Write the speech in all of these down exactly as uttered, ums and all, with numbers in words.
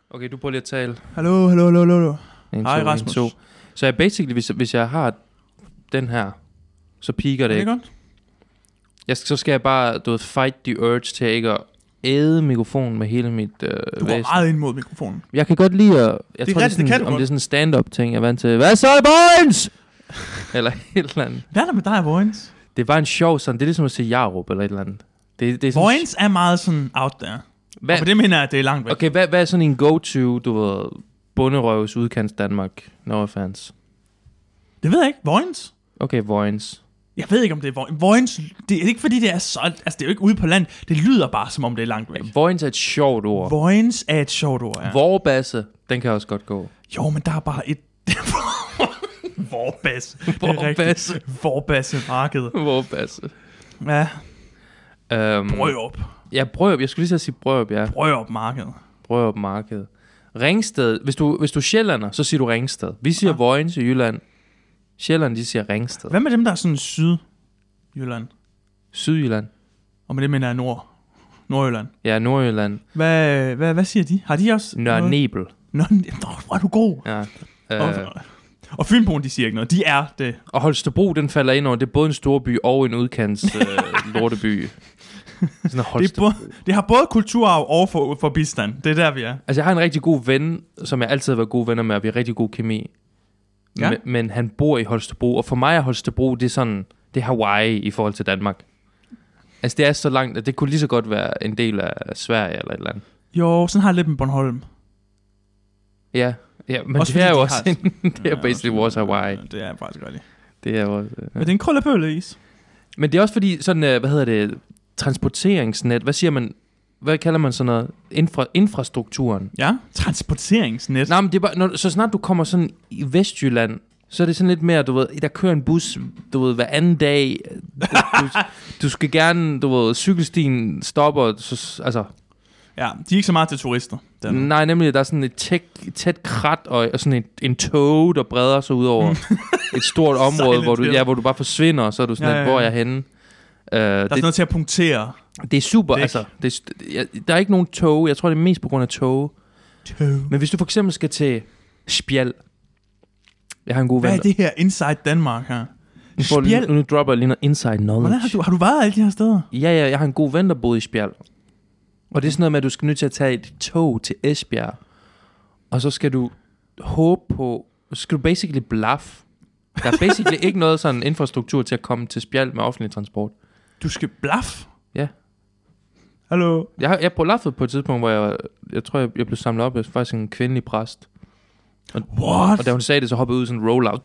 Okay, du prøver lige at tale. Hallo, hallo, hallo, hallo. En, Hej, to, Rasmus. en, to. Så jeg basically, hvis, hvis jeg har den her, så piker det, er det ikke. godt? Jeg, så skal jeg bare, du ved, fight the urge til ikke at æde mikrofonen med hele mit øh, Du går væsen. meget ind mod mikrofonen. Jeg kan godt lide at... Jeg Det er tror, rigtigt, det det er kan sådan, du om godt. det er sådan en stand-up ting, jeg er vant til. Hvad så, boys? Eller et eller andet. Hvad er der med dig, Vojens? Det er bare en sjov sådan, det er ligesom at se Jarup eller et eller andet. Det, det er sådan, Vojens er meget sådan out there. hvad, Og på det mener jeg, at det er langt væk. okay, hvad, hvad er sådan en go-to, du ved, bunderøvs udkants Danmark? No offense. Det ved jeg ikke. Vojens? Okay, Vojens. Jeg ved ikke, om det er Vojens. Vojens, det er ikke fordi, det er så... Altså, det er jo ikke ude på land. Det lyder bare, som om det er langt væk. Vojens er et sjovt ord. Vojens er et sjovt ord, ja. Vorbasse, den kan også godt gå. Jo, men der er bare et... Vorbasse. Vorbasse. Vorbasse marked. Vorbasse. Ja, Um, Brørup. ja, Brørup. Jeg skulle lige så sige Brørup, ja. Brørup marked. Brørup Marked. Ringsted. Hvis du, hvis du er sjællander, så siger du Ringsted. Vi siger Ja. Vojens i Jylland. Sjælland, de siger Ringsted. Hvad med dem, der er sådan Sydjylland? Sydjylland. Og med det mener jeg Nord. Nordjylland. Ja, Nordjylland. Hvad, hvad, hvad siger de? Har de også Nørre noget? Nebel. Nå, hvor er du god. Ja. Og, Uh, og Fynboen, de siger ikke noget. De er det. og Holstebro, den falder ind over. Det er både en storby og en udkants uh, lorteby. Sådan en Det, er Holstebro. både, det har både kulturarv og for, for bistand. Det er der, vi er. Altså, jeg har en rigtig god ven, som jeg altid har været gode venner med, og vi har rigtig god kemi. Ja. Men, men han bor i Holstebro, og for mig er Holstebro, det er sådan, det er Hawaii i forhold til Danmark. Altså, det er så langt, at det kunne lige så godt være en del af Sverige eller et eller andet. Jo, sådan har jeg lidt med Bornholm. Ja, ja men Også det er fordi jo de også, har- en, det er Ja, basically vores Hawaii. Det er faktisk rigtigt. Det er jo også, ja. Men det er en krøllepølle-is. Men det er også fordi, sådan, øh, hvad hedder det, transporteringsnet, hvad siger man, hvad kalder man sådan noget, Infra, infrastrukturen. Ja, transporteringsnet. Nej, men det er bare, når, så snart du kommer sådan i Vestjylland, så er det sådan lidt mere, du ved, der kører en bus, du ved, hver anden dag. Du, du, du skal gerne, du ved, cykelstien stopper, så, altså, Ja, de er ikke så meget til turister. Den. nej, nemlig, der er sådan et tæt, tæt krat og, og sådan et, en tog, der breder sig ud over et stort område, hvor du, Silent ja, hvor du bare forsvinder, og så er du sådan Ja, lidt, ja, hvor er ja. jeg henne? Uh, Der er det, sådan noget til at punktere. det er super, Dæk. altså, det er, jeg, der er ikke nogen tog, jeg tror, det er mest på grund af tog. Tog. Men hvis du for eksempel skal til Spjald, jeg har en god Hvad ven, er det her Inside Danmark her? Nu, får, Spjald? nu, nu dropper jeg lige noget inside knowledge. Hvordan har du, har du været alle de her steder? Ja, ja, jeg har en god ven, der boede i Spjald. Og det er sådan noget med, at du skal nødt til at tage et tog til Esbjerg. Og så skal du håbe på, så skal du basically bluff. Der er basically ikke noget sådan infrastruktur til at komme til Spjald med offentlig transport. Du skal bluff? Ja. Hallo? Jeg har jeg bluffede på et tidspunkt, hvor jeg, jeg tror, jeg, jeg blev samlet op af faktisk en kvindelig præst. Og, What? og da hun sagde det, så hoppede jeg ud sådan en rollout.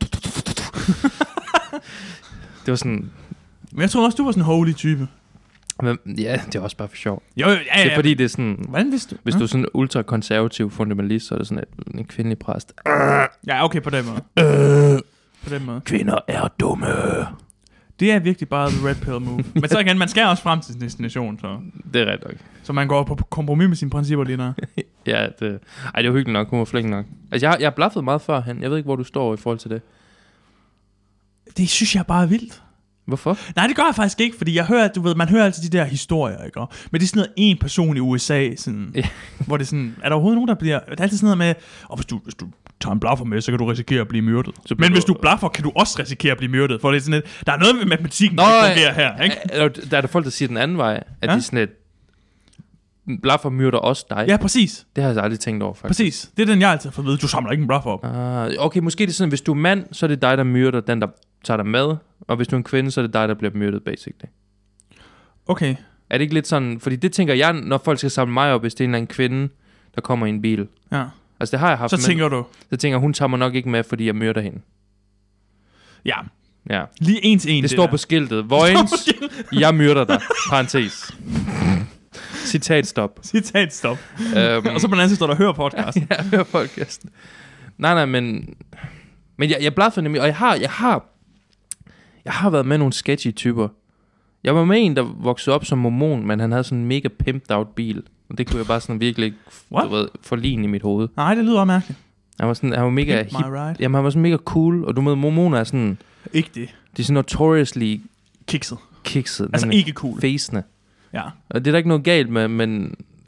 Det var sådan, Men jeg tror også, du var sådan en holy type. men, ja, det er også bare for sjov. Jo, jo, ja, ja. Det er fordi, det er sådan, Hvordan vidste du? hvis du er sådan en ultrakonservativ fundamentalist, så er det sådan et, en kvindelig præst. Ja, okay, på den måde. Øh, På den måde. kvinder er dumme. Det er virkelig bare the red pill move. Men så igen, man skal også frem til sin destination, så, Det er ret nok. så man går på kompromis med sine principper lige der. Ja, det, ej, det var hyggeligt nok. Hun var flink nok. Altså, jeg, jeg har blaffet meget førhen. Jeg ved ikke, hvor du står i forhold til det. Det synes jeg bare er vildt. Hvorfor? Nej, det gør jeg faktisk ikke, fordi jeg hører, du ved, man hører altid de der historier, ikke? Men det er sådan noget, en person i U S A, sådan, Ja. hvor det er sådan, er der overhovedet nogen, der bliver, det er altid sådan noget med, og hvis du, hvis du tager en blaffer med, så kan du risikere at blive myrdet. Så bliver Men du- hvis du blaffer, kan du også risikere at blive myrdet, for det er sådan lidt, der er noget med matematikken, Nå, der ikke fungerer her, ikke? Er, der er der folk, der siger den anden vej, at Ja. ja? de sådan et blaffer myrder også dig. Ja, præcis. Det har jeg aldrig tænkt over, faktisk. Præcis. Det er den, jeg altid har fået at vide. Du samler ikke en blaffer op. Ah, okay, måske er det sådan, at hvis du er mand, så er det dig, der myrder den, der tager dig med. Og hvis du er en kvinde, så er det dig, der bliver myrdet, basically. Okay. Er det ikke lidt sådan, fordi det tænker jeg, når folk skal samle mig op, hvis det er en eller anden kvinde, der kommer i en bil. Ja. Altså det har jeg haft Så med. tænker du, Så tænker jeg, hun tager mig nok ikke med, fordi jeg myrder hende. ja, Ja. lige en til en. Det, det står der. på skiltet. Vojens, jeg myrder dig. Parentes. Citat stop. Citat stop. øhm, Og så på den anden side står der, hør podcast. ja, hør podcasten. Nej, nej, men... Men jeg, jeg blaffede nemlig, og jeg har, jeg har... Jeg har været med nogle sketchy typer. Jeg var med en, der voksede op som mormon, men han havde sådan en mega pimped out bil. Og det kunne jeg bare sådan virkelig ikke, What? du ved, forligne i mit hoved. Nej, det lyder også mærkeligt. Han var sådan, han var mega Pimp hip. my ride. Jamen, han var sådan mega cool, og du ved, mormoner er sådan... Ikke det. De er sådan notoriously Kikset. kikset. Altså nemlig ikke cool. Fæsende. Ja. Og det er der ikke noget galt med, men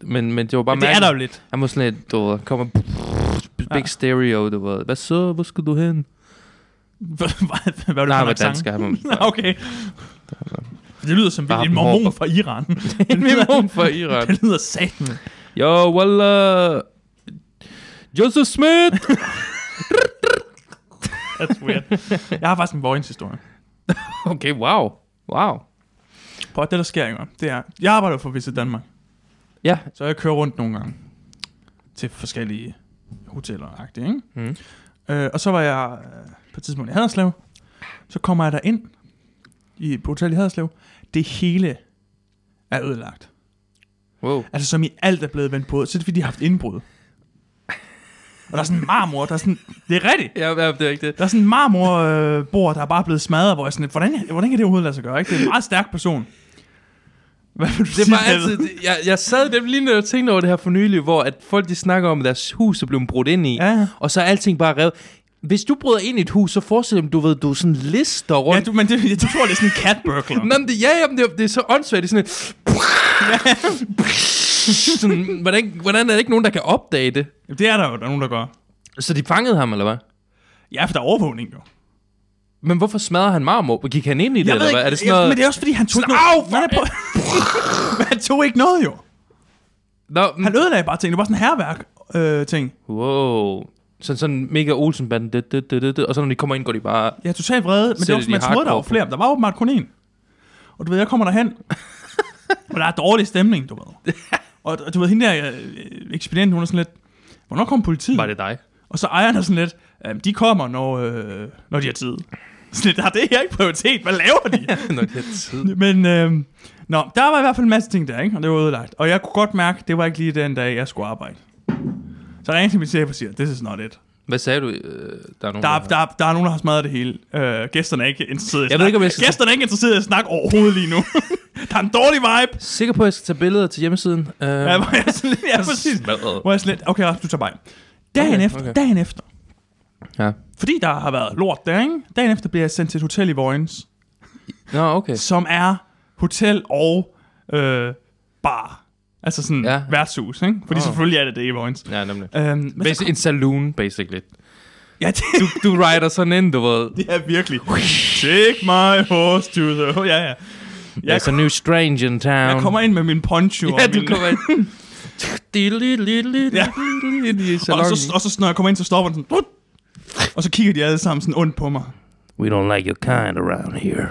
men, men det var bare det er der jo lidt. Han var sådan lidt, du ved, kommer big ja. stereo, du ved. Hvad så? Hvor skal du hen? Hvad var det Nej, for hvad dansk er han? Okay. Det lyder som en mormon fra Iran. En mormon fra Iran. Det lyder satan. Yo, wallah. Joseph Smith. That's weird. Jeg har faktisk en Vojens-historie. Okay, wow. Wow. Prøv, det der sker, ikke? Det er, jeg arbejder for Visit Danmark. Ja. Så jeg kører rundt nogle gange til forskellige hoteller, ikke? Mm. Øh, og så var jeg øh, på et tidspunkt i Haderslev. Så kommer jeg der ind i på hotel i Haderslev. Det hele er ødelagt. Wow. Altså som i alt er blevet vendt på. Så er det fordi de har haft indbrud. Og der er sådan en marmor, der er sådan, det er rigtigt. Ja, ja, det er ikke det. Der er sådan en marmorbord, øh, der er bare blevet smadret, hvor jeg sådan, hvordan, hvordan kan det overhovedet lade sig gøre, ikke? Det er en meget stærk person. Hvad vil du det sige, var altid, det, jeg, jeg sad dem lige når jeg tænkte over det her for nylig, hvor at folk de snakker om, at deres hus er blevet brudt ind i, ja. Og så er alting bare revet. Hvis du bryder ind i et hus, så forestil dig, du ved, du er sådan lister rundt. Ja, du, men det, jeg tror, det er sådan en cat burglar. Nå, men det, ja, jamen, det, det er så åndssvagt, det er sådan et... sådan, hvordan, hvordan er der ikke nogen, der kan opdage det? Det er der jo, der er nogen, der gør. Så de fangede ham, eller hvad? Ja, for der er overvågning jo. Men hvorfor smadrer han marmor? Gik han ind i det, eller hvad? Er det sådan noget... Men det er også fordi, han tog sådan, ikke noget... Au, men han tog ikke noget, jo. Nå, han ødelagde bare ting. Det var sådan en herværk øh, ting. Wow. Sådan sådan mega Olsen-banden. Det, det, det, det, det. Og så når de kommer ind, går de bare... Ja, totalt vrede. Men det var også, man troede, der var flere. Der var åbenbart kun én. Og du ved, jeg kommer derhen. Og der er dårlig stemning, du ved. Og du ved, hende der ekspedient, hun er sådan lidt... Hvornår kom politiet? Var det dig? Og så ejeren er sådan lidt... De kommer, når, øh, når de har tid. Sådan lidt, har det her ikke prioritet? Hvad laver de? Når de har tid. Men... Øh, nå, der var i hvert fald en masse ting der, ikke? Og det var ødelagt. Og jeg kunne godt mærke, det var ikke lige den dag, jeg skulle arbejde. Så jeg ringte til min chef og siger, this is not it. Hvad sagde du? Der er nogen, der, der, der, der er nogen, der har smadret det hele. Uh, gæsterne er ikke interesseret i at snakke. Ikke, skal... Gæsterne er ikke interesseret i at snakke overhovedet lige nu. Der er en dårlig vibe. Sikker på, at jeg skal tage billeder til hjemmesiden? Uh... Ja, hvor jeg sådan lidt... Ja, præcis. Hvor jeg sådan lidt... Okay, du tager bare. Dagen okay, efter, okay. dagen efter. Ja. Fordi der har været lort der, ikke? Dagen efter bliver jeg sendt til et hotel i Vojens. Nå, okay. Som er hotel og øh, bar. Altså sådan ja. værtshus, ikke? Fordi oh. selvfølgelig er det det i Vojens. Ja, nemlig. Um, Basi- kom... En saloon, basically. Ja, det... du, du rider sådan ind, du ved. Det er virkelig. Take my horse to the... Oh, ja, ja. Jeg There's a new strange in town. Jeg kommer ind med min poncho. Ja, og du min... kommer ind. ja. og, så, og så når jeg kommer ind, så stopper den sådan... Og så kigger de alle sammen sådan ondt på mig. We don't like your kind around here.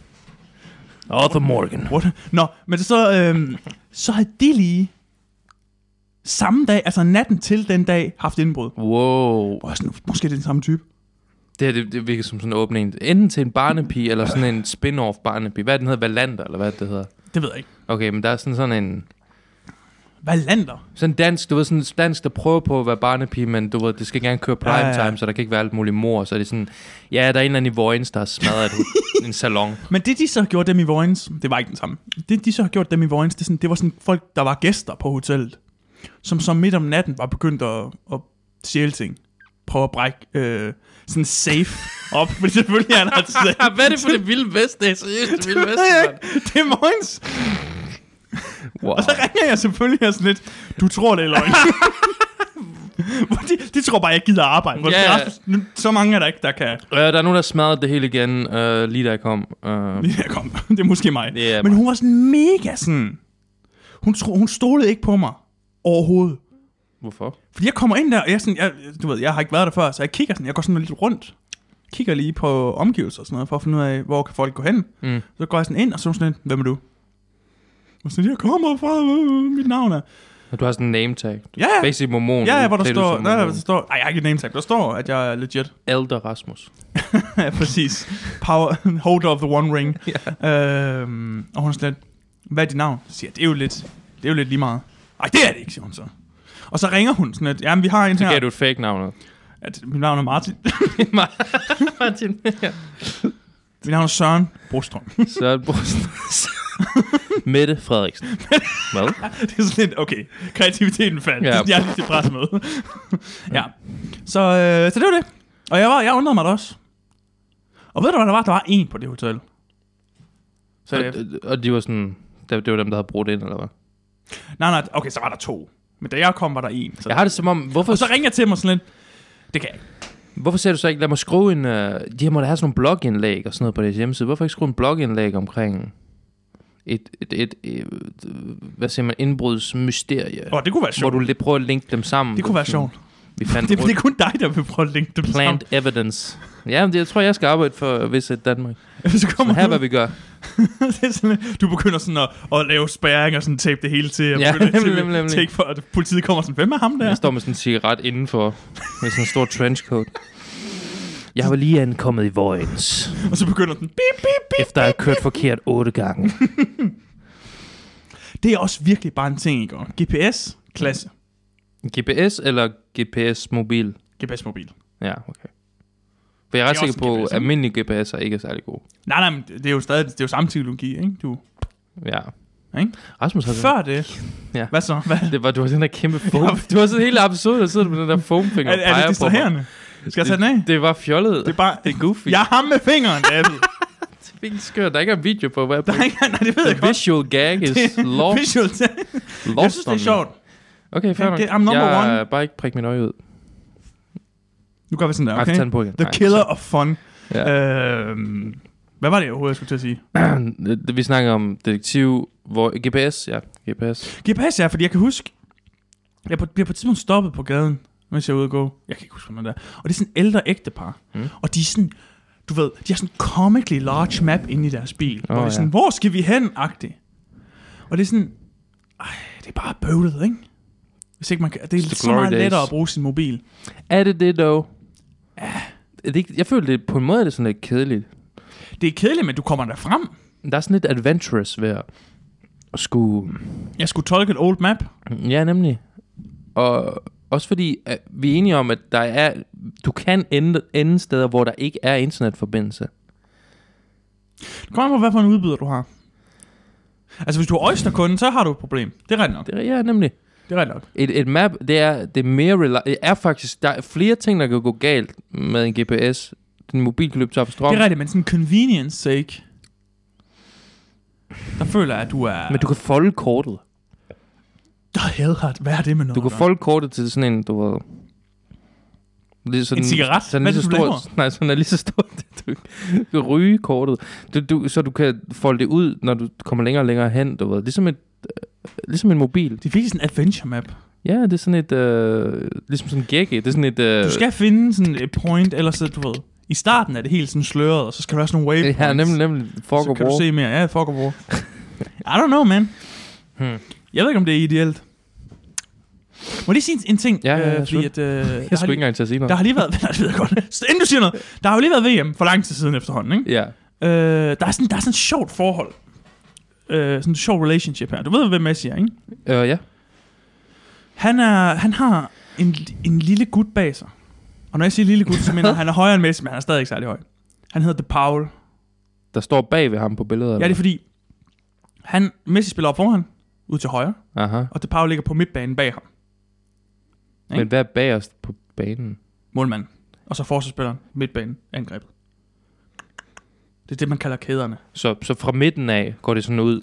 Arthur Morgan. What? Nå, men så, øhm, så havde de lige samme dag, altså natten til den dag, haft indbrud. Wow. Og sådan, måske det er den samme type. Det her, det, det virker som sådan en åbning. Enten til en barnepige, eller sådan en spin-off barnepige. Hvad den hedder? Valander, eller hvad det hedder? Det ved jeg ikke. Okay, men der er sådan sådan en... Valander? Sådan dansk, du ved, sådan dansk, der prøver på at være barnepige, men du ved, det skal gerne køre prime time, ja, ja. Så der kan ikke være alt muligt mor. Så er det sådan, ja, der er en eller anden i Vojens, der har smadret en salon. Men det, de så har gjort dem i Vojens, det var ikke den samme. Det, de så har gjort dem i Vojens, det, sådan, det var sådan folk, der var gæster på hotellet, som så midt om natten var begyndt at, at stjæle ting. Prøve at brække øh, sådan safe op, fordi selvfølgelig er der et safe. Hvad er det for det vilde vest? Det er seriøst det vilde vest, mand. Det er Vojens. Wow. Og så ringer jeg selvfølgelig og sådan lidt, du tror det eller ikke? de, de tror bare, jeg gider arbejde. Yeah. Så mange er der ikke, der kan... Uh, der er nogen, der smadrede det hele igen, uh, lige da jeg kom. Uh... Lige da jeg kom. Det er måske mig. Yeah, Men mig. hun var sådan mega sådan... Hun, tro, hun stolede ikke på mig overhovedet. Hvorfor? Fordi jeg kommer ind der, og jeg, sådan, jeg, du ved, jeg har ikke været der før, så jeg kigger sådan, jeg går sådan lidt rundt. Kigger lige på omgivelser og sådan noget, for at finde ud af, hvor kan folk gå hen. Mm. Så går jeg sådan ind, og så er sådan lidt, hvem er du? Og så jeg kommer fra, øh, mit navn er... Og du har sådan en name tag. Ja, Basic mormon. Ja, hvor der står... Nej, der står... Nej, jeg har ikke et name tag. Der står, at jeg er legit. Elder Rasmus. Ja, præcis. Power, holder of the one ring. Yeah. Øhm, og hun er slet... Hvad er dit navn? Så siger jeg, det er jo lidt... Det er jo lidt lige meget. Ej, det er det ikke, siger hun så. Og så ringer hun sådan, at... Jamen, vi har en så her... Så gav du et fake navn. At mit navn er Martin. Martin, ja. Mit navn er Søren Brostrøm. Søren Brostrøm. Mette Frederiksen. Hvad? Det er sådan lidt, okay, kreativiteten fandt. Ja. Jeg er lidt til pressemøde. Ja. Så, øh, så det var det. Og jeg, var, jeg undrede mig da også. Og ved du, hvad der var? Der var en på det hotel. Så og, og de var sådan, det var dem, der havde brudt ind, eller hvad? Nej, nej, okay, så var der to. Men da jeg kom, var der en. Så Jeg har det som om, hvorfor, og så ringer jeg til mig sådan lidt, det kan jeg ikke. hvorfor siger du så ikke, lad mig skrive en, uh, de her må da have sådan nogle blogindlæg og sådan noget på deres hjemmeside. Hvorfor ikke skrive en blogindlæg omkring et, et, et, et, et hvad siger man, indbrudsmysterie? Åh, det kunne være sjovt. Hvor du lidt prøver at linke dem sammen. Det kunne være sjovt. Vi fandt Det, det er kun dig, der vil prøve at linke dem sammen. plant evidence. Ja, men det, jeg tror, jeg skal arbejde for Visit Danmark. Så kommer Så her, du, hvad vi gør. det er sådan, du begynder sådan at, at lave spærring og sådan tape det hele til. Og Ja, begynder nemlig, at nemlig, nemlig. take for, at politiet kommer sådan, hvem er ham der? Jeg står med sådan en cigaret indenfor, med sådan en stor trenchcoat. Jeg var lige ankommet i Vojens, Og så begynder den, bip, bip, bip. efter at have kørt forkert otte gange. Det er også virkelig bare en ting, ikke? G P S, klasse. G P S eller G P S mobil? G P S-mobil. Ja, okay. For jeg er ret Det er sikker på, også en G P S, at ikke? almindelige G P S'er ikke er særlig gode. Nej, nej, men det er jo stadig, det er jo samme teknologi, ikke? Du, Ja. ikke? Rasmus har Før det, Ja. hvad så? Hvad? det var, du har sådan der kæmpe foam. Du har sådan hele episode, der sidder med den der foamfinger Er, og er det peger på mig. distraherende? Skal jeg tage den af? Det var fjollet. Det er bare, det er goofy. jeg har ham med fingeren, David. Det er virkelig skørt. Der er ikke en video på, hvad Der er ikke, nej, det ved jeg The godt. visual gag is Det er lost. visual. lost Jeg synes, det er on me. sjovt. Okay, fair nok. Okay, I'm number jeg one. Jeg bare ikke prikke min øje ud. Nu gør vi sådan der, Okay. Jeg okay? skal tage den på igen. The Nej, killer så- of fun. Ja. Øhm, hvad var det overhovedet, jeg skulle til at sige? Det- Vi snakker om detektiv, hvor G P S, ja, G P S. G P S, ja, fordi jeg kan huske, jeg på- bliver på et tidspunkt stoppet på gaden, mens jeg er ude at gå. Jeg kan ikke huske, hvad det er. Og det er sådan en ældre ægtepar. Mm. Og de er sådan, du ved, de har sådan en comically large map inde i deres bil. Oh, hvor det er sådan, ja. hvor skal vi hen-agtigt? Og det er sådan, ej, det er bare bøvlet, ikke? Hvis ikke man kan, det er the så glory meget days. lettere at bruge sin mobil. Er det det, dog? Ja. Det, ikke- jeg føler, det på en måde er det sådan lidt kedeligt. Det er kedeligt, men du kommer der frem. Der er sådan lidt adventurous ved at at skulle... Jeg skulle tolke et old map. Ja, nemlig. Og også fordi, at vi er enige om, at der er... Du kan ende, ende steder, hvor der ikke er internetforbindelse. Det kommer an på, hvad for en udbyder du har. Altså, hvis du er Oyster-kunde, så har du et problem. Det er rigtigt nok. Det er, ja, nemlig. Det er rigtigt nok. Et, et map, det er, det er mere... Reli- det er faktisk... Der er flere ting, der kan gå galt med en G P S. Din mobil kan løbe tør for strøm. Det er rigtigt, men sådan convenience sake, der føler jeg, at du er... Men du kan folde kortet. Der er hvad er det med noget? Du kan der? folde kortet til sådan en, du ved... Lige sådan, En cigaret? Sådan Hvad lige er så det, du stor, nej, sådan er lige så stort. Du kan ryge kortet. Du, du, så du kan folde det ud, når du kommer længere og længere hen, du ved. Ligesom, et, øh, ligesom en mobil. Det er virkelig sådan en adventure map. Ja, det er sådan et... Øh, ligesom sådan en gække. Det er sådan et... Øh, Du skal finde sådan et point, ellers så, du ved... I starten er det helt sådan sløret, og så skal der være sådan nogle waypoints. ja, nemlig, nemlig. Fuck så og kan du war. se mere. Ja, fuck og war. I don't know, man. Hmm. Jeg ved ikke, om det er ideelt. Må jeg lige sige en ting? Ja, ja, ja, øh, fordi at, øh, Jeg der, skulle har ikke lige, engang til at sige noget. der har lige været... Nej, det ved jeg godt. Så inden du siger noget. Der har jo lige været V M for lang tid siden efterhånden, ikke? Ja. Øh, der, er sådan, der er sådan et sjovt forhold. Øh, sådan et sjovt relationship her. Du ved, hvem Messi er, ikke? Øh, ja. Han, er, han har en, en lille gut bag sig. Og når jeg siger lille gut, så mener jeg, han er højere end Messi, men han er stadig ikke særlig høj. Han hedder De Paul. Der står bag ved ham på billedet. Ja, det er fordi, han, Messi spiller op foran, ud til højre, Aha. og De Paul ligger på midtbanen bag ham. Ikke? Men hvad er bagerst på banen? Målmanden. Og så forsvarsspilleren, midtbanen, angrebet. Det er det, man kalder kæderne. Så, så fra midten af går det sådan ud.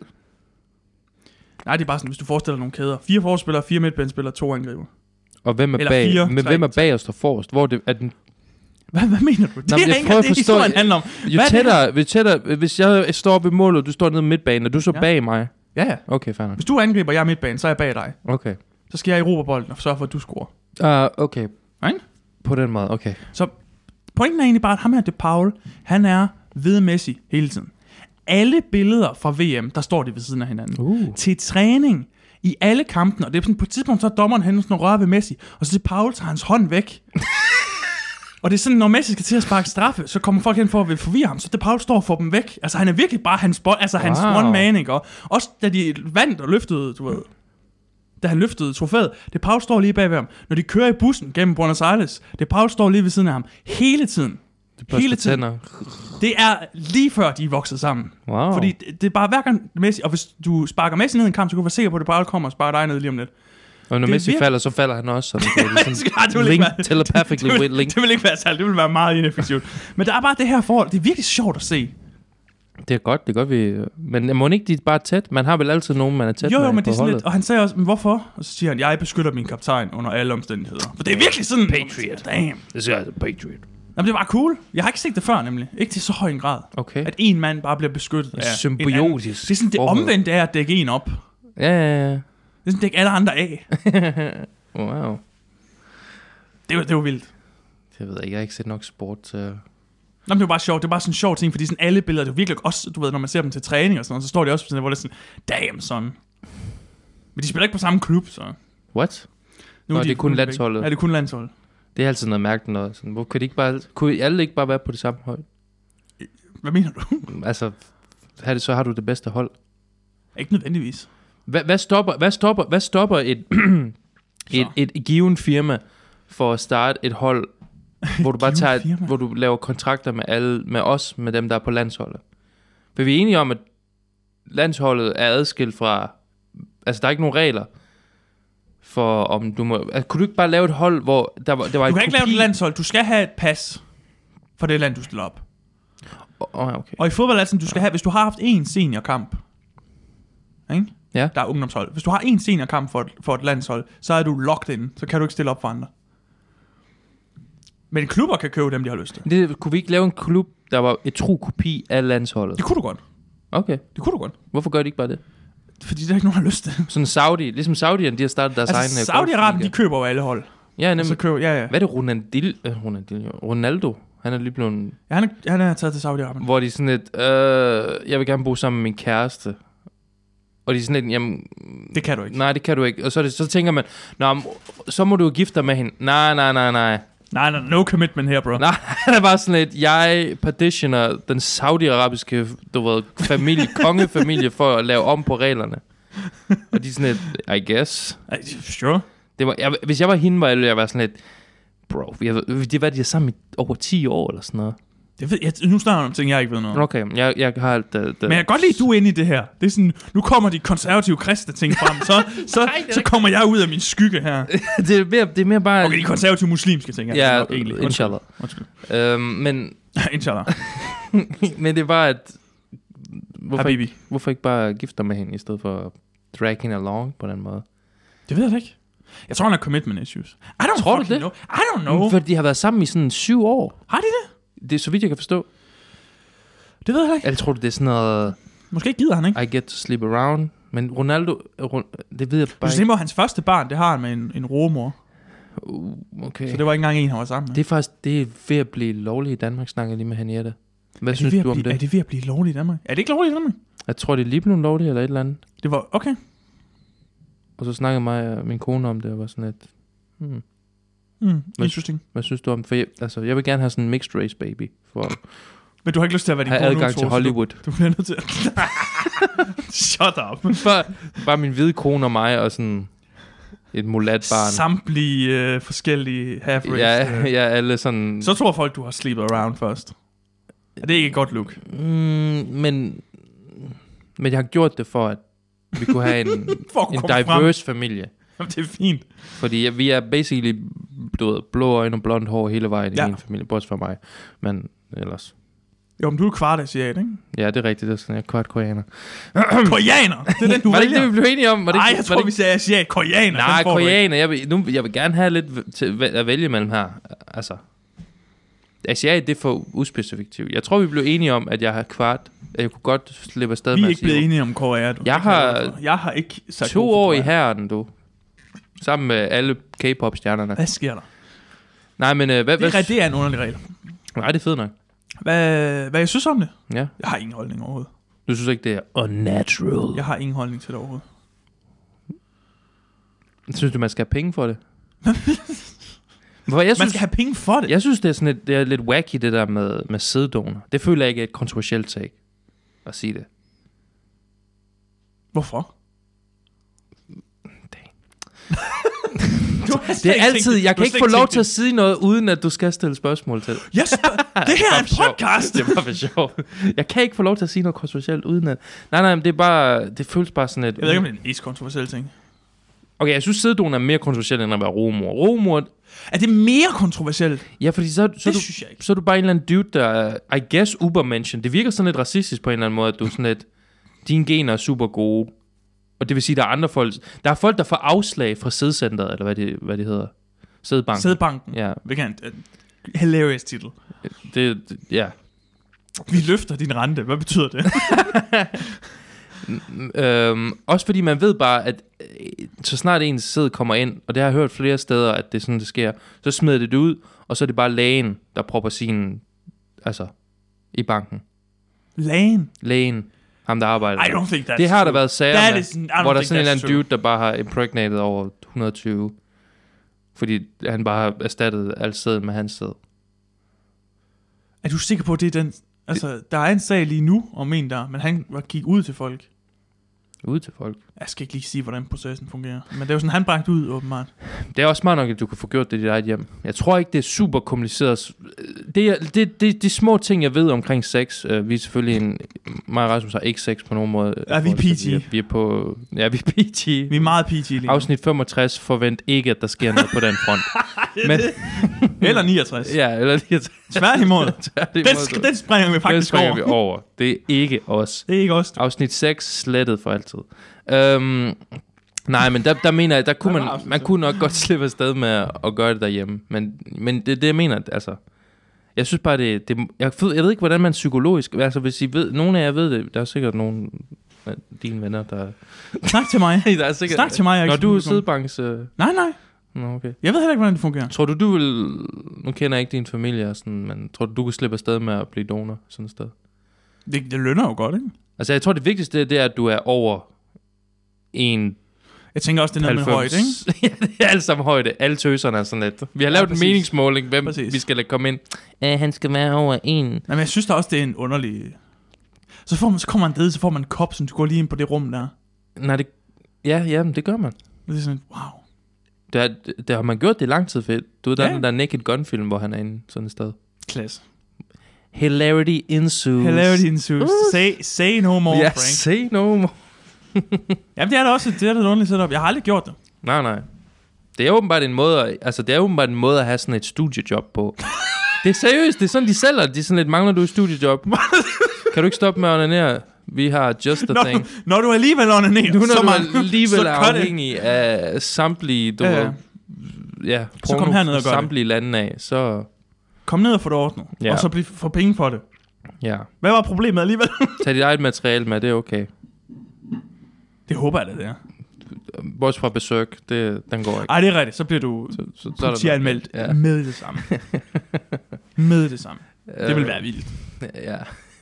Nej, det er bare sådan, hvis du forestiller nogle kæder. Fire forsvarsspillere, fire midtbanespillere, to angriber. Og hvem er Eller bag? fire, men tre, hvem er tre. bagerst og forrest? Hvor er det, er den, Hvad, hvad mener du? Det Nå, er men jeg ikke prøver at det, forstå- historien handler om. jo Hvad er det tættere, jo tættere, hvis jeg står oppe i målet, og du står nede i midtbanen, og du så Ja. bag mig. Ja, ja. Okay, fair nok. Hvis du angriber, jeg er midtbanen, så er jeg bag dig. Okay. Så skal jeg erobre bolden og sørge for, at du scorer. Uh, okay. Ikke? På den måde, okay. Så pointen er egentlig bare, at ham her, De Paul, han er ved Messi hele tiden. Alle billeder fra V M, der står de ved siden af hinanden. Uh. Til træning i alle kampene, og det er sådan, på et tidspunkt, så er dommeren henne sådan og rører ved Messi, og så til Paul tager hans hånd væk. Og det er sådan, når Messi skal til at sparke straffe, så kommer folk hen for at vil forvirre ham, så det Paul står og får dem væk. Altså han er virkelig bare hans, bold, altså hans Wow. one man, ikke? Og også da de vandt og løftede, du ved, da han løftede trofæet, det Paul står lige bag ved ham. Når de kører i bussen gennem Buenos Aires, det Paul står lige ved siden af ham hele tiden. Det Hele tiden. tænder. Det er lige før de er vokset sammen. Wow. Fordi det, det er bare hver gang Messi, og hvis du sparker Messi ned i en kamp, så kan du være sikker på, at det bare kommer og sparker dig ned lige om lidt. Og når det er Messi virke- falder, så falder han også. Så det er Nej, det vil ikke link, være- telepathically det, with vil, link. det vil ikke være særligt, det vil være meget ineffektivt. Men der er bare det her forhold, det er virkelig sjovt at se. Det er godt, det gør vi. Men må ikke de bare tæt? Man har vel altid nogen, man er tæt jo, med jo, men det er sådan holdet. lidt, og han sagde også, men hvorfor? Og så siger han, jeg beskytter min kaptajn under alle omstændigheder. For det er virkelig sådan... Patriot. Damn. Det siger altså Patriot. Jamen, det var cool. Jeg har ikke set det før, nemlig. Ikke til så høj en grad. Okay. At en mand bare bliver beskyttet af symbiotisk. Det er sådan, det omvendte er at dække en op. Ja, ja, ja. Det er sådan, dække alle andre af. Wow. Det var, det var vildt. Jeg ved ikke, jeg har ikke set nok sport til... Nå, det var bare sjovt. Det var bare sådan en sjov ting, fordi sådan alle billeder, det var virkelig også, du ved, når man ser dem til træning og sådan noget, så står de også sådan, hvor det er sådan, damn son. Men de spiller ikke på samme klub, så... What? Nu Nå, de, det er kun landsholdet. Ja, det er kun landsholdet. Det er altid noget mærkeligt noget. Sådan, hvor kan de ikke bare... Kunne alle ikke bare være på det samme hold? Hvad mener du? Altså, har det, så har du det bedste hold. Ikke nødvendigvis. Hvad, hvad stopper, hvad stopper, hvad stopper et, et, et, et given firma for at starte et hold, hvor du bare tager, et, hvor du laver kontrakter med alle, med os, med dem der er på landsholdet? For vi er enige om, at landsholdet er adskilt fra, altså der er ikke nogen regler for om du må, altså, kunne du ikke bare lave et hold, hvor der var, der var du kan et ikke lave et landshold, du skal have et pas for det land du stiller op. Oh, okay. Og i fodbold er det sådan, du skal have, hvis du har haft en seniorkamp, ikke? Ja. Der er ungdomshold. Hvis du har en seniorkamp for et, for et landshold, så er du locked in, så kan du ikke stille op for andre. Men klubber kan købe dem, de har lyst til. Det, kunne vi ikke lave en klub, der var et tro kopi af landsholdet? Det kunne du godt. Okay. Det kunne du godt. Hvorfor gør de ikke bare det? Fordi der er ikke nogen, der har lyst til. Sådan Saudi, ligesom Saudierne, de har startet deres altså, egen... Saudi-Arabien, de køber jo alle hold. Ja, nemlig. Så køber, ja, ja. Hvad er det, Ronaldinho? Øh, Ronaldinho? Ronaldo? Han er lige blevet... Ja, han er, han er taget til Saudi-Arabien. Hvor de sådan lidt, øh, jeg vil gerne bo sammen med min kæreste. Og de er sådan lidt, jamen... Det kan du ikke. Nej, det kan du ikke. Og så, det, så tænker man, nå, så må du jo gifte dig med hende. Nej, nej, nej, nej. Nej, nej, no commitment her, bro. Nej, det er bare sådan lidt, jeg petitioner den saudiarabiske, du ved, familie, kongefamilie for at lave om på reglerne. Og de er sådan lidt, I guess. Sure. Det var, jeg, hvis jeg var hende, var jeg, jeg var sådan lidt, bro, jeg, det var de er sammen i over ti år eller sådan noget. Det ved, jeg, nu snakker jeg om ting, jeg ikke ved noget om. Okay, jeg, jeg har... Det, det. Men jeg kan godt lide, at du er inde i det her. Det er sådan, nu kommer de konservative kristne ting frem, så, så, Nej, så kommer jeg ud af min skygge her. det, er mere, det er mere bare... Okay, de konservative muslimske ting. Ja, nok, egentlig. inshallah. Undskyld. Øhm, men... Inshallah. men det er bare, at... Hvorfor Habibi. ikke, hvorfor ikke bare gifte dig med hende, i stedet for at drag hende along på den måde? Det ved jeg ikke. Jeg tror, han har commitment issues. I don't tror du det? know. I don't know. For de har været sammen i sådan syv år. Har de det? Det er så vidt, jeg kan forstå. Det ved jeg ikke. Eller tror du, det er sådan noget... Måske gider han, ikke? I get to sleep around. Men Ronaldo... det ved jeg bare ikke. Du hans første barn, det har han med en, en romor. Uh, okay. Så det var ikke engang en, han var sammen med. Det er faktisk det er ved at blive lovligt i Danmark, snakker lige med Henriette. Hvad er synes du om blive, det? Er det ved at blive lovligt i Danmark? Er det ikke lovligt i Danmark? Jeg tror, det er lige blevet lovligt eller et eller andet. Det var, okay. Og så snakkede mig og min kone om det, og var sådan et... Hmm. Mm, hvad, interesting. Hvad synes du om det? For jeg, altså, jeg vil gerne have sådan en mixed race baby. For men du har ikke lyst til at være din kone adgang til Hollywood. Du, du bliver nødt til at... Shut up. bare, bare min hvide kone og mig, og sådan et mulat barn. Samtlige øh, forskellige half-race. Ja, ja, alle sådan... Så tror folk, du har sleepet around først. Er det ikke et godt look? Mm, men... Men jeg har gjort det for, at vi kunne have en, en diverse frem. familie. Det er fint. Fordi ja, vi er basically du ved, blå øjne og blondt hår hele vejen ja. i min familie, bortset fra mig. Men ellers... Jo, men du er kvart asiat, ikke? Ja, det er rigtigt. Det er sådan, jeg er kvart koreaner. Koreaner? Det er den, du var det ikke det, vi blev enige om? Nej, jeg tror, det... vi sagde asiat. Koreaner. Nej, koreaner. Jeg vil, nu, jeg vil gerne have lidt til at vælge mellem her. Altså, asiat, det er for uspecifikt. Jeg tror, vi blev enige om, at jeg har kvart... At jeg kunne godt slippe afsted vi med er ikke blevet enige om Korea, du. Jeg har, jeg har ikke sagt to år i herren, du. Sammen med alle K-pop-stjernerne. Hvad sker der? Nej, men... Uh, hvad, det, hvad, det er en underlig regel. Nej, det er fedt nok. Hvad, hvad jeg synes om det? Ja. Jeg har ingen holdning overhovedet. Du synes ikke, det er unnatural? Jeg har ingen holdning til det overhovedet. Synes du, man skal have penge for det? jeg man synes, skal have penge for det? Jeg synes, det er, sådan et, det er lidt wacky, det der med, med sæddonor. Det føler jeg ikke er et kontroversielt take at sige det. Hvorfor? Det er altid, jeg kan ikke få lov til at sige noget, uden at du skal stille spørgsmål til. Yes, det her er en podcast. Det var for sjov. Jeg kan ikke få lov til at sige noget kontroversielt, uden at... Nej, nej, det er bare... Det føles bare sådan et... Jeg ved ikke, om det er en is kontroversiel ting. Okay, jeg synes sæddonen er mere kontroversiel end at være rugemor. Rugemor... Er det mere kontroversielt? Ja, fordi så, så, det du, synes jeg ikke. så er du bare en eller anden dude, der er, I guess, ubermenschen. Det virker sådan lidt racistisk på en eller anden måde, at du er sådan lidt... Dine gener er super gode. Og det vil sige, der er andre folk... Der er folk, der får afslag fra sædcenteret, eller hvad det, hvad det hedder. Sædbanken. Sædbanken. Ja. Bekendt. Hilarious titel. Det, det, ja. Vi løfter din rente. Hvad betyder det? øhm, også fordi man ved bare, at så snart ens sæd kommer ind, og det har jeg hørt flere steder, at det er sådan, det sker, så smider det det ud, og så er det bare lægen, der propper sin, altså, i banken. Lægen? Lægen. Ham, der arbejder. I don't think that's det har true. der været sager med, is, hvor der er sådan en eller anden dude, der bare har impregnated over et hundrede og tyve. Fordi han bare har erstattet alt sæd med hans sæd. Er du sikker på, at det er den... Altså, der er en sag lige nu om en der, men han gik ud til folk. Ud til folk? Jeg skal ikke lige sige, hvordan processen fungerer. Men det er jo sådan, han bragt ud, åbenbart. Det er også smart nok, at du kan få gjort det i dit eget hjem. Jeg tror ikke, det er super kompliceret. Det er det, det, de små ting, jeg ved omkring sex. Uh, vi er selvfølgelig en... Mig og Rasmus har ikke sex på nogen måde. Ja, vi er P G. Vi er, vi er på... Ja, vi er P G. Vi er meget P G lige nu. Afsnit femogtres. Forvent ikke, at der sker noget på den front. Men, eller niogtres. Ja, eller niogtres. Tværtimod. Tværtimod. Den, den springer vi faktisk den springer over. vi over. Det er ikke os. Det er ikke os. Afsnit seks slettet for altid. Um, nej, men der, der mener jeg, der kunne man, man kunne nok godt slippe afsted med at, at gøre det derhjemme. Men, men det det, jeg mener, altså... Jeg synes bare, det... det jeg, ved, jeg ved ikke, hvordan man psykologisk... Altså, hvis I ved... Nogle af jer ved det. Der er sikkert nogle af dine venner, der... Snak til mig. der er sikkert, Snak til mig. Jeg når du er sædbanks... Uh... Nej, nej. Nå, okay. Jeg ved heller ikke, hvordan det fungerer. Tror du, du vil... Nu kender jeg ikke din familie, sådan, men tror du, du kan slippe afsted med at blive donor sådan et sted? Det, det lønner jo godt, ikke? Altså, jeg tror, det vigtigste det er, at du er over en... Jeg tænker også, det er noget med højde, ikke? Ja, det er alt sammen højde. Alle tøserne er sådan lidt. Vi har lavet ja, en meningsmåling, hvem præcis. Vi skal lade komme ind. Æh, han skal være over en. Nej, men jeg synes da også, det er en underlig... Så, får man, så kommer man ned, så får man en kop, som du går lige ind på det rum der. Nej, det... Ja, ja, det gør man. Det er sådan, wow. Der, der har man gjort det i lang tid fedt. Du ved, der ja. er den der Naked Gun-film, hvor han er inde sådan et sted. Klasse. Hilarity ensues. Hilarity ensues. Uh. Say, say no more, ja, Frank. say no more. Jamen, det er da også det er da et underligt setup. Jeg har aldrig gjort det. Nej, nej. Det er åbenbart en måde at, altså det er åbenbart en måde at have sådan et studiejob på. Det er seriøst, det er sådan de sælger. De er sådan lidt, mangler du et studiejob? Kan du ikke stoppe med at onanere? Vi har just the når, thing. Når du alligevel onanerer, nu når så du man, alligevel er afhængig af samtlige, du ja, ja. ja, så kom herned og gør samtlige lande af, så kom ned og få det ordnet, ja. Og så bliv, få penge for det. Ja. Hvad var problemet alligevel? Tag dit eget materiale med, det er okay. Det håber jeg, det er. Bortset fra besøg, det, den går ikke. Ej, det er rigtigt. Så bliver du så, så, så politianmeldt ja. med det samme. med det samme. Det vil være vildt. Ja.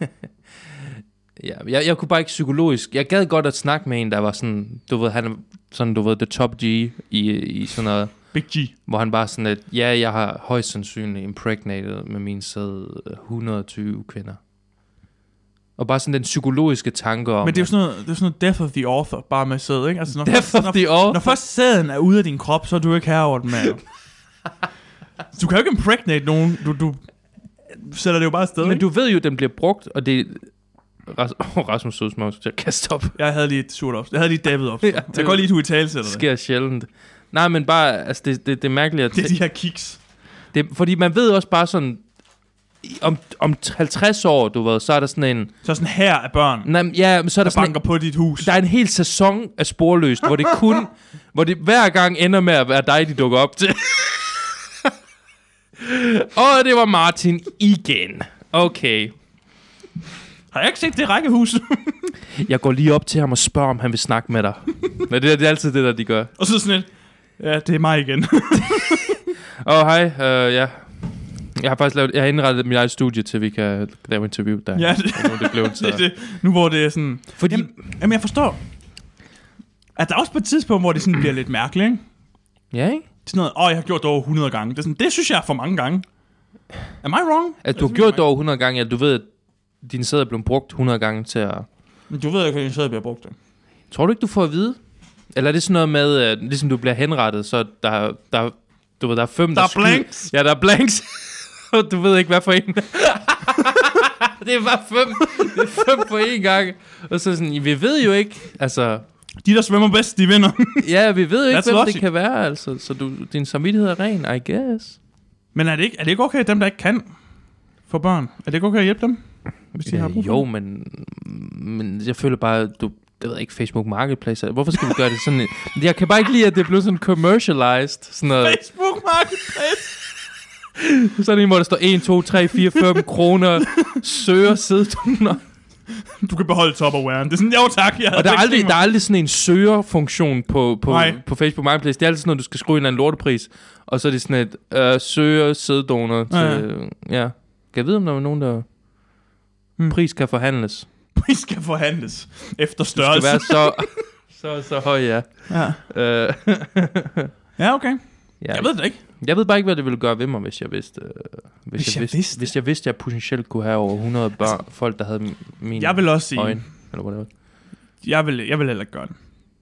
ja, jeg, jeg kunne bare ikke psykologisk. Jeg gad godt at snakke med en, der var sådan, du ved, han er sådan, du ved, the top G i, i sådan noget. Big G. Hvor han bare sådan lidt, ja, jeg har højst sandsynligt impregnated med min sæd et hundrede og tyve kvinder. Og bare sådan den psykologiske tanke om... Men det er jo sådan noget, det er sådan noget death of the author, bare med sæd, ikke? Altså, når death først, of når, the author? Når først sæden er ude af din krop, så er du ikke her over den med. Du kan jo ikke impregnate nogen. Du, du sætter det jo bare afsted, Men ikke? du ved jo, den bliver brugt, og det... Ras- oh, Rasmus Sødsmål skal kaste op. Jeg havde lige et surt op. Jeg havde lige David op. ja, jeg kan godt lide, du i tale sætter det. Sker sjældent. Nej, men bare... Altså, det, det, det er mærkeligt at... Det er de her kiks. Det, fordi man ved også bare sådan... Om, om halvtreds år, du ved, så er der sådan en... Så sådan her af børn, nej, ja, så er der, der banker en, på dit hus. Der er en hel sæson af Sporløst, hvor det kun... hvor det hver gang ender med at være dig, de dukker op til. Og det var Martin igen. Okay. Har jeg ikke set det rækkehus? Jeg går lige op til ham og spørger, om han vil snakke med dig. Men det er, det er altid det, der de gør. Og så sådan et, ja, det er mig igen. Åh, oh, hej. Uh, ja. Jeg har faktisk lavet, jeg har indrettet mit eget studie til, vi kan lave interview der. Ja, det, nu, det blev, så. det, det, nu hvor det er sådan... Fordi, jamen, jamen, jeg forstår, at der er også på et tidspunkt, hvor det sådan bliver lidt mærkeligt, ikke? Ja, ikke? Sådan noget, åh, oh, jeg har gjort det over hundrede gange. Det, er sådan, det synes jeg er for mange gange. Am I wrong? At du har gjort det over hundrede gange, eller du ved, at din sæd er blevet brugt hundrede gange til at... Men du ved ikke, hvad din sæd bliver brugt til. Tror du ikke, du får at vide? Eller er det sådan noget med, at ligesom du bliver henrettet, så der, der, du ved, der er fem, der, der er skyder. blanks. Ja, der er blanks. Du ved ikke, hvad for en. Det er bare fem. Det er fem på en gang. Og så sådan, vi ved jo ikke, altså... De, der svømmer bedst, de vinder. Ja, vi ved ikke, That's hvem logic. det kan være, altså. Så du, din samvittighed er ren, I guess. Men er det, ikke, er det ikke okay, at dem, der ikke kan få børn, er det ikke okay at hjælpe dem? Hvis de Ja, har brug for jo, det? men, men jeg føler bare, du, det ved jeg ikke, Facebook Marketplace. Hvorfor skal vi gøre det sådan? Jeg kan bare ikke lide, at det er blevet sådan commercialized. Sådan noget. Facebook Marketplace. Sådan en, hvor der står en, to, tre, fire, fem kroner, søger sæddoner. Du kan beholde Tupperware. Det er sådan, jo tak. Jeg Og der er, aldrig, der er aldrig sådan en søgerfunktion på, på, på Facebook Marketplace. Det er altid sådan noget, du skal skrive en eller anden lortepris. Og så er det sådan et øh, søger sæddonor til... Ja, Ja. ja. Kan jeg vide, om der er nogen, der... Hmm. Pris kan forhandles. Pris skal forhandles efter Du skal størrelse. være så... så, så høj, ja. Ja. Øh, Ja, okay. ja. Jeg ved det ikke. Jeg ved bare ikke, hvad det ville gøre ved mig, hvis jeg vidste... Øh, hvis, Hvis jeg, jeg vidste, vidste. Hvis jeg vidste, at jeg potentielt kunne have over hundrede børn, folk, der havde min- mine Jeg vil også sige, øjne. Eller hvad det var. jeg vil, jeg vil heller ikke gøre det.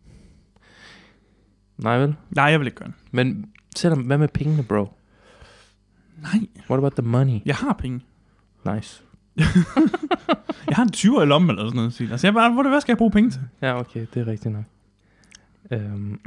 Nej, vel? Nej, jeg vil ikke gøre det. Men selvom, hvad med pengene, bro? Nej, What about the money? jeg har penge. Nice. Jeg har en tyver i lommen eller sådan noget. Signe. Altså, jeg bare, hvor det, hvad skal jeg bruge penge til? Ja, okay, det er rigtigt nok. Øhm.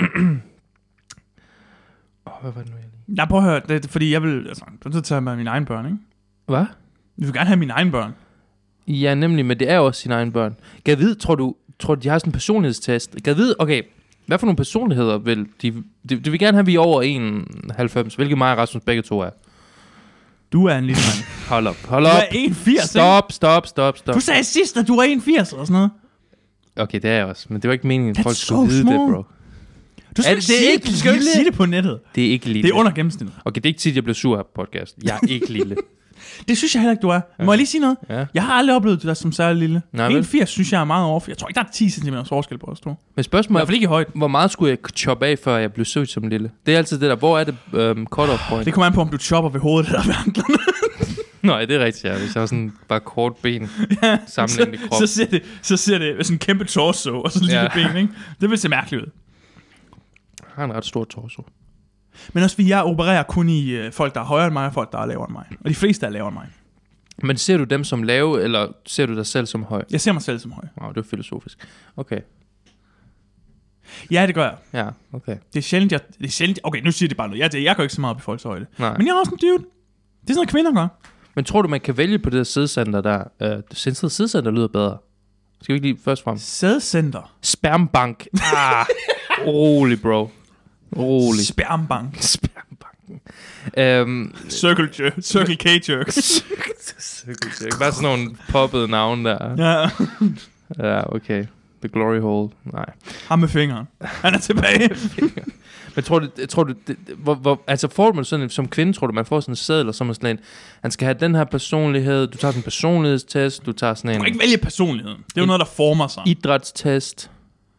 Åh, hvad var det nu, jeg lige... Jeg prøver at høre, det, er fordi jeg vil, altså, du er nødt til at tage med mine egne børn, ikke? Hvad? Jeg vil gerne have mine egne børn. Ja, nemlig, men det er jo også sine egne børn. Gad vide, tror du, tror du, de har sådan en personlighedstest? Gad vide, okay, hvad for nogle personligheder vil de... De, de vil gerne have, vi er over en komma halvfems, hvilket mig og Rasmus begge to er. Du er en lille mand. Hold op, hold Du op. er en komma firs, Stop, stop, stop, stop. Du sagde sidst, at du er en komma firs eller sådan noget. Okay, det er jeg også, men det var ikke meningen, at That's folk so skulle vide small. det, bro. Du skal Er ikke det- sige det er det, ikke du skal jo ikke lille? sige det på nettet. Det er ikke lille. Det er under gennemsnittet. Okay, det er ikke tit, jeg blev sur her på podcast. Jeg er ikke lille. Det synes jeg heller ikke, du er. Må jeg lige sige noget? Ja. Jeg har aldrig oplevet dig som særlig lille. Nej, vel? en komma firs synes jeg er meget over. Jeg tror ikke, der er ti centimeter forskel på os to. Men I hvert spørgsmålet fald ikke i højden. er, hvor meget skulle jeg choppe af, før jeg blev søgt som lille? Det er altid det der, hvor er det um, cut-off point? Det kommer an på, om du chopper ved hovedet eller ved anklerne. Nej, det er rigtigt, ja. Hvis jeg har sådan bare kort ben, Ja, sammenhængende krop. så, så, ser det, så ser det sådan en kæmpe torso og så en lille Ja. ben, ikke? Det vil se mærkeligt ud. Jeg har en ret stor torso. Men også fordi jeg opererer kun i øh, folk, der er højere end mig, og folk, der er lavere end mig. Og de fleste er lavere end mig. Men ser du dem som lave, eller ser du dig selv som høj? Jeg ser mig selv som høj. Wow, det er filosofisk. Okay, Ja, det gør jeg. ja, okay. Det er sjældent, jeg... Det er sjældent, okay, nu siger det bare noget. Jeg, jeg går ikke så meget op i folks højde. Nej. Men jeg er også en dude. Det er sådan noget, kvinder gør. Men tror du, man kan vælge på det der sædcenter der? Øh, Centret sædcenter lyder bedre. Skal vi ikke lige først frem? Sædcenter. Spermbank. Ah, rolig, bro. Rolig. Spermbank. Spermbanken. Øhm, Circle, jerk. Circle K jerk. Cirkeltjek. Bare sådan nogle poppede navne der. Ja. Ja, okay. The Glory Hole. Nej. Ham med fingeren. Han er tilbage. Men tror du, tror du det, det- hvor, hvor, altså får man sådan en, som kvinde, tror du, man får sådan en seddel, og så er man sådan en, han skal have den her personlighed, du tager sådan en personlighedstest, du tager sådan Du en kan ikke vælge personligheden. Det er jo En- noget, der former sig. idrætstest.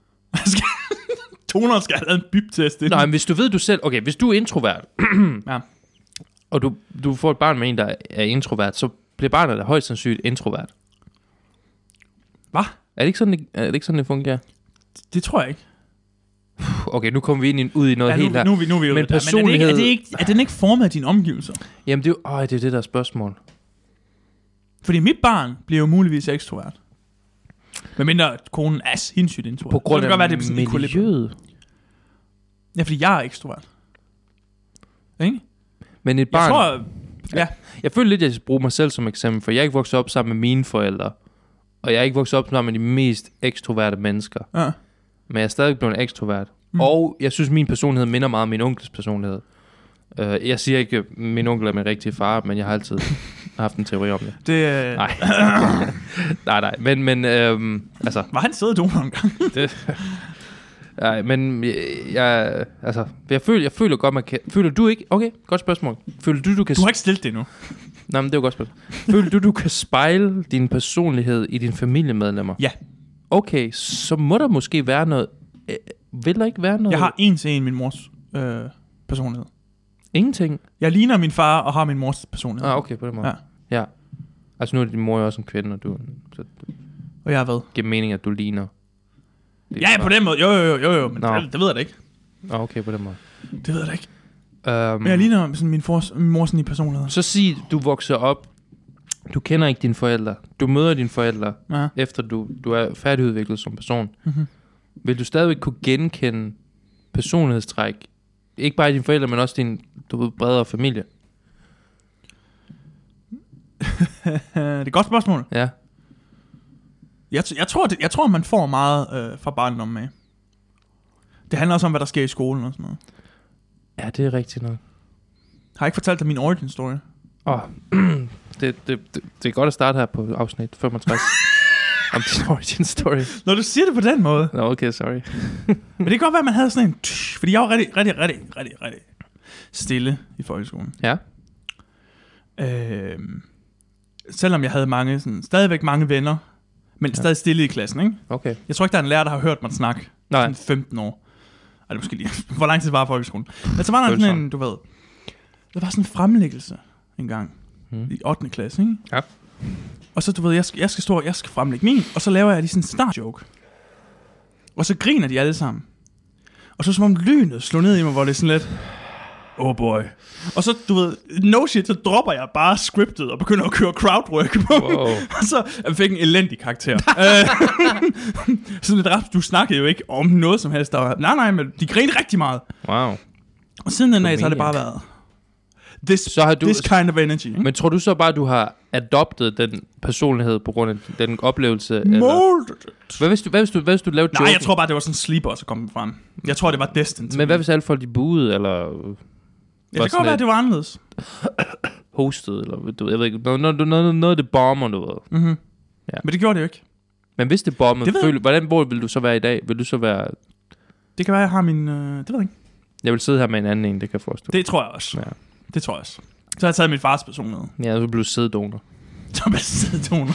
Toner skal have lavet en bybtest. Nej, men hvis du ved du selv, okay, hvis du er introvert, Ja. og du, du får et barn med en, der er introvert, så bliver barnet da højst sandsynligt introvert. Hvad? Er det ikke sådan, det, er det, ikke sådan, det fungerer? Det tror jeg ikke. Okay, nu kommer vi ind i, ud i noget Ja, nu, helt her. nu, er vi, nu er vi ude Men der. Men er, det ikke, er, det personlighed- ikke, er den ikke formet af dine omgivelser? Jamen, det er jo, åh, det er det der spørgsmål. Fordi mit barn bliver jo muligvis ekstrovert. Men mindre konen er sindssygt introvert. På grund så det af kan godt være, det er sådan en equilibrium. miljøet. Ja, fordi jeg er ekstrovert. Ikke? Men et Jeg barn... tror... Ja. Jeg føler lidt, at jeg skal bruge mig selv som eksempel, for jeg er ikke vokset op sammen med mine forældre. Og jeg er ikke vokset op sammen med de mest ekstroverte mennesker. ja. Men jeg er stadig blevet ekstrovert. Mm. Mm. Og jeg synes, min personlighed minder meget om min onkels personlighed. Uh, jeg siger ikke, at min onkel er min rigtige far, men jeg har altid haft en teori om det. Det, øh, Nej. nej, nej. Men, men øhm, altså... var han sædet donor en gang? Det, nej, men jeg, jeg, altså, jeg føler, jeg føler godt, man kan... Føler du ikke... Okay, godt spørgsmål. Føler du, du kan... Du har ikke stillet det endnu. Nej, men det er jo godt spørgsmål. Føler du, du kan spejle din personlighed i dine familiemedlemmer? Ja. Okay, så må der måske være noget... Øh, vil der ikke være noget... Jeg har en til en min mors øh, personlighed. Ingenting? Jeg ligner min far og har min mors personlighed. Ah, okay, på den måde. Ja. Ja. Altså, nu er din mor jo også en kvinde, og du... Så det Og jeg har hvad? giver mening, at du ligner... Det Ja, på den måde. Jo, jo, jo, jo, jo. Men Nå. det, det ved jeg da ikke. Ah, okay, på den måde. Det ved jeg da ikke. Um, Men jeg ligner sådan min, fors, min mor sådan i personlighed. Så sig, du vokser op, du kender ikke dine forældre, du møder dine forældre, Ja. efter du, du er færdigudviklet som person. Mm-hmm. vil du stadigvæk kunne genkende personlighedstræk? Ikke bare i dine forældre, men også din, du ved, bredere familie. Det er et godt spørgsmål. Ja. Jeg, t- jeg, tror, det, jeg tror, man får meget øh, fra barndommen med. Det handler også om, hvad der sker i skolen og sådan noget. Ja, det er rigtigt nok. Har jeg ikke fortalt dig min origin story? Åh, oh, det, det, det, det er godt at starte her på afsnit femogtres. Om din origin story. Når du siger det på den måde. Nå, okay, sorry. Men det kan godt være, at man havde sådan en... Fordi jeg var rigtig, rigtig, rigtig, rigtig, rigtig stille i folkeskolen. Ja. Øh, selvom jeg havde mange, sådan, stadigvæk mange venner, men ja. stadig stille i klassen, ikke? Okay. Jeg tror ikke, der er en lærer, der har hørt mig snakke. Nej. Sådan femten år. Ej, det er måske lige... Hvor lang tid var folkeskolen? Men så var der sådan en, du ved... Der var sådan en fremlæggelse en gang hmm. i ottende klasse, ikke? Ja. Og så, du ved, jeg skal, jeg skal stå, jeg skal fremlægge min, og så laver jeg lige sådan en start-joke. Og så griner de alle sammen. Og så som om lynet slog ned i mig, hvor det er sådan lidt... Oh boy. Og så, du ved, no shit, så dropper jeg bare scriptet og begynder at køre crowdwork på. Wow. Og så jeg fik en elendig karakter. Sådan lidt ret, du snakkede jo ikke om noget som helst. Der var, nej, nej, men de grinede rigtig meget. Wow. Og siden den dag, så har det bare været... This, så har du, this kind of energy. Men tror du så bare, at du har adoptet den personlighed på grund af den oplevelse? Molded. Eller? Hvad hvis du, hvad hvis du, hvad hvis du lavede joke? Nej, jeg tror bare, det var sådan en sleeper, så kom frem. Jeg tror, det var destined. Men hvad hvis alle folk de buede, eller... Ja, det kan godt være, det var anderledes. Hostet, eller du, jeg ved ikke, noget, noget, noget, noget det bomber, du ved. Mm-hmm. Ja. Men det gjorde det jo ikke. Men hvis det bombede, føl, hvordan hvor vil du så være i dag? Vil du så være... Det kan være, jeg har min... Øh, det ved jeg ikke. Jeg vil sidde her med en anden en, det kan jeg forestille. Det tror jeg også. Ja. Det tror jeg også. Så har jeg taget min fars person med. Ja, så blev du sæddonor. Så blev jeg sæddonor.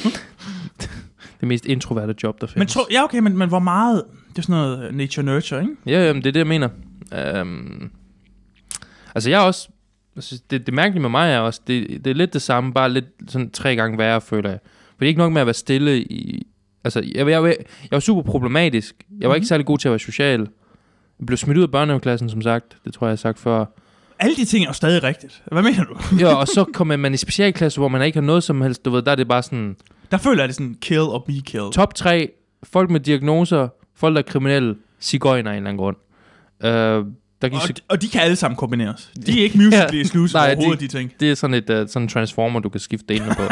Det mest introverte job, der findes. Men tro, ja, okay, men, men hvor meget... Det er sådan noget nature-nurture, ikke? Ja, jamen, det er det, jeg mener. Um, altså, jeg er også... Altså, det, det mærkelige med mig er også... Det, det er lidt det samme, bare lidt sådan tre gange værre, føler jeg. For det er ikke nok med at være stille i... Altså, jeg, jeg, jeg, jeg var super problematisk. Jeg var mm-hmm. ikke særlig god til at være social. Jeg blev smidt ud af børnehaveklassen, som sagt. Det tror jeg, jeg har sagt før. Alle de ting er jo stadig rigtigt. Hvad mener du? Ja, og så kommer man i specialklasse, hvor man ikke har noget som helst. Du ved, der er det bare sådan... Der føler jeg det sådan, kill or be killed. Top tre, folk med diagnoser, folk der er kriminelle, sigøjner af en eller anden grund. Uh, der og, sig- og de kan alle sammen kombineres. De er ikke musically exclusive ja, overhovedet, de, de ting. Det er sådan et uh, sådan en transformer, du kan skifte det ind på.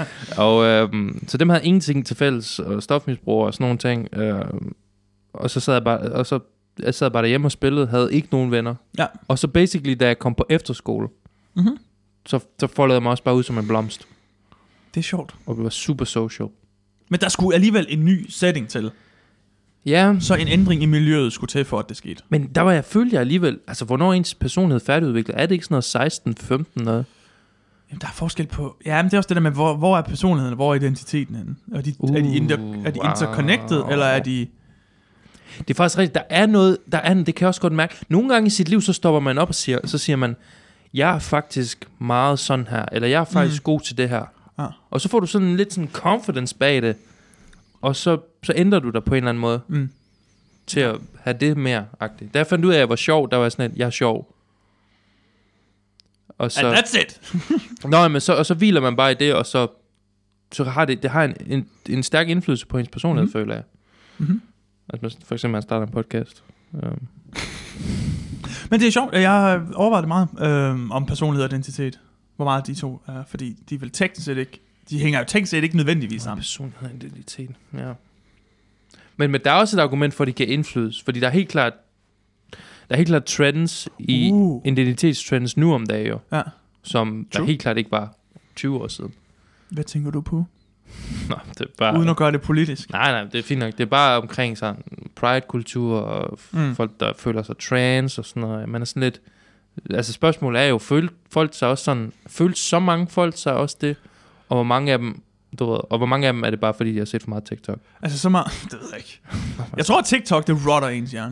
Og uh, så dem havde ingenting til fælles, og stofmisbrug og sådan nogle ting. Uh, og så sad jeg bare... Og så Jeg sad bare derhjemme og spillede, havde ikke nogen venner. Ja. Og så basically, da jeg kom på efterskole, mm-hmm. så, så foldede jeg mig også bare ud som en blomst. Det er sjovt. Og det var super social. Men der skulle alligevel en ny setting til. Ja. Så en ændring i miljøet skulle til, for at det skete. Men der var jeg, følte jeg alligevel, altså hvornår ens personlighed færdigudviklet? Er det ikke sådan noget seksten femten noget? Jamen, der er forskel på... Ja, men det er også det der med, hvor, hvor er personligheden, hvor er identiteten henne? Er de, uh, er de, inter, er de wow. interconnected, eller er de... Det er faktisk rigtigt. Der er noget, der er, det kan jeg også godt mærke. Nogle gange i sit liv, så stopper man op og siger, så siger man, jeg er faktisk meget sådan her, eller jeg er faktisk mm. god til det her. Ja. Og så får du sådan lidt sådan confidence bag det, og så, så ændrer du dig på en eller anden måde, mm. til at have det mere-agtigt. Da jeg fandt ud af, at jeg var sjov, der var sådan, at jeg er sjov. Og så, and that's it. Nå, men så, og så hviler man bare i det, og så, så har det, det har en, en, en stærk indflydelse på ens personlighed, mm. føler jeg. Mm-hmm. Altså for eksempel, man starter en podcast. Um. Men det er sjovt, jeg har overvejet det meget øh, om personlighed og identitet. Hvor meget de to er, fordi de vil teknisk set ikke, de hænger jo teknisk set ikke nødvendigvis sammen. Personlighed og identitet, ja. Men, men der er også et argument for, at de kan indflydes, fordi der er helt klart, der er helt klart trends i uh. identitetstrends nu om dagen jo, ja. Som der True. helt klart ikke var tyve år siden. Hvad tænker du på? Nå, det er bare, uden at gøre det politisk. Nej, nej, det er fint nok. Det er bare omkring sådan pride-kultur og mm. folk, der føler sig trans og sådan noget. Man er sådan lidt... Altså spørgsmålet er jo, følte folk sig også sådan... Følte så mange folk sig også det? Og hvor mange af dem... Du ved, og hvor mange af dem er det bare fordi, de har set for meget TikTok? Altså så meget... Det ved jeg ikke. Jeg tror, at TikTok, det rotter ens hjerne.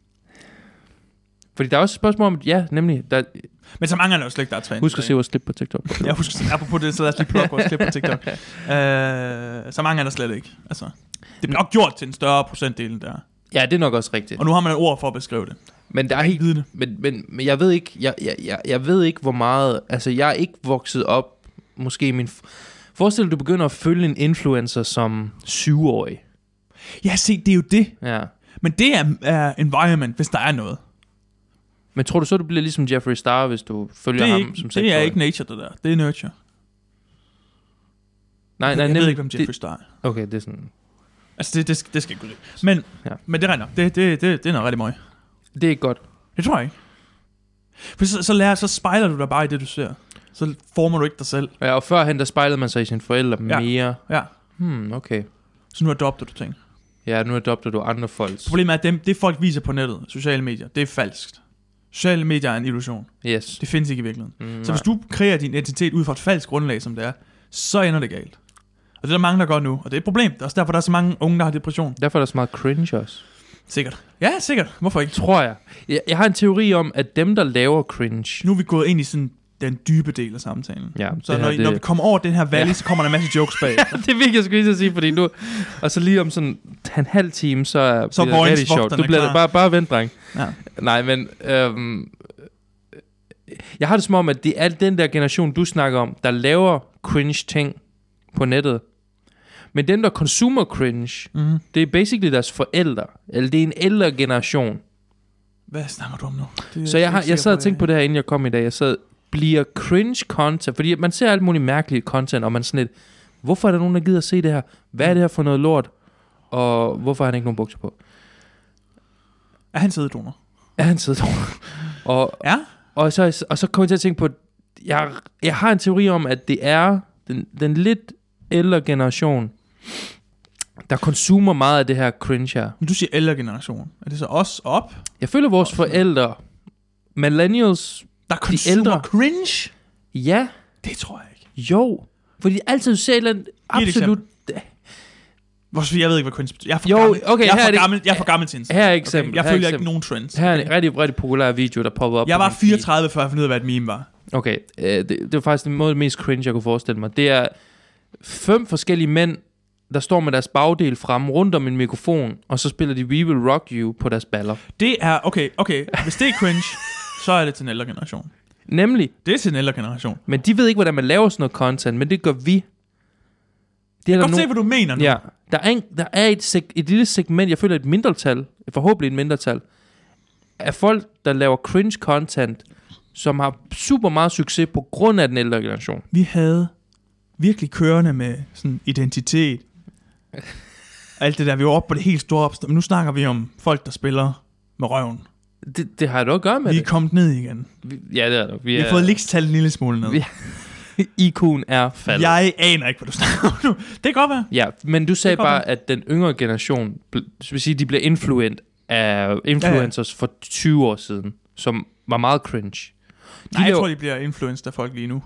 Fordi der er også et spørgsmål om... Ja, nemlig... Der, men så mange er der jo slet ikke, der er trans. Husk at se vores klip på TikTok. Jeg husker, apropos det, så lad os lige plukke vores klip på TikTok. uh, så mange er der slet ikke. Altså, det bliver nok gjort til en større procentdel der. Ja, det er nok også rigtigt. Og nu har man et ord for at beskrive det. Men der er helt... Men, men, men jeg ved ikke... Jeg, jeg, jeg, jeg ved ikke, hvor meget... Altså, jeg er ikke vokset op... Måske min... Forestil dig, du begynder at følge en influencer som syvårig. Ja, se, det er jo det. Ja. Men det er, er environment, hvis der er noget. Men tror du så, du bliver ligesom Jeffree Star, hvis du følger Det er, ham ikke, som det seksårig? er ikke nature, det der. Det er nurture. Nej, nej, jeg nem, ved ikke, hvem Jeffree det, Star er. okay, det er sådan... Altså, det, det, det skal jeg ikke gå lidt. Men, Ja. men det regner. Det, det, det, det er noget rigtig møg. Det er ikke godt. Det tror jeg ikke. For så, så, lærer, så spejler du dig bare i det, du ser. Så former du ikke dig selv. Ja, og førhen, der spejlede man sig i sine forældre Ja. mere. Ja. Hmm, okay. Så nu adopter du ting. Ja, nu adopter du andre folks. Problemet er, at dem, det folk viser på nettet, sociale medier, det er falskt. Sociale medier er en illusion. Yes. Det findes ikke i virkeligheden. Mm, Så hvis du kreerer din identitet ud fra et falsk grundlag, som det er, så ender det galt. Og det er der mange, der gør nu. Og det er et problem. Det er også derfor, der er så mange unge, der har depression. Derfor er der så meget cringe også. Sikkert. Ja, sikkert. Hvorfor ikke? Tror jeg. jeg. Jeg har en teori om, at dem, der laver cringe... Nu er vi gået ind i sådan den dybe del af samtalen. Ja, Så det når, her, det... når vi kommer over den her valley, Ja. så kommer der en masse jokes bag. det vil jeg sgu lige til at sige, fordi nu... Og så lige om sådan en halv time, så er Så bliver det rigtig sjovt. vognvogterne Du bliver klar. bare, bare vent, dreng. Ja. Nej, men... Øhm, jeg har det som om, at det er den der generation, du snakker om, der laver cringe ting på nettet. Men dem, der consumer cringe, Mm-hmm. det er basically deres forældre. Eller det er en ældre generation. Hvad snakker du om nu? Det er Så jeg, har, ikke jeg sad og sikker tænkte på, på det her, inden jeg kom i dag. Jeg sad, bliver cringe content, fordi man ser alt muligt mærkeligt content, og man sådan lidt, hvorfor er der nogen, der gider at se det her? Hvad er det her for noget lort? Og hvorfor har han ikke nogen bukser på? Er han sæddonor? Er han siddet og, Ja. og, så, og så kom jeg til at tænke på, jeg, jeg har en teori om, at det er den, den lidt ældre generation, der konsumer meget af det her cringe her. Men du siger ældre generation. Er det så os op? Jeg føler vores forældre, millennials, Der de consumer ældre, cringe? ja, Det tror jeg ikke. jo, fordi de altid ser et eller andet Giv et absolut. Hvorfor, jeg ved ikke, hvad cringe betyder. Jeg er for Jo, gammel, okay, jeg er her for er det- gammel, jeg er for gammel til en Her er et eksempel. Okay? Jeg her er følger eksempel. ikke nogen trends. Her er en Okay? rigtig, rigtig populær video, der popper op. Jeg på var min feed. fireogtredive, før jeg fandt ud af, hvad et meme var. Okay, øh, det, det var faktisk den måde mest cringe, jeg kunne forestille mig. Det er fem forskellige mænd, der står med deres bagdel frem rundt om en mikrofon, og så spiller de We Will Rock You på deres baller. Det er, okay, okay. Hvis det er cringe, så er det til en ældre generation. Nemlig, Det er til en ældre generation. men de ved ikke, hvordan man laver sådan noget content, men det gør vi. Det er Jeg der kan godt se, hvad du mener nu. Ja, der er, en, der er et, seg- et lille segment, jeg føler et mindretal, forhåbentlig et mindretal, af folk, der laver cringe content, som har super meget succes på grund af den ældre generation. Vi havde virkelig kørende med sådan identitet. Alt det der, vi var oppe på det helt store opstå. Men nu snakker vi om folk, der spiller med røven. Det, det har noget at gøre med Vi er det. kommet ned igen. Vi, ja, det er det. Vi, Vi har er, fået likstal en lille smule ned. Vi- I Q'en er faldet. Jeg aner ikke, hvad du snakker om nu. Det kan godt være. Ja, men du sagde Det kan godt bare, at den yngre generation, bl- så vil sige, de bliver influent af influencers ja, ja. for tyve år siden, som var meget cringe. De Nej, jeg laver- tror, de bliver influenced af folk lige nu.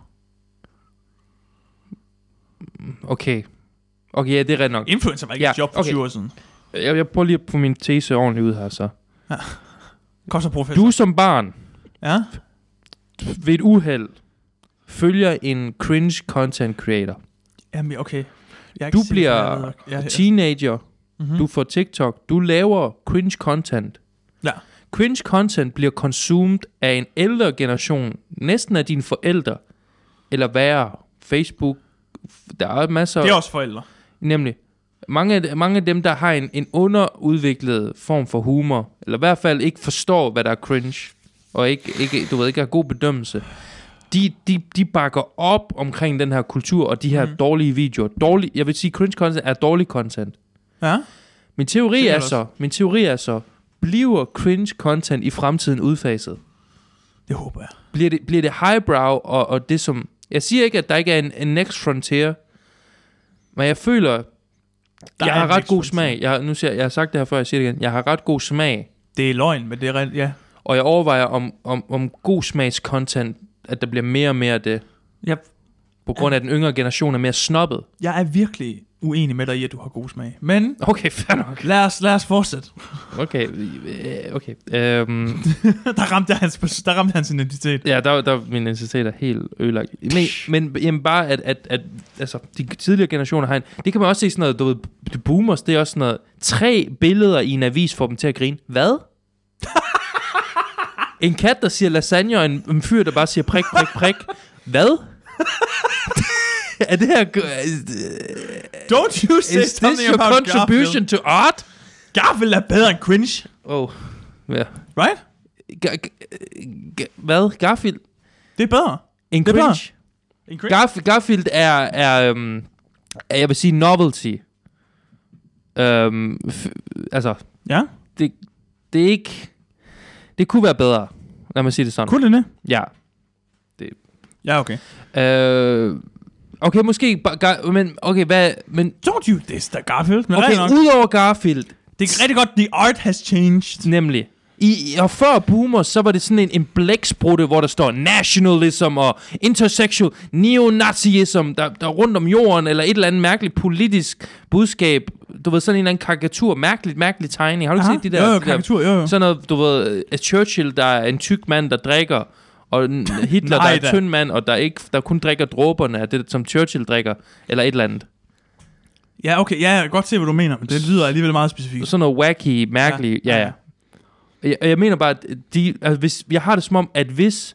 Okay. Okay, ja, det er ret nok. Influencer var ikke Ja, et job for okay. tyve år siden. Jeg, jeg prøver lige at få min tese ordentligt ud her, så. Koster professor. Du som barn, Ja? ved et uheld, følger en cringe content creator. Jamen, okay. Jeg er ikke Du sikker bliver på, hvad jeg ved. Ja, teenager, mm-hmm. du får TikTok, du laver cringe content. Ja. Cringe content bliver consumed af en ældre generation, næsten af dine forældre, eller værre, Facebook. Der er masser. Det er også forældre. Nemlig, mange af, mange af dem, der har en, en underudviklet form for humor, eller i hvert fald ikke forstår, hvad der er cringe, og ikke, ikke, du ved, ikke har god bedømmelse, de, de, de bakker op omkring den her kultur, og de her mm. dårlige videoer. Dårlig, jeg vil sige, cringe content er dårlig content. Ja? Min teori Sikkert er også. så, min teori er så, bliver cringe content i fremtiden udfaset? Det håber jeg. Bliver det, bliver det highbrow, og, og det som... Jeg siger ikke, at der ikke er en, en next frontier, men jeg føler, Der jeg er har en ret next god frontier. smag. Jeg, nu siger, jeg, jeg har sagt det her før, jeg siger det igen. Jeg har ret god smag, Det er løgn, men det er rent, ja. og jeg overvejer om, om, om god smags content, at der bliver mere og mere af det, Jeg, på grund af, at den yngre generation er mere snobbet. jeg er virkelig uenig med dig i, at du har god smag. Men Okay, fair nok. lad os, lad os fortsætte. Okay, øh, okay. Øhm, der, ramte jeg hans, der ramte hans identitet. ja, der, der min identitet er helt ødelagt. Men, men jamen bare, at, at, at altså, de tidligere generationer har en... Det kan man også se sådan noget, du ved, de boomers, det er også sådan noget... Tre billeder i en avis får dem til at grine. Hvad? En kat, der siger lasagne, og en, en fyr, der bare siger prik, prik, prik. Hvad? Er det her... Don't you say Is this something your about contribution Garfield? to art? Garfield er bedre end Cringe. Oh, ja. Right? Ga- ga- ga- hvad? Garfield? Det er bedre. En Det er bedre. Cringe? En Cringe? Garfield, Garfield er, er, um, er, jeg vil sige, novelty. Um, f- altså, Ja. det, det er ikke... Det kunne være bedre, lad mig sige det sådan. Kunne det det? Ja. Ja, okay. Uh, okay, måske... Ba- gar- men, okay, hvad... Men, Don't you diss the Garfield. Men okay, nok, udover Garfield... det er rigtig godt, the art has changed. Nemlig. I, og før Boomer, så var det sådan en, en blæksprutte, hvor der står nationalism og intersexual neonazism, der, der rundt om jorden, eller et eller andet mærkeligt politisk budskab. Du ved, sådan en eller anden karikatur. Mærkeligt, mærkeligt tegning. Har du ikke set de der? Jo, jo, de karikatur, jo, jo. Der, sådan noget, du ved, uh, Churchill, der er en tyk mand, der drikker, og Hitler, der er en tynd mand, og der, ikke, der kun drikker dråberne af det, som Churchill drikker, eller et eller andet. Ja, okay, ja, jeg kan godt se, hvad du mener, men det lyder alligevel meget specifikt. Sådan noget wacky, mærkeligt, ja, ja. ja. Jeg, jeg mener bare, at de, altså hvis, jeg har det som om, at hvis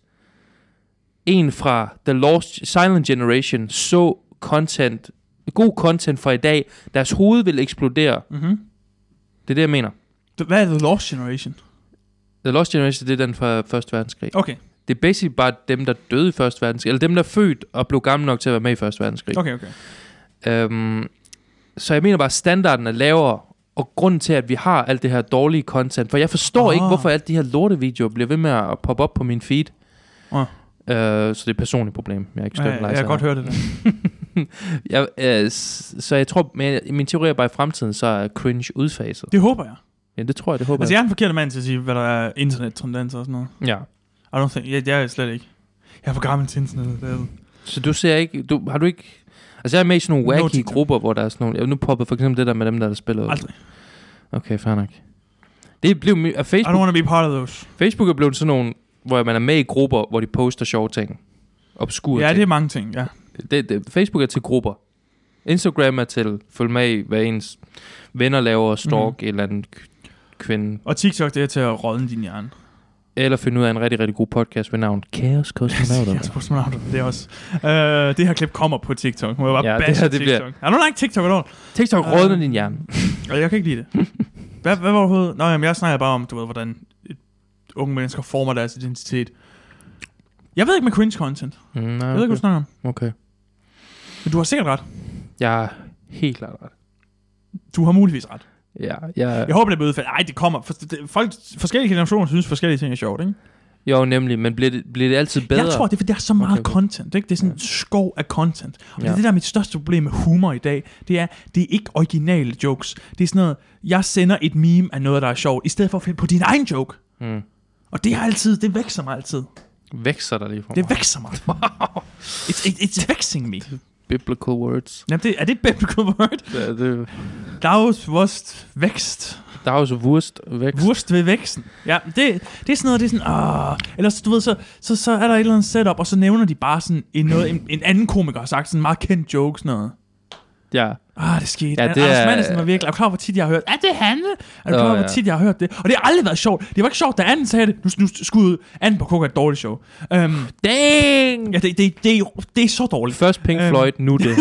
en fra The Lost Silent Generation så content, god content fra i dag, deres hoved vil eksplodere. Mm-hmm. Det er det, jeg mener. Hvad er The Lost Generation? The Lost Generation, det er den fra Første Verdenskrig. Okay. Det er basically bare dem, der døde i Første Verdenskrig, eller dem, der er født og blev gamle nok til at være med i Første Verdenskrig. Okay, okay. Um, så jeg mener bare, at standarden er lavere, og grunden til, at vi har alt det her dårlige content, for jeg forstår oh. ikke, hvorfor alt de her lortevideoer bliver ved med at poppe op på min feed. Oh. Uh, så det er et personligt problem. Jeg er ikke ja, jeg, jeg kan godt høre det der. jeg, uh, så jeg tror, men min teori er bare, i fremtiden, så er cringe udfaset. Det håber jeg. Ja, det tror jeg, det håber altså, jeg. jeg er en forkert mand til at sige, hvad der er internet-tendenser og sådan noget. Ja. I don't think, jeg, jeg er slet ikke. Jeg er for gammel til internet. Det er det. Så du ser ikke, du, har du ikke, altså jeg er med i sådan nogle wacky no, grupper, hvor der er sådan nogle, jeg nu popper for eksempel det der med dem, der der spiller. Aldrig. Okay, fair nok. Det blev, at Facebook, I don't want to be part of those. Facebook er blevet sådan nogle, hvor man er med i grupper, hvor de poster sjove ting. Obskure ja, ting. det er mange ting, ja. Det, det, Facebook er til grupper. Instagram er til følg med i, hvad ens venner laver og stalk mm. en eller anden kvinde. Og TikTok, det er til at rådne din hjerne. Eller finde ud af en rigtig, rigtig god podcast ved navn Kaos Kosmonauter. Kaos Kosmonauter, det er også. Uh, det her klip kommer på TikTok. Må jeg bare ja, bash det her, det TikTok. Bliver... I don't like TikTok at all. TikTok uh, rådner din hjerne. Og jeg kan ikke lide det. hvad, hvad var overhovedet? Nå, jamen, jeg snakker bare om, du ved, hvordan et unge mennesker former deres identitet. Jeg ved ikke med cringe content. Mm, nej, okay. Jeg ved ikke, hvad du snakker om. Okay. Men du har sikkert ret. Jeg er helt klart ret. Du har muligvis ret. Ja, jeg... jeg håber, det bliver udfaldet. Ej, det kommer. For, det, folk, forskellige generationer synes, forskellige ting er sjovt, ikke? Jo, nemlig. Men bliver det, bliver det altid bedre? Jeg tror, det er, fordi der er så meget okay, okay. content. Ikke? Det er sådan en ja. skov af content. Og ja. det er det, der er mit største problem med humor i dag. Det er, det er ikke originale jokes. Det er sådan noget, jeg sender et meme af noget, der er sjovt, i stedet for at finde på din egen joke. Mm. Og det er altid, det vækser mig altid. Vækser der lige for mig? Det vækser mig. it's, it, it's vexing me. Biblical words. Jamen, det, er det et biblical word? Ja, det... Dags, wurst, vækst. Dags, wurst, vækst. Wurst ved væksten. Ja, det, det er sådan noget, det er sådan, ah. Ellers, du ved, så, så, så er der et eller andet setup, og så nævner de bare sådan en, noget, en, en anden komiker har sagt sådan en meget kendt joke, sådan noget. Ja. Ah, det skete. Ja, det Anders er... Madsen var virkelig... Er du klar, hvor tit jeg har hørt? Ja, det er han. Er du klar, hvor tit jeg har hørt det? Og det har aldrig været sjovt. Det var ikke sjovt, da anden sagde det. Nu, nu skud anden på Coca et dårligt show. Um, Dang! Ja, det, det, det, det er så dårligt. Først Pink um, Floyd, nu det her.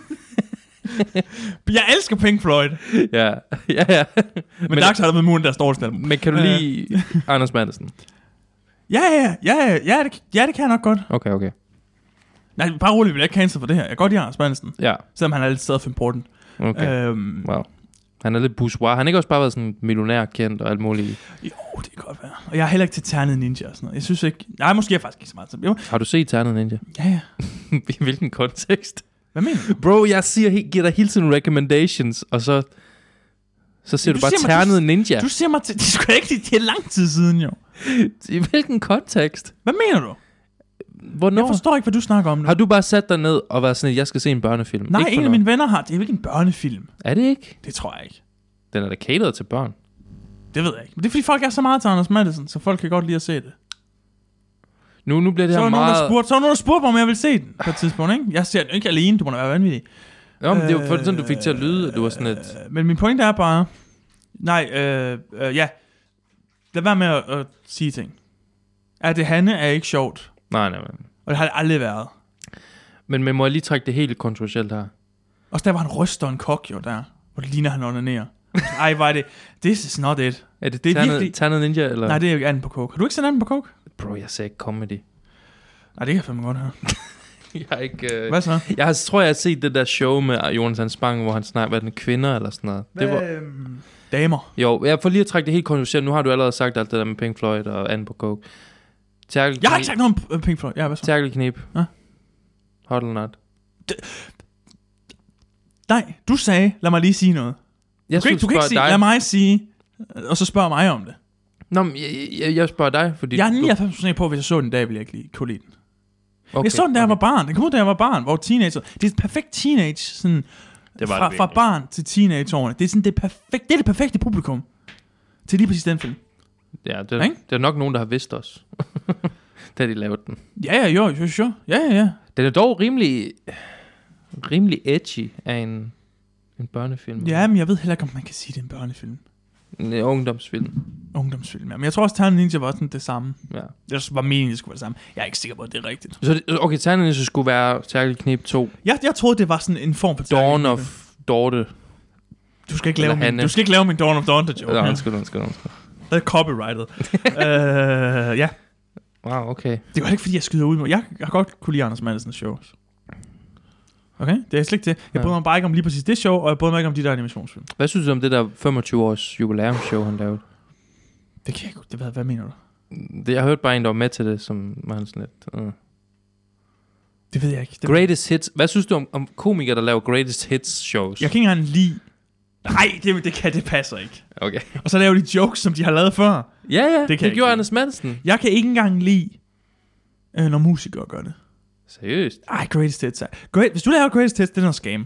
Jeg elsker Pink Floyd. Ja, ja, ja. Men, Men Dags har der med munden, der står stille. Men kan du lide uh, Anders Madsen? Ja, ja, ja, ja, det, ja, det kan jeg nok godt. Okay, okay. Nej, bare roligt, vil jeg ikke cancel for det her. Jeg kan godt lide Anders Madsen. Ja. Selvom han er lidt stadig for important. Okay. Um, wow. Han er lidt bourgeois. Han har ikke også bare været sådan millionær kendt og alt muligt. Jo, det kan godt være. Og jeg er heller ikke til Ternet Ninja og sådan noget. Jeg synes ikke... Nej, måske er jeg faktisk ikke så meget til. Jo. Har du set Ternet Ninja? Ja, ja. I hvilken kontekst? Hvad mener du? Bro, jeg siger, giver dig hele tiden recommendations, og så... Så siger ja, du, du bare Ternet du, Ninja. Du siger mig til... Det skulle ikke det er lang tid siden, jo. I hvilken kontekst? Hvad mener du? Hvornår? Jeg forstår ikke, hvad du snakker om nu. Har du bare sat dig ned og været sådan, at jeg skal se en børnefilm? Nej, ikke en af mine venner har. Det er jo ikke en børnefilm. Er det ikke? Det tror jeg ikke. Den er da cateret til børn. Det ved jeg ikke. Men det er fordi folk er så meget til Anders Madsen, så folk kan godt lide at se det. Nu, nu bliver det så her meget... Nogen, spurgte, så var nogen, der spurgte mig, om jeg ville se den på et tidspunkt, ikke? Jeg ser den ikke alene, du må da være vanvittig. Jo, men det er jo sådan, du fik til at lyde, at du var sådan et... Øh, men min pointe er bare... Nej, øh, øh, ja. Lad være med at, at sige ting. At det Hanne er ikke sjovt. Nej, nej, nej. Og det har det aldrig været. Men, men må jeg lige trække det helt kontroversielt her? Også der var en ryster og en kok jo der, hvor det ligner han onanerer. Ej, var det... This is not it. Er det, Det er Ternet, virkelig- Ternet Ninja, eller? Nej, det er jo ikke anden på coke. Har du ikke set anden på coke? Bro, jeg sagde ikke comedy. Nej, det kan jeg fandme godt høre. Jeg har ikke... Øh... Hvad så? Jeg har, tror, jeg har set det der show med Jonathan Spang, hvor han snakker, hvad den kvinder eller sådan noget. Hvad, Det var... øhm, damer. Jo, jeg får lige at trække det helt konjunktivt. Nu har du allerede sagt alt det der med Pink Floyd og Anne på coke. Tærkel, Jeg har ikke sagt noget om uh, Pink Floyd. Ja, hvad så? Tærkelknib. Ja. Hot or not. Nej, du sagde, lad mig lige sige noget. Jeg Du kan, ikke, du kan ikke sige, dig. lad mig sige, og så spørg mig om det. Nå, men jeg, jeg, jeg spørger dig, fordi... Jeg er du- nioghalvfems procent på, at hvis jeg så den i dag, ville jeg ikke lige kunne lide den. Okay, Jeg så den, da jeg var barn. Den kom ud, da jeg var barn, hvor teenager... Det er et perfekt teenage, sådan... Det var fra, det fra virkelig. barn til teenageårene. Det er sådan det perfekt, det er det perfekte publikum til lige præcis den film. Ja, det, Ikke? det er nok nogen, der har vidst os, da de lavede den. Ja, ja, jo, jo, jo. Ja, ja, ja. Den er dog rimelig, rimelig edgy af en, en børnefilm. Ja, men jeg ved heller ikke, om man kan sige, det er en børnefilm. En ungdomsfilm. Ungdomsfilm, ja. Men jeg tror også, Ternet Ninja var sådan det samme. Ja. Det var meningen, det skulle være det samme. Jeg er ikke sikker på, at det er rigtigt. Så det, okay, Ternet Ninja skulle være Tærkelknib to. Jeg, jeg troede, det var sådan en form for... Dawn Ternet of Dorte. Du skal ikke lave, Eller min, Hanne. du skal ikke lave min Dawn of Dawn joke. Ja, Ja, undskyld, undskyld, undskyld. det er copyrighted. uh, ja, Wow, okay. det var ikke, fordi jeg skyder ud med. Jeg, jeg har godt kunne lide Anders Madsens shows. Okay, det er slet ikke det. Jeg Ja. bryder mig bare ikke om lige præcis det show, og jeg bryder mig ikke om de der animationsfilm. Hvad synes du om det der femogtyve års jubilæumsshow, han lavede? Det kan jeg ikke. Det, hvad, hvad mener du? Det, jeg har hørt bare en, der var med til det, som var han sådan lidt... Uh. Det ved jeg ikke. Det Greatest Hits. Hvad synes du om, om komikere, der laver Greatest Hits shows? Jeg kan ikke engang lide... Nej, det, det, kan, det passer ikke. Okay. Og så laver de jokes, som de har lavet før. Ja, ja, det, kan det jeg ikke gjorde lide. Anders Madsen. Jeg kan ikke engang lide, øh, når musikere gør det. Seriøst? Ej, Greatest Hits. er- Great, hvis du laver Greatest Hits, det er noget scam.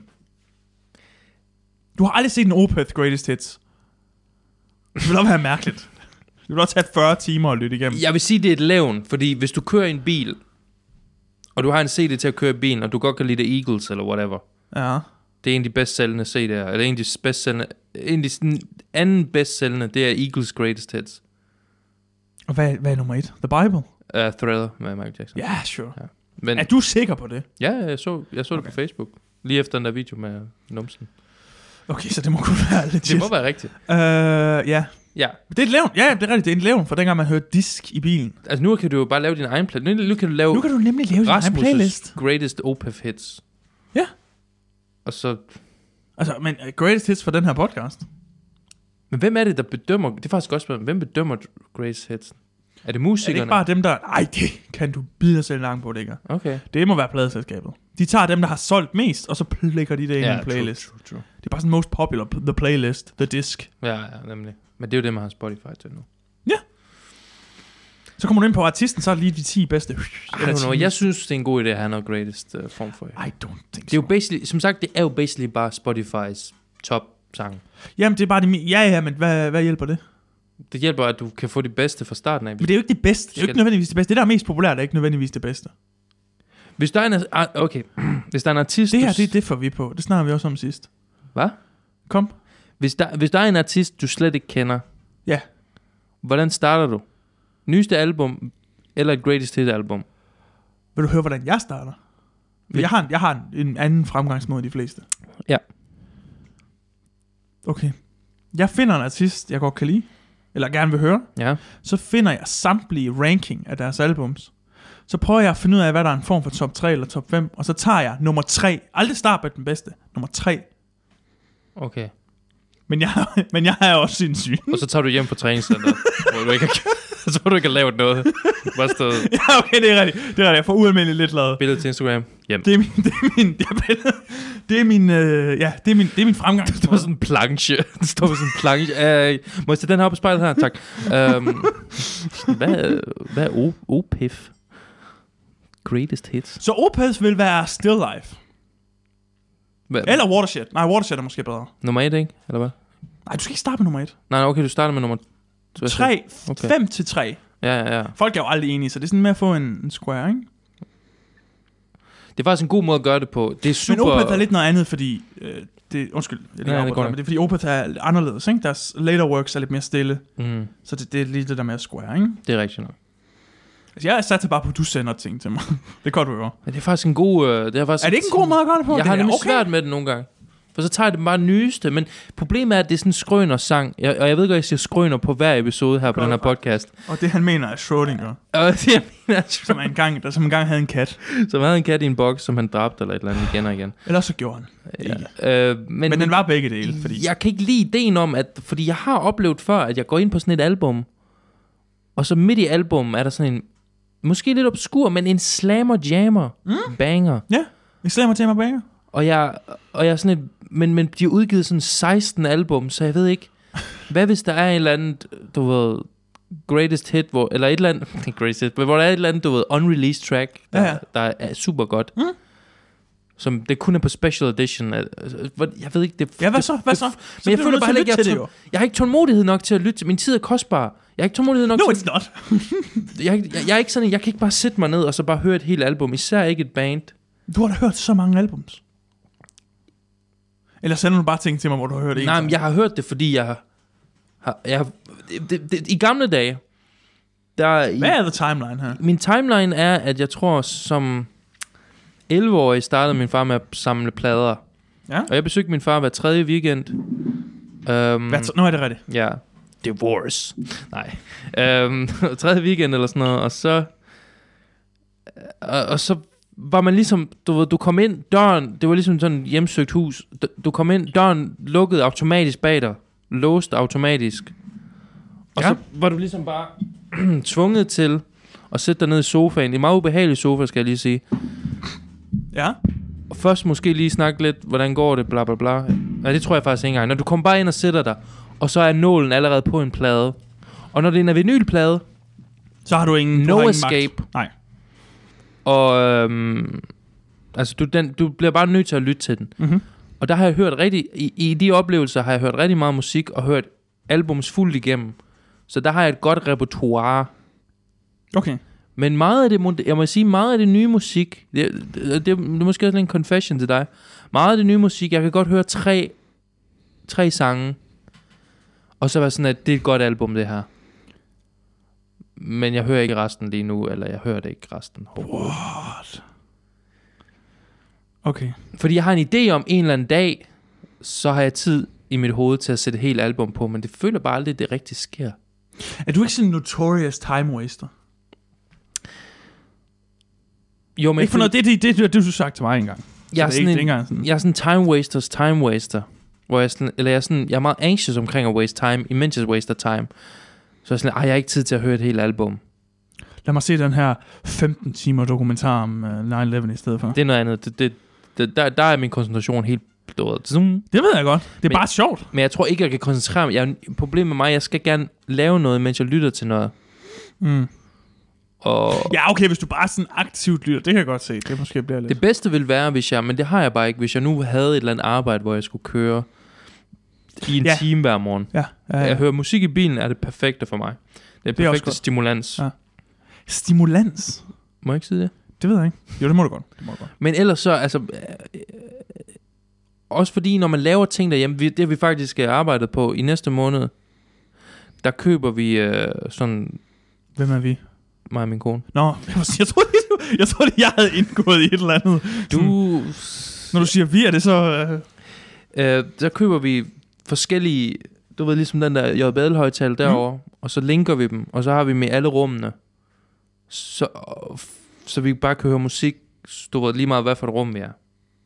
Du har aldrig set en Opeth Greatest Hits. Det vil også være mærkeligt. Det vil også tage fyrre timer at lytte igennem. Jeg vil sige, det er et levn, fordi hvis du kører i en bil, og du har en C D til at køre i bilen, og du godt kan lide The Eagles eller whatever, Ja. det er en af de bedst sælgende C D'er, eller en af de bedst sælgende, en af de sådan anden bedst sælgende, det er Eagles Greatest Hits. Og hvad, hvad er nummer et? The Bible? Uh, Thriller med Michael Jackson. Ja, yeah, sure. Ja. Men Er du sikker på det? ja, jeg så, jeg så okay. Okay. det på Facebook, lige efter den der video med numsen. Okay, så det må kunne være legit. Det må være rigtigt. Øh, ja. Ja, Det er et levn. Ja, det er rigtigt. Det er en levn, for dengang man hørte disk i bilen. altså nu kan du jo bare lave din egen playlist. Nu, nu kan du lave Nu kan du nemlig lave din egen Rasmus' playlist. Greatest Opeth Hits. Ja. Og så... Altså, men uh, greatest hits for den her podcast. Men hvem er det, der bedømmer... Det er faktisk godt spørgsmål. Hvem bedømmer Greatest Hits? Er det Er musikerne? det ikke bare dem, der... Nej, det kan du bide dig selv langt på, det ikke? Okay. Det må være pladeselskabet. De tager dem, der har solgt mest, og så lægger de det ind i en playlist. True, true, true. Det er bare sådan most popular, the playlist, the disc. Ja, ja, nemlig. Men det er jo det, man har Spotify til nu. Så kommer du ind på artisten, så er det lige de ti bedste. I don't know. Jeg synes, det er en god idé at have noget greatest uh, form for. I don't think Det er jo so. basically... Som sagt, det er jo basically bare Spotifys top sang. Jamen, det er bare de... mi- Ja, ja, men hvad, hvad hjælper det? Det hjælper, at du kan få det bedste fra starten af. Men det er jo ikke det bedste. Det er jo ikke Skal- nødvendigvis det bedste. Det, der er mest populært, er ikke nødvendigvis det bedste. Hvis der er en... ah, Okay. Hvis der er en artist... Det her, du- det, det får vi på. Det snakker vi også om sidst. Hvad? Kom. Hvis der, hvis der er en artist, du slet ikke kender... Ja. Hvordan starter du? Nyeste album eller et greatest hit album? Vil du høre, hvordan jeg starter? For jeg har, en, jeg har en, en anden fremgangsmåde end de fleste. Ja. Okay. Jeg finder en artist, jeg godt kan lide, eller gerne vil høre. Ja. Så finder jeg samtlige ranking af deres albums. Så prøver jeg at finde ud af, hvad der er en form for top tre eller top fem. Og så tager jeg nummer tre. Aldrig start med den bedste. Nummer tre. Okay. Men jeg, men jeg er også sindssyg. Og så tager du hjem på træningscenteret, hvor du ikke har, så har du ikke har lavet noget. Du bare stået Ja, okay, det er rigtigt. Det er rigtigt. Jeg får ualmindeligt lidt lavet. billede til Instagram. Hjem. Det er min, det er min, det er, det er min, øh, ja, det er min, det er min fremgang. Det står sådan en planche. Det står sådan en planche. Øh, må jeg sætte den her op på spejlet her? Tak. Um, hvad, hvad er O- Opeth? Greatest hits. Så Opeth vil være Still Life. Hvad? Eller Watershed. Nej, Watershed er måske bedre. Nummer et, ikke? Eller hvad? Nej, du skal ikke starte med nummer et. Nej, okay, du starter med nummer Tre, Okay. fem til tre. Ja, ja, ja. Folk er jo aldrig enige, så det er sådan med at få en, en square, ikke? Det er faktisk en god måde at gøre det på. Det er super... Men Opeth er lidt noget andet, fordi... Øh, det, undskyld, jeg Ja, ja, det det, går det, men det er fordi Opeth er anderledes, ikke? Deres later works er lidt mere stille. Mm, Så det, det er lige det der med at square, ikke? det er rigtigt nok. Altså, jeg satte bare på, at du sender ting til mig. Det kan godt være. Men det er faktisk en god... Øh, det er, faktisk, Er det ikke en god måde at gøre det på? Jeg det har er nemlig okay. svært med det nogle gange. For så tager jeg det bare nyeste. Men problemet er, at det er sådan en skrøner sang. Jeg, og jeg ved godt, at jeg siger skrøner på hver episode her på den her podcast. Og det han mener er Schrödinger. Og det jeg mener, som engang, der som engang havde en kat. Som havde en kat i en boks, som han dræbte eller et eller andet igen og igen. Eller så gjorde han. Ja. Øh, men, men den var begge dele. Fordi... Jeg kan ikke lide ideen om, at... Fordi jeg har oplevet før, at jeg går ind på sådan et album, og så midt i album er der sådan en... Måske lidt obskur, men en slammer jammer mm. banger. Ja, en slammer jammer banger. Og jeg, og jeg er sådan et... Men, men de har udgivet sådan seksten album, så jeg ved ikke... Hvad hvis der er en eller anden, du ved... Greatest hit, hvor... Eller et eller andet... Greatest hit, hvor der er et eller andet, du ved... Unreleased track, der, ja, ja. der er super godt. Mm. Som det kun er på special edition. Jeg ved ikke... Det, ja, hvad så? Hvad så? Det, så men jeg føler bare ikke, jeg, jeg, jeg har ikke tålmodighed nok til at lytte. Min tid er kostbar. Jeg har ikke tålmodighed nok no, til... No, it's not. jeg, jeg, jeg er ikke sådan... Jeg kan ikke bare sætte mig ned og så bare høre et helt album. Især ikke et band. Du har da hørt så mange albums. Eller sender du bare ting til mig, hvor du har hørt det? Nej, men jeg har hørt det, fordi jeg har... Jeg har det, det, det, I gamle dage... Der, hvad er the timeline her? Min timeline er, at jeg tror, som elleve-årig startede min far med at samle plader. Ja. Og jeg besøgte min far hver tredje weekend. Um, Hvad, nu er det rigtigt. Ja. Divorce. Nej. Um, tredje weekend eller sådan noget. Og så... Og, og så var man ligesom... Du ved, du kom ind, døren... Det var ligesom sådan et hjemsøgt hus. Du, du kom ind, døren lukkede automatisk bag dig. Låst automatisk. Og ja. Så var du ligesom bare tvunget til at sætte dig ned i sofaen. Det er en meget ubehagelig sofa, skal jeg lige sige. Ja. Og først måske lige snakke lidt, hvordan går det, bla bla bla. Nej, det tror jeg faktisk ikke engang. Når du kommer bare ind og sætter dig, og så er nålen allerede på en plade. Og når det er en vinylplade, så har du ingen... No du har escape. Ingen Nej. Og øhm, altså, du, den, du bliver bare nødt til at lytte til den. Mm-hmm. Og der har jeg hørt rigtig... I, I de oplevelser har jeg hørt rigtig meget musik, og hørt albums fuldt igennem. Så der har jeg et godt repertoire. Okay. Men meget af det, jeg må sige, meget af det nye musik, det, det, det, det er måske også en confession til dig. Meget af det nye musik, jeg kan godt høre tre, tre sange, og så var sådan, at det er et godt album, det her. Men jeg hører ikke resten lige nu, eller jeg hører det ikke resten. What? Okay. Fordi jeg har en idé om en eller anden dag, så har jeg tid i mit hoved til at sætte et helt album på, men det føler bare aldrig, at det rigtig sker. Er du ikke sådan en notorious time waster? Jo, men ikke for noget, det er det, det, det, det, du har sagt til mig engang. Jeg er, sådan en, sådan. jeg er sådan time wasters time waster, hvor jeg sådan, eller jeg er sådan, jeg er meget anxious omkring at waste time, imens jeg waster time. Så jeg er sådan, ej, jeg har ikke tid til at høre et helt album. Lad mig se den her femten timer dokumentar om uh, nine eleven i stedet for. Det er noget andet. Det, det, det, der, der er min koncentration helt dårlig. Det ved jeg godt. Det er men, bare sjovt. Men jeg tror ikke, jeg kan koncentrere mig. Jeg har et problem med mig. Jeg skal gerne lave noget, mens jeg lytter til noget. Mm. Og ja, okay, hvis du bare sådan aktivt lytter, det kan jeg godt se. Det måske bliver lidt. Det bedste vil være, hvis jeg, men det har jeg bare ikke, hvis jeg nu havde et eller andet arbejde, hvor jeg skulle køre i en ja. time hver morgen. Ja. Ja, ja. Jeg hører musik i bilen, er det perfekte for mig. Det er det perfekte er stimulans. Ja. Stimulans? Må jeg ikke sige det? Det ved jeg ikke. Jo, det må du godt. Det må du godt. Men ellers så, altså... Øh, også fordi, når man laver ting derhjemme, vi, det har vi faktisk arbejdet på i næste måned, der køber vi øh, sådan... Hvem er vi? Mig og min kone. Nå, jeg troede, jeg, troede, jeg havde indgået i et eller andet. Du... Når du siger vi, er det så... Øh... Øh, der køber vi forskellige... Du ved, ligesom den der J B L-højtaler derovre, mm. og så linker vi dem, og så har vi dem i alle rummene. Så, så vi bare kan høre musik, du ved lige meget, hvad for et rum vi er.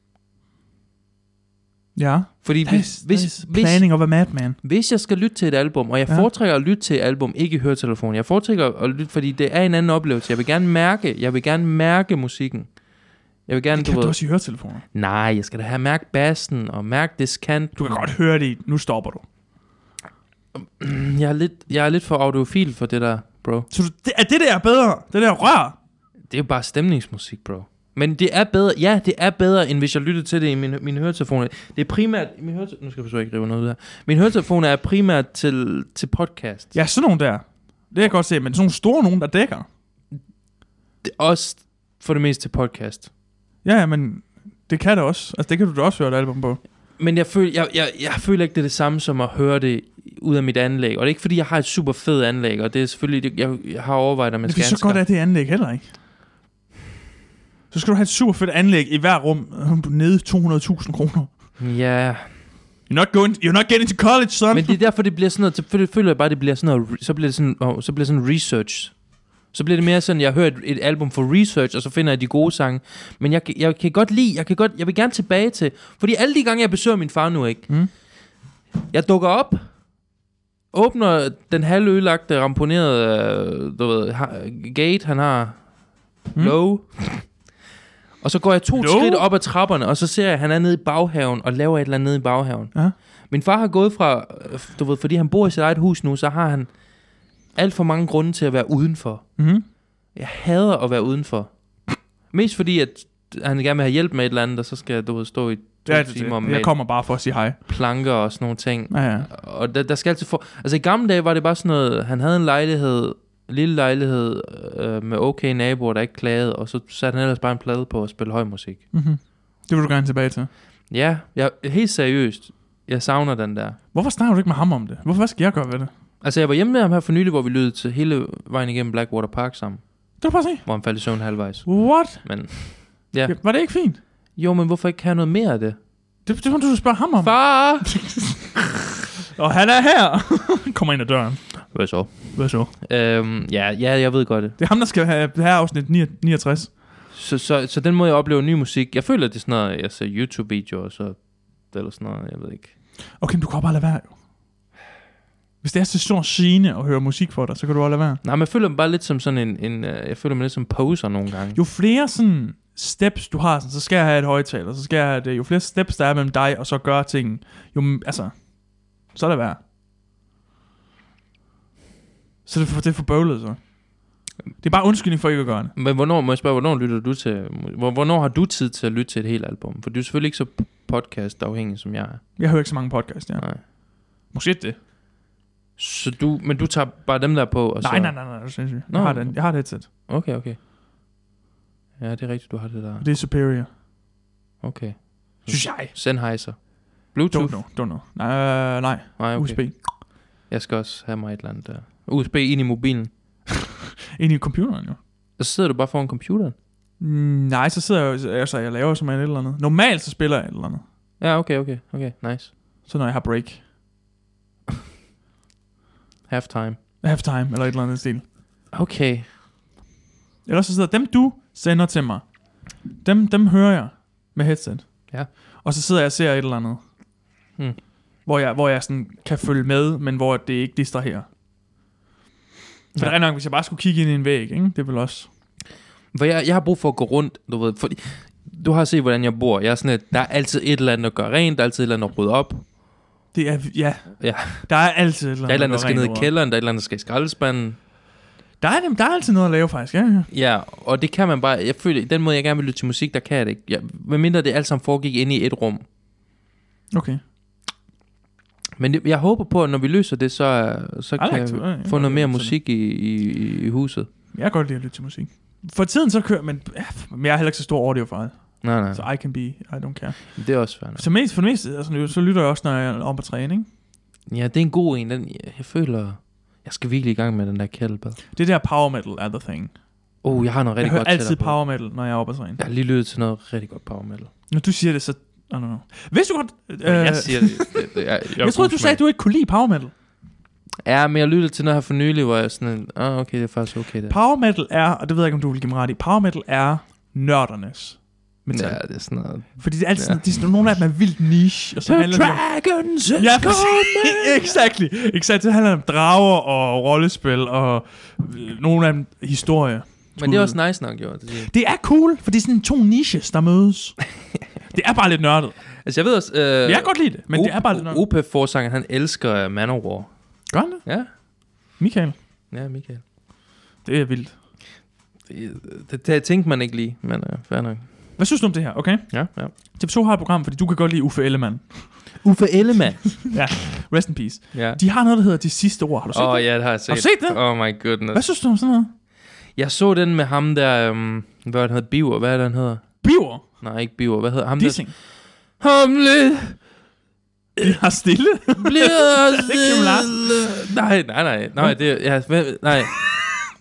Ja. Fordi that hvis, is, hvis, that is planning hvis, of a madman. Hvis jeg skal lytte til et album, og jeg ja. foretrækker at lytte til et album, ikke i høretelefonen. Jeg foretrækker at lytte, fordi det er en anden oplevelse. Jeg vil gerne mærke, jeg vil gerne mærke musikken. Jeg vil gerne, det kan du, du ved, også i høretelefoner. Nej, jeg skal da have mærke bassen og mærke diskant. Du kan godt høre det. Nu stopper du. Jeg er lidt, jeg er lidt for audiofil for det der, bro. Så du, det, er det der bedre? Det der rør? Det er jo bare stemningsmusik, bro. Men det er bedre, ja, det er bedre, end hvis jeg lytter til det i mine, mine høretelefoner. Det er primært, min hørte, nu skal jeg forsøge ikke rive noget ud her. Mine høretelefoner er primært til, til podcast. Ja, sådan nogle der. Det kan jeg godt se, men sådan nogle store nogen, der dækker. Det er også for det meste til podcast. Ja, men det kan det også. Altså, det kan du da også høre et album på. Men jeg føler, jeg, jeg, jeg føler ikke, det er det samme som at høre det ud af mit anlæg. Og det er ikke, fordi jeg har et super fedt anlæg, og det er selvfølgelig, det, jeg, jeg har overvejet, om jeg skal anskaffe. Så godt er det anlæg heller ikke. Så skal du have et super fedt anlæg i hver rum nede to hundrede tusind kroner. Ja. You're not going, you're not getting to college, son. Men det er derfor, det bliver sådan noget, selvfølgelig føler jeg bare, det bliver sådan noget, så bliver det sådan, oh, så bliver det sådan research. Så bliver det mere sådan, jeg hører et, et album for research, og så finder jeg de gode sange. Men jeg, jeg kan godt lide, jeg kan godt, jeg vil gerne tilbage til, fordi alle de gange, jeg besøger min far nu, ikke? Mm. Jeg dukker op, åbner den halvødelagte, ramponerede, du ved, gate, han har, mm. low. Og så går jeg to low? skridt op ad trapperne, og så ser jeg, at han er nede i baghaven, og laver et eller andet nede i baghaven. Ja. Min far har gået fra, du ved, fordi han bor i sit eget hus nu, så har han alt for mange grunde til at være udenfor. Mm-hmm. Jeg hader at være udenfor. Mest fordi, at han gerne vil have hjælp med et eller andet, og så skal jeg, du ved, stå i to ja, timer det, med jeg kommer bare for at sige hej. Planker og sådan nogle ting. Ja, ja. Og der, der skal altid få... Altså i gamle dage var det bare sådan noget, han havde en lejlighed, en lille lejlighed øh, med okay naboer, der ikke klagede, og så satte han ellers bare en plade på og spille høj musik. Mm-hmm. Det vil du gerne tilbage til. Ja, jeg, helt seriøst. Jeg savner den der. Hvorfor snakker du ikke med ham om det? Hvorfor, hvad skal jeg gøre ved det? Altså jeg var hjemme med ham her for nylig, hvor vi lyttede til hele vejen igennem Blackwater Park sammen. Det kan du bare se. Hvor han faldt i søvn halvvejs. What? Men, ja. Ja, var det ikke fint? Jo, men hvorfor ikke have noget mere af det? Det, det må du spørge ham om. Far! Og han er her. Kommer ind ad døren. Hvad så? Hvad så? Øhm, ja, ja, jeg ved godt det. Det er ham, der skal have det her afsnit niogtres. Så, så, så den måde jeg oplever ny musik. Jeg føler, det er sådan noget, jeg ser YouTube-videoer, så eller sådan noget, jeg ved ikke. Okay, men du kan bare lade være, jo. Hvis det er så stor scene at høre musik for dig, så kan du også lade være. Nej, men jeg føler mig bare lidt som sådan en, en jeg føler mig lidt som poser nogle gange. Jo flere sådan steps du har, sådan, så skal jeg have et højttaler, så skal jeg have det. Jo flere steps der er mellem dig og så gøre ting, jo altså, så er det værd. Så det er for, det er for bøvlet, så. Det er bare undskyldning for ikke at gøre det. Men hvornår, må jeg spørge, hvornår lytter du til, hvor, hvornår har du tid til at lytte til et helt album? For du er selvfølgelig ikke så podcast afhængig som jeg er. Jeg hører ikke så mange podcast, ja. Nej. Måske det. Så du, men du tager bare dem der på, og nej, så... nej, nej, nej, det er sindssygt. Nå, Jeg har den. Jeg har det headset. Okay, okay. Ja, det er rigtigt, du har det der. Det er superior. Okay. Synes jeg. Sennheiser. Bluetooth? Don't know, don't know. Nej, nej. Nej, okay. U S B. Jeg skal også have mig et eller andet der. U S B ind i mobilen. Ind i computeren, jo. Og så sidder du bare foran computeren? Mm, nej, så sidder jeg jo, altså jeg laver som et eller andet. Normalt så spiller jeg et eller andet. Ja, okay, okay, okay, nice. Så når jeg har break. Halftime. Halftime, eller et eller andet stil. Okay. Ellers så sidder dem, du sender til mig, dem, dem hører jeg med headset. Ja. Og så sidder jeg og ser et eller andet. Hmm. Hvor jeg, hvor jeg sådan kan følge med, men hvor det ikke distraherer. For ja. Det er nok, hvis jeg bare skulle kigge ind i en væg, ikke? Det vil også. For jeg, jeg har brug for at gå rundt, du ved, fordi du har set, hvordan jeg bor. Jeg er sådan et, der er altid et eller andet at gøre rent, der er altid et eller andet at rydde op. Det er, ja. Ja. Der er altid et eller andet. Der er et eller andet, der skal ned i kælderen, der er et eller andet, der skal i skraldespanden. Der er, der er altid noget at lave, faktisk, ja, ja. Ja, og det kan man bare, jeg føler, den måde, jeg gerne vil lytte til musik, der kan jeg det ikke. Jeg, medmindre det alt sammen foregik inde i et rum. Okay. Men det, jeg håber på, at når vi løser det, så, så kan like jeg to, ja, få noget mere det. musik i, i, i huset. Jeg kan godt lide at lytte til musik. For tiden så kører, men, ja, men jeg er heller ikke så stor audiophile. Nej, nej. Så I can be, I don't care. Det er også fair. Så mest, for det meste, altså, så lytter jeg også, når jeg er om på træning. Ja, det er en god en. Den, jeg, jeg føler, jeg skal virkelig i gang med den der kettlebell. Det der power metal er the thing. Oh, jeg har noget rigtig jeg hører godt altid på. power metal, når jeg er oppe at træne. Jeg har lige lyttet til noget rigtig godt power metal. Når du siger det, så... I don't know. Hvis du godt... Øh, jeg siger det. det, det jeg, jeg, jeg troede, du sagde, at du ikke kunne lide power metal. Ja, men jeg lyttede til noget her for nylig, hvor jeg sådan... Ah, okay, det er faktisk okay det. Power metal er, og det ved jeg ikke, om du vil give mig ret i, power metal er nørdernes metal. Ja, det er sådan noget... Fordi det er altid ja. sådan, de er sådan, nogle af dem er vildt niche. Og så The handler Dragons det om, ja, exactly. Exakt, det handler om drager og rollespil og øh, nogle af dem historie. Men det er også nice nok, jo. Det, det er cool, for det er sådan to niches, der mødes. Det er bare lidt nørdet. Altså, jeg ved også... Øh, jeg kan godt lide det, men o- det er bare lidt nørdet. O P F-forsanger, han elsker uh, Manowar. Gør han det? Ja. Michael? Ja, Michael. Det er vildt. Det, det, det tænkte man ikke lige, men uh, fair nok. Hvad synes du om det her, okay? Ja, ja. T V to har et program, fordi du kan godt lide Uffe Ellemann. Uffe Ellemann? Ja, rest in peace. Ja. De har noget, der hedder De Sidste Ord. Har du set oh, det? Ja, det har jeg set. Har du set det? Oh my goodness. Hvad synes du om sådan noget? Jeg så den med ham der, um, hvad han hedder, Biver, hvad er det, han hedder? Biver? Nej, ikke Biver, hvad hedder ham Dissing. der? Hamlet. Vi har stille. Bliver stille. Nej, nej, nej, nej, det er, ja, nej.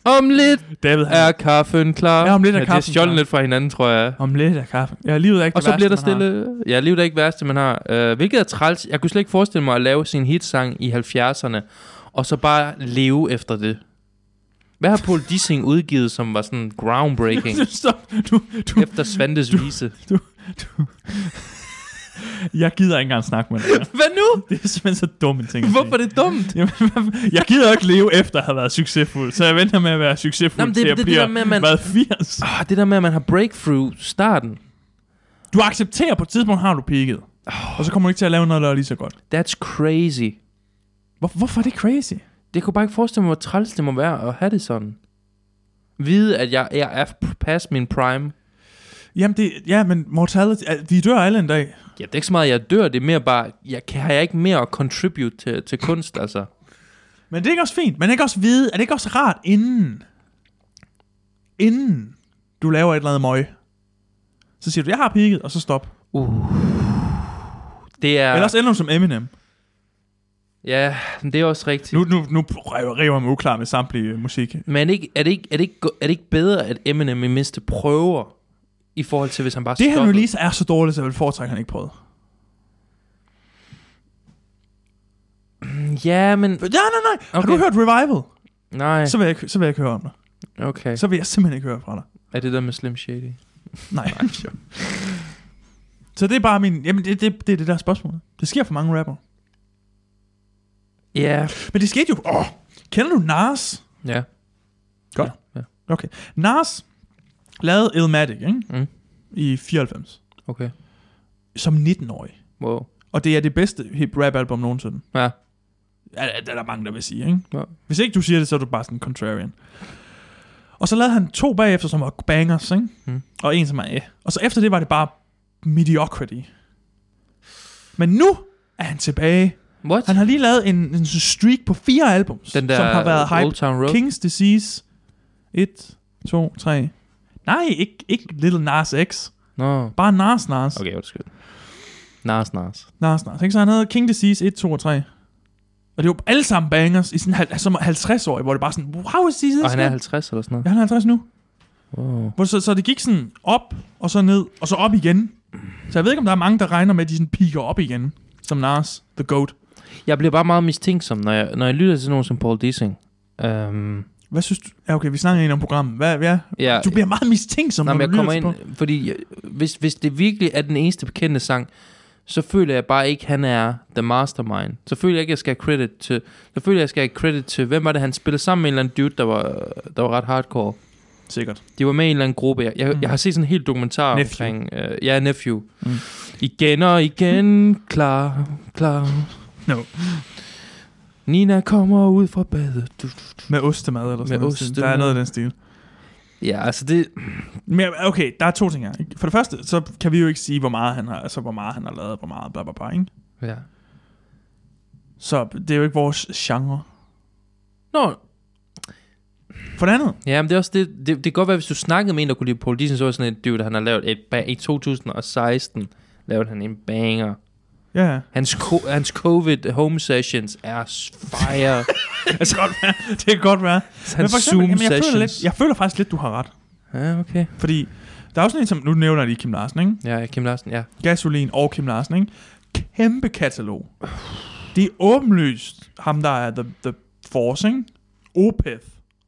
Om lidt David, han, er kaffen klar. Ja, om lidt er ja, kaffen de har stjålet klar. lidt fra hinanden, tror jeg. Om lidt er kaffen. Ja, livet er ikke Og det så værste, bliver der man har. stille... Ja, livet er ikke værste, man har. Uh, hvilket er træls. Jeg kunne slet ikke forestille mig at lave sin hitsang i halvfjerdserne, og så bare leve efter det. Hvad har Paul Dissing udgivet, som var sådan groundbreaking? Stop. Du, du, Efter Svantes vise. du, du. Jeg gider ikke engang snakke med dig. Hvad nu? Det er simpelthen så dumt en ting at sige. Hvorfor er det dumt? Jamen, jeg gider ikke leve efter at have været succesfuld, så jeg venter med at være succesfuld Nå, men det- til at det- det blive der med, at man- været firs. Oh, det der med, at man har breakthrough starten. Du accepterer på et tidspunkt, har du peaked. Og så kommer du ikke til at lave noget, der er lige så godt. That's crazy. Hvor, hvorfor er det crazy? Det kunne bare ikke forestille mig, hvor træls det må være at have det sådan. Vide, at jeg, jeg er past min prime. Jamen, det, ja, men mortality, vi dør alle en dag. Ja, det er ikke så meget, at jeg dør. Det er mere bare, jeg, kan, har jeg ikke mere at contribute til, til kunst, altså. Men det er ikke også fint. Men er det ikke også vide, er det ikke også rart inden, inden du laver et eller andet møg, så siger du, jeg har peaked, og så stop. Uh. Det er... Ellers ender du som Eminem. Ja, det er også rigtigt. Nu, nu, nu river jeg mig uklar med samtlige musik. Men er det, ikke, er, det ikke, er, det ikke, er det ikke bedre, at Eminem i mindste prøver, i forhold til, hvis han bare Det her stopper? release er så dårligt, så jeg vil foretrække, han ikke prøvede. Ja, men... Ja, nej, nej. Har Okay. du hørt Revival? Nej, Så vil, jeg, ikke- så vil jeg ikke høre om det. okay. Så vil jeg simpelthen ikke høre fra dig. Er det der med Slim Shady? Nej. Så det er bare min... Jamen, det, det, det er det der spørgsmål. Det sker for mange rapper. Ja. Men det skete jo... Åh, kender du Nas? Ja. Godt. Ja, Okay. Nas lavede Illmatic, ikke? Mm. I fireoghalvfems. Okay. Som nitten-årig. Wow. Og det er det bedste hip-rap-album nogensinde. Ja. Ja, det er der mange, der vil sige, ikke? Ja. Hvis ikke du siger det, så er du bare sådan en contrarian. Og så lavede han to bagefter, som var bangers, ikke? Mm. Og en, som er eh. Og så efter det var det bare mediocrity. Men nu er han tilbage. What? Han har lige lavet en, en streak på fire albums, Den der som har været Old hype. Town Road? King's Disease. et, to, tre. Nej, ikke, ikke Little Nas X. Nå. Bare Nas Nas. Okay, undskyld. Nas, Nas. Nas Nas. Ikke? Så han havde King Disease et, to og tre. Og det var alle sammen bangers i sådan hal- som halvtreds-årig, hvor det bare sådan, wow, is this Og han er good? halvtreds eller sådan noget? Ja, han er halvtreds nu. Wow. Hvor så, så det gik sådan op, og så ned, og så op igen. Så jeg ved ikke, om der er mange, der regner med, at de sådan piker op igen. Som Nas, The Goat. Jeg bliver bare meget mistænksom, når jeg, når jeg lytter til nogen som Paul Dissing. Um, Hvad synes du? Ja, okay, vi snakker egentlig om programmet. Hvad, ja? ja, Du bliver meget mistænksom, nej, når men du jeg lytter kommer til ind, fordi jeg, hvis, hvis det virkelig er den eneste bekendte sang, så føler jeg bare ikke, han er the mastermind. Så føler jeg ikke, jeg skal have credit til... Så føler jeg, jeg skal have credit til... Hvem var det, han spillede sammen med en eller anden dude, der var, der var ret hardcore? Sikkert. De var med i en eller anden gruppe. Jeg, jeg, Mm. jeg har set sådan en helt dokumentar Nephew. omkring... Øh, ja, Nephew. Mm. Igen og igen, klar, klar. No. Nina kommer ud fra badet. Du, du, du. Med ostemad eller sådan Med noget. ostemad. Der er noget af den stil. Ja, altså det... Men okay, der er to ting her. For det første, så kan vi jo ikke sige, hvor meget han har, altså hvor meget han har lavet, hvor meget bla bla bla, ikke? Ja. Så det er jo ikke vores genre. Nå, For det andet, ja, men det er også det, det, det kan godt være, hvis du snakkede med en, der kunne lide Paul Dissing, så var sådan et dude, han har lavet et, ba- i to tusind og seksten, lavede han en banger. ja, Hans, co- hans covid home sessions er s- fire. det kan godt være. Det kan godt være. Hans Men for eksempel, Zoom jamen, jeg, føler sessions. lidt, jeg føler faktisk lidt, du har ret. Ja, okay. Fordi der er også sådan en, som nu nævner lige Kim Larsen, ikke? Ja, Kim Larsen, ja. Gasolin og Kim Larsen, ikke? Kæmpe katalog. Det er åbenlyst ham, der er the, the force, ikke? Opeth.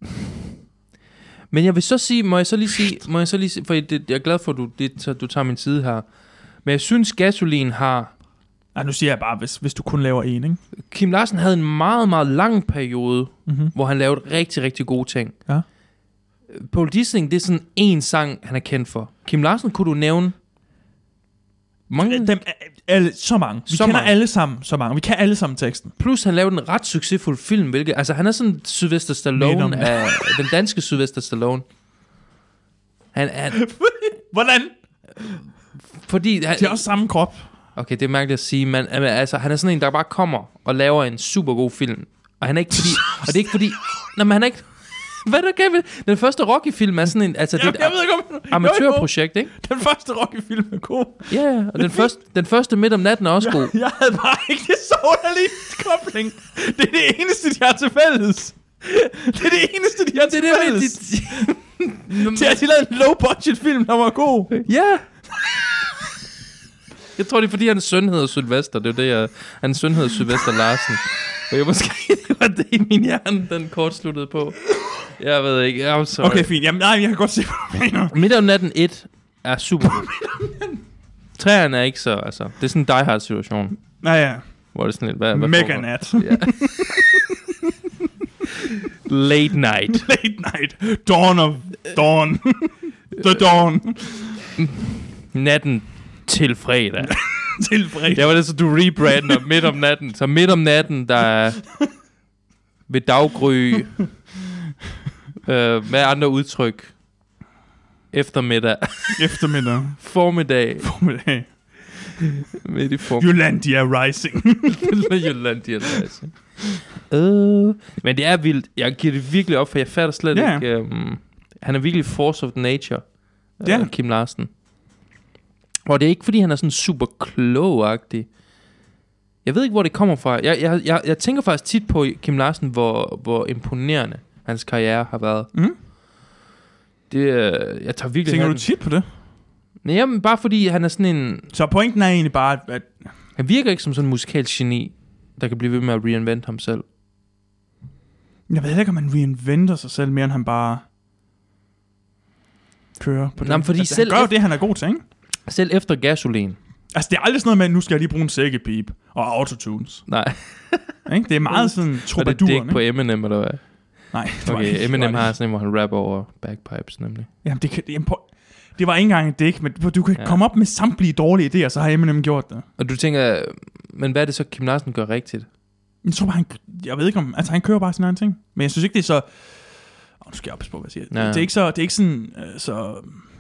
Men jeg vil så sige, må jeg så lige sige, må jeg så lige sige, for det, jeg er glad for, at du, det, så du tager min side her. Men jeg synes, Gasolin har... Ej, nu siger jeg bare, hvis, hvis du kun laver en, ikke? Kim Larsen havde en meget, meget lang periode, Mm-hmm. hvor han lavede rigtig, rigtig gode ting. Ja. Paul Dissing, det er sådan en sang, han er kendt for. Kim Larsen kunne du nævne mange... Dem, er- alle, så mange. Vi Så kender mange. alle sammen så mange. Vi kan alle sammen teksten. Plus han lavede en ret succesfuld film, hvilket... Altså han er sådan Sylvester Midt om. Stallone af... Den danske Sylvester Stallone. Han er... Hvordan? Fordi... Han, De har også samme krop. okay, det er mærkeligt at sige, men altså, han er sådan en, der bare kommer og laver en super god film. Og han er ikke fordi... og det er ikke fordi... Nå, men han er ikke... Hvad der kan vi? Den første Rocky-film er sådan en... Altså, det er Jeg, jeg ved ikke om... et amatørprojekt, ikke? Den første Rocky-film er god. Ja, yeah, og den første, den første midt om natten er også god. Jeg, jeg havde bare ikke det så underlig kobling. Det er det eneste, de har til fælles. Det er det eneste, de har Det til er det, fælles. de... De har de lavet en low-budget film, der var god. Ja. Jeg tror, det er fordi, hans søn hedder Sylvester. Det er det, jeg... Hans søn hedder Sylvester Larsen. Og jeg måske... Det var det, i min hjerne, den kortsluttede på. Jeg ved ikke. I'm sorry. Okay, fint. Jamen, nej, jeg kan godt se, hvad du mener. Midt om natten et er super. Træerne er ikke så, altså. Det er sådan en Die Hard situation. Nej, ja. Hvor det er sådan lidt... Hvad, hvad Mega nat. Ja. Late night. Late night. Dawn of... Dawn. The dawn. Natten til fredag. Til fredag. Det var det, så du rebrander midt om natten. Så midt om natten, der er ved daggry, øh, med andre udtryk, eftermiddag, Eftermiddag. formiddag, Formiddag. midt i formiddag. Jyllandia Rising. Jyllandia Rising. Uh, men det er vildt. Jeg giver det virkelig op, for jeg fatter slet Ja. ikke. Um, han er virkelig force of nature, uh, Ja. Kim Larsen. Og det er ikke, fordi han er sådan super klog-agtig. Jeg ved ikke, hvor det kommer fra. Jeg, jeg, jeg, jeg tænker faktisk tit på Kim Larsen, hvor, hvor imponerende hans karriere har været. Mm. Det, øh, jeg tager virkelig... Tænker du hatten. tit på det? Nej, jamen, bare fordi han er sådan en... Så pointen er egentlig bare, at... Han virker ikke som sådan en musikalsk geni, der kan blive ved med at reinvente ham selv. Jeg ved ikke, om man reinventer sig selv mere, end han bare kører på det. Nå, men fordi altså, selv han gør jo efter- det, han er god til, ikke? Selv efter Gasolin. Altså, det er aldrig sådan noget med, at nu skal jeg lige bruge en sækkepip og autotunes. Nej. Ikke? Det er meget sådan Og det er troubaduren, ikke på ikke? Eminem, eller hvad? Nej, det var Okay, ikke, det Eminem var har ikke. sådan en, hvor han rapper over bagpipes, nemlig. Jamen, det, kan, jamen, på, det var ikke engang et dæk, men du kan Ja. ja. komme op med samtlige dårlige idéer, så har Eminem gjort det. Og du tænker, men hvad er det så, Kim Larsen gør rigtigt? Jeg tror bare, han, jeg ved ikke om, altså han kører bare sin egen ting. Men jeg synes ikke, det er så, oh, nu skal jeg oppasse på, hvad jeg siger. Ja. Det er ikke så, det er ikke sådan, øh, så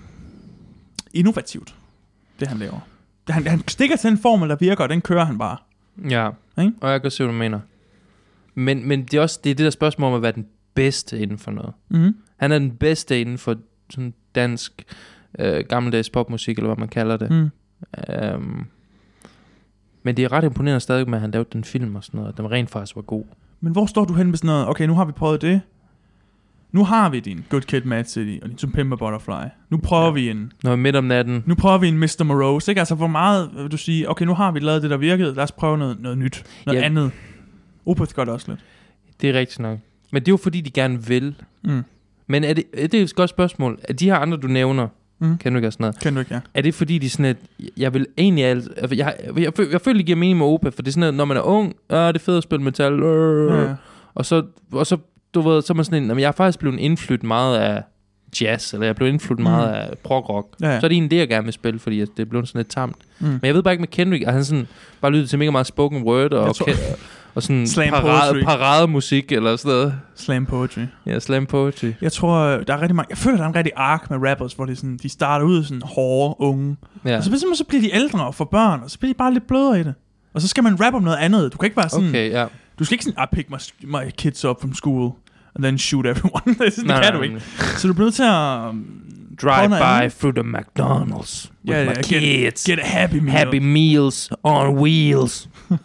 innovativt, det han laver. Det, han, han stikker til en formel, der virker, og den kører han bare. Ja, Ikke? og jeg kan se, hvad du mener. Men, men det er også det, er det der spørgsmål om at være den bedste inden for noget. Mm-hmm. Han er den bedste inden for sådan dansk øh, gammeldags popmusik, eller hvad man kalder det. Mm. Um, men det er ret imponerende stadig med, at han lavede den film og sådan noget, at den rent faktisk var god. Men hvor står du hen med sådan noget, okay, nu har vi prøvet det. Nu har vi din Good Kid, Mad City og din To Pimp a Butterfly. Nu prøver Ja. vi en, Når midt om natten, nu prøver vi en mister Morose, ikke? Altså, hvor meget vil du sige, okay, nu har vi lavet det, der virkede, lad os prøve noget, noget nyt, noget Ja. andet. Opeth gør det også lidt. det er rigtigt nok. Men det er jo fordi, de gerne vil. Mm. Men er det, er det et godt spørgsmål? Er de her andre, du nævner, Mm. kan du ikke have sådan noget? Kan du ikke, ja? Er det fordi, de sådan et, jeg vil egentlig alt, jeg, jeg, jeg, jeg, jeg føler, det giver mening med Opeth, for det er sådan et, når man er ung, øh, det er fedt at spille metal, øh, Ja. og så, og så, du ved, så er man sådan en, jamen, jeg er faktisk blevet indflyttet meget af jazz, eller jeg er blevet indflyttet Mm. meget af prog-rock. Ja, ja. Så er det egentlig det, jeg gerne vil spille, fordi at det er blevet sådan lidt tamt. Mm. Men jeg ved bare ikke med Kendrick, at han sådan bare lyder til mega meget spoken word, og, Jeg tror- okay, og sådan Slam parade, poetry. parademusik, eller sådan noget. Slam poetry. Ja, slam poetry. Jeg tror, der er rigtig mange, jeg føler, der er en rigtig ark med rappers, hvor det er sådan, de starter ud sådan hårde, unge, Ja. og så, så, så bliver de ældre og får børn, og så bliver de bare lidt blødere i det. Og så skal man rappe om noget andet. Du kan ikke bare sådan, Okay, ja. du skal ikke sådan, I pick my, my kids up from school, and then shoot everyone. det sådan, det kan du ikke. Så du bliver nødt til at um, Drive prøve noget by andet. through the McDonald's with Ja, my ja, get- kids. Get a happy meal. Happy meals on wheels.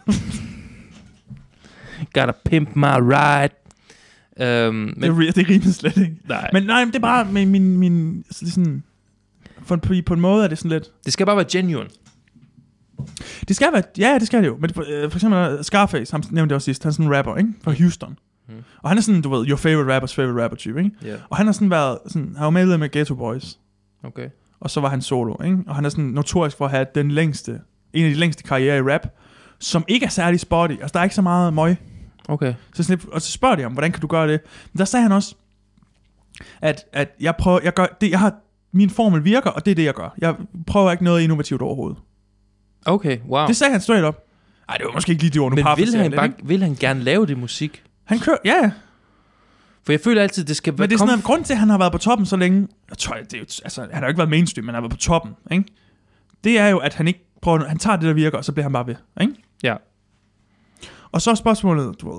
Gotta pimp my ride. Um, Men, men, det, det rimer slet ikke. nej, Men nej, men det er bare med min, min så det er sådan, for, på, på en måde er det sådan lidt, det skal bare være genuine. det skal være, ja, det skal det jo. Men for, øh, for eksempel Scarface, han nævnte jeg også sidst, han er sådan en rapper, ikke? Fra Houston. Mm. Og han er sådan, du ved, your favorite rappers favorite rapper type, ikke? Yeah. Og han har sådan været, sådan, han var med med Ghetto Boys, Okay. og så var han solo, ikke? Og han er sådan notorisk for at have den længste, en af de længste karrierer i rap, som ikke er særlig spotty. Altså, der er ikke så meget møg. Okay. Så sådan, lidt- og så spørger de om, hvordan kan du gøre det? Men der sagde han også, at, at jeg prøver, jeg gør, det, jeg har, min formel virker, og det er det, jeg gør. Jeg prøver ikke noget innovativt overhovedet. Okay, wow. Det sagde han straight up. Ej, det var måske ikke lige de ord, nu Men vil parafraserer han, jeg bare, lidt, ikke? vil han gerne lave det musik? Han kører, ja, ja. For jeg føler altid, det skal Men det er sådan noget, grund til, at han har været på toppen så længe. Jeg tror, det er jo, altså, han har jo ikke været mainstream, men han har været på toppen, ikke? Det er jo, at han ikke prøver, han tager det, der virker, og så bliver han bare ved, ikke? Ja. Og så er spørgsmålet, du ved,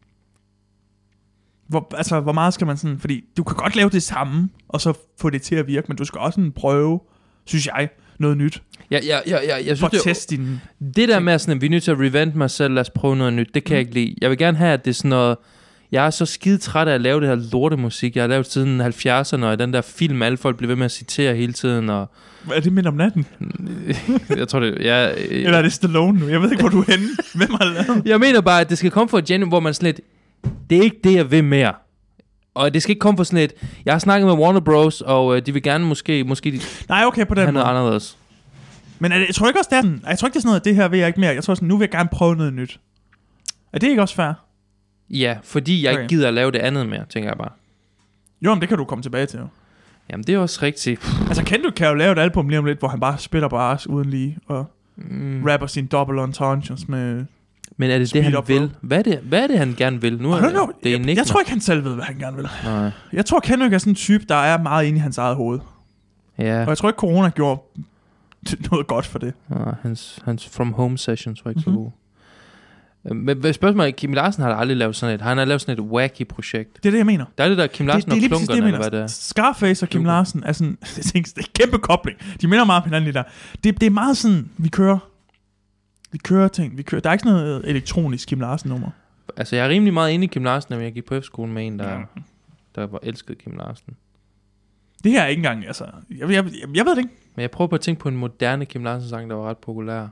hvor, altså, hvor meget skal man sådan, fordi du kan godt lave det samme, og så få det til at virke, men du skal også sådan prøve, synes jeg, noget nyt, Ja, ja, ja, ja, jeg for synes, at det, teste din... det der med sådan, at vi er nødt til at revent mig selv, lad os prøve noget nyt, det kan jeg ikke lide. Jeg vil gerne have, at det er sådan noget, Jeg er så skide træt af at lave det her lortemusik. Jeg har lavet siden halvfjerdserne, og den der film, alle folk bliver ved med at citere hele tiden. Og er det midt om natten? jeg tror det... Jeg, Eller er det Stallone nu? Jeg ved ikke, hvor du er henne. Hvem har lavet? Jeg mener bare, at det skal komme fra et genre, hvor man sådan lidt... Det er ikke det, jeg vil mere. Og det skal ikke komme fra sådan lidt... Jeg har snakket med Warner Bros, og øh, de vil gerne måske... måske de Nej, okay, på den have noget måde. anderledes. Men er det, jeg tror ikke også, det er sådan... Jeg tror ikke, det er sådan noget, det her vil jeg ikke mere. Jeg tror sådan, nu vil jeg gerne prøve noget nyt. Er det ikke også fair? Ja, fordi jeg Okay. ikke gider at lave det andet mere, tænker jeg bare. Jo, men det kan du komme tilbage til. Jo. Jamen, det er også rigtigt. Altså, Kendrick kan jo lave et album lige om lidt, hvor han bare spiller på ars uden lige, og Mm. rapper sine double entendres med... Men er det Speed det, han up, vil? bro. Hvad er det, hvad er det han gerne vil? Nu I er don't know. det er jeg, jeg tror ikke, han selv ved, hvad han gerne vil. Nej. Jeg tror, Kendrick er sådan en type, der er meget inde i hans eget hoved. Ja. Og jeg tror ikke, corona gjorde noget godt for det. Nej, hans, hans From Home Sessions var ikke Mhm. så gode. Men hvad spørgsmålet er, Kim Larsen har aldrig lavet sådan et. Han har lavet sådan et wacky projekt. Det er det, jeg mener. Der er det der Kim Larsen det, det er lige og præcis det, klunkerne, jeg eller hvad det mener. er. Scarface og Kim Klunker. Larsen er sådan... Det er en kæmpe kobling. De minder meget om hinanden lige der. Det, det er meget sådan, vi kører... Vi kører ting. Vi kører. Der er ikke sådan noget elektronisk Kim Larsen-nummer. Altså, jeg er rimelig meget inde i Kim Larsen, når jeg gik på efterskolen med en, der, Ja. der var elsket Kim Larsen. Det her er ikke engang... Altså, jeg, jeg, jeg, jeg ved det ikke. Men jeg prøver på at tænke på en moderne Kim Larsen-sang, der var ret populær.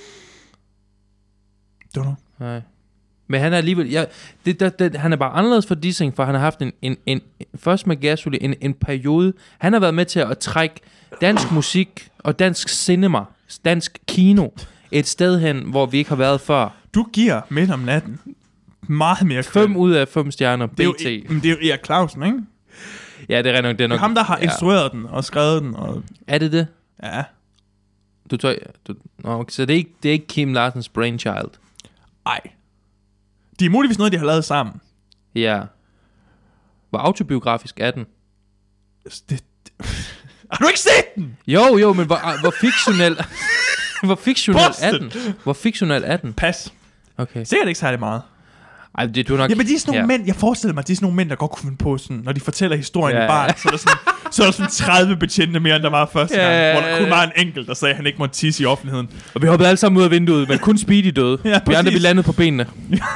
Det var Nej. Men han er alligevel... Ja, det, det, det, han er bare anderledes for Dissing, for han har haft en... en, en først med Gasoli, en, en periode... Han har været med til at trække dansk musik og dansk cinema, dansk kino, et sted hen, hvor vi ikke har været før. Du giver midt om natten meget mere Fem credit. ud af fem stjerner, B Det er jo, T. men det er jo Erik Clausen, ikke? Ja, det er nok... Det er, Det nok er ham, der har ja. instrueret den og skrevet den. Og, Er det det? ja, Du tør, du, okay, så det er, ikke, det er ikke Kim Larsens brainchild. ej. Det er muligvis noget, de har lavet sammen. Ja. Hvor autobiografisk er den? Det, det. Har du ikke set den? Jo, jo, men hvor, hvor fiktionel... hvor fiktionel er den? Busted. Hvor fiktionel er den? Pas. Okay. Sikkert ikke særlig meget. Ej, det du nok... Ja, men de er sådan nogle ja. mænd, jeg forestiller mig, de er sådan nogle mænd, der godt kunne finde på sådan, når de fortæller historien Ja, i barn, så er der sådan, så er der sådan tredive betjente mere, end der var første Ja, gang, ja, hvor der kun ja. var en enkelt, der sagde, at han ikke måtte tisse i offentligheden. Og vi hoppede alle sammen ud af vinduet, men kun Speedy døde. Ja, Vi andre, præcis. vi landede på benene.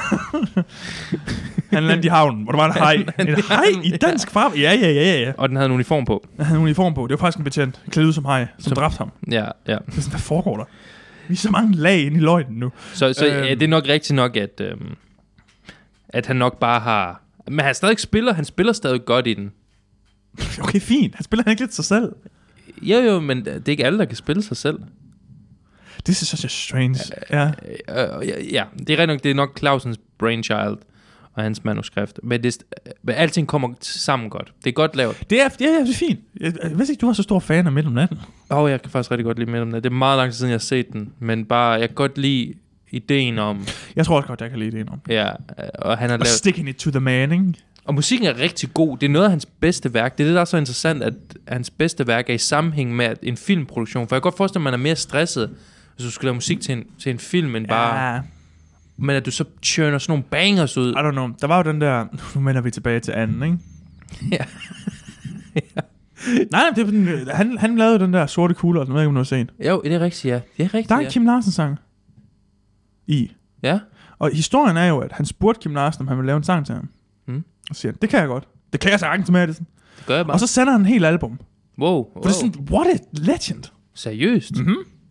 Han landede i havnen, hvor der var en haj. En haj i dansk farve? Ja, ja, ja, ja, ja. Og den havde en uniform på. Han havde en uniform på. Det var faktisk en betjent, klædt ud som haj, som, Som- dræbte ham. Ja, ja. Det er sådan, hvad foregår der? Vi er så mange lag inde i løgnen nu. Så, så Øhm. ja, det er nok rigtigt nok, at, øhm, at han nok bare har... Men han stadig spiller, han spiller stadig godt i den. Okay, fint. Han spiller han ikke lidt sig selv. Jo, jo, men det er ikke alle, der kan spille sig selv. This is such a strange... Ja. Øh, øh, ja, ja, det er rigtigt nok, det er nok Clausens brainchild og hans manuskrift. Men, det, men alting kommer sammen godt. Det er godt lavet. Det er, ja, ja, det er fint. Jeg, jeg vidste ikke, du var så stor fan af Midt om natten. Åh, oh, jeg kan faktisk rigtig godt lide Midt om Natten. Det er meget lang tid siden, jeg har set den. Men bare, jeg kan godt lide ideen om... Jeg tror også godt, jeg kan lide det om. Ja, og han har Og lavet... sticking it to the man, ikke? Og musikken er rigtig god. Det er noget af hans bedste værk. Det er det, der er så interessant, at hans bedste værk er i sammenhæng med en filmproduktion. For jeg kan godt forestille mig, at man er mere stresset, hvis du skal lave musik til en, til en film, end bare... Ja, Men at du så churner sådan nogle bangers ud. I don't know. Der var jo den der... Nu vender vi tilbage til anden, ikke? Ja. Nej, nej, det er, den- han, han lavede den der sorte kugle, og den ved jeg ikke, om du har set. Jo, det er rigtigt, ja. Det er rigtigt, Der er en ja. Kim Larsen-sang i. Ja. Og historien er jo, at han spurgte Kim Larsen, om han ville lave en sang til ham. Mm. Og så siger han, det kan jeg godt. Det kan jeg sagtens med det. Det gør jeg bare. Og så sender han en helt album. Wow, wow. For det er sådan, what a legend. Seriøst? Mhm.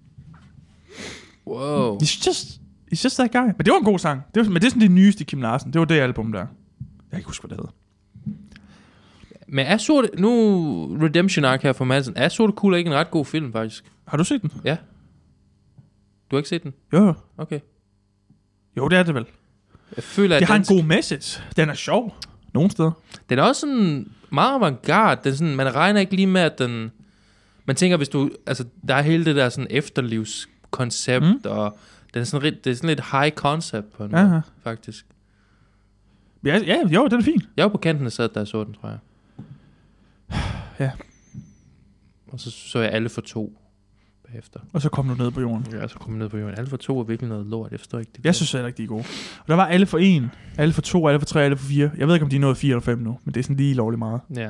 Wow. It's just, it's just that guy. Men det var en god sang. Det var, men det er sådan det nyeste Kim Larsen. Det var det album der. Jeg kan ikke huske, hvad det hedder. Men er Sorte... Nu Redemption Arc her for Madsen. Er Sorte Kugle ikke en ret god film, faktisk? Har du set den? Ja. Du har ikke set den? Jo, jo. Okay. Jo, det er det vel. Jeg føler, at Det har en den, god message. Den er sjov. Nogle steder. den er også sådan meget avantgarde. Den er sådan, man regner ikke lige med, at den... Man tænker, hvis du... Altså, der er hele det der sådan efterlivskoncept, mm. og den er sådan, rit- det er sådan lidt high concept på en måde, Aha. faktisk. Ja, ja, jo, den er fin. Jeg var på kanten af sad, da jeg så den, tror jeg. Ja. Og så så jeg alle for to bagefter. Og så kom du ned på jorden. Ja, så kom jeg ned på jorden. Alle for to er virkelig noget lort. Jeg forstår ikke det. Jeg synes heller ikke, de er gode. Og der var alle for en, alle for to, alle for tre, alle for fire. Jeg ved ikke, om de er nået fire eller fem nu, men det er sådan lige lovligt meget. Ja.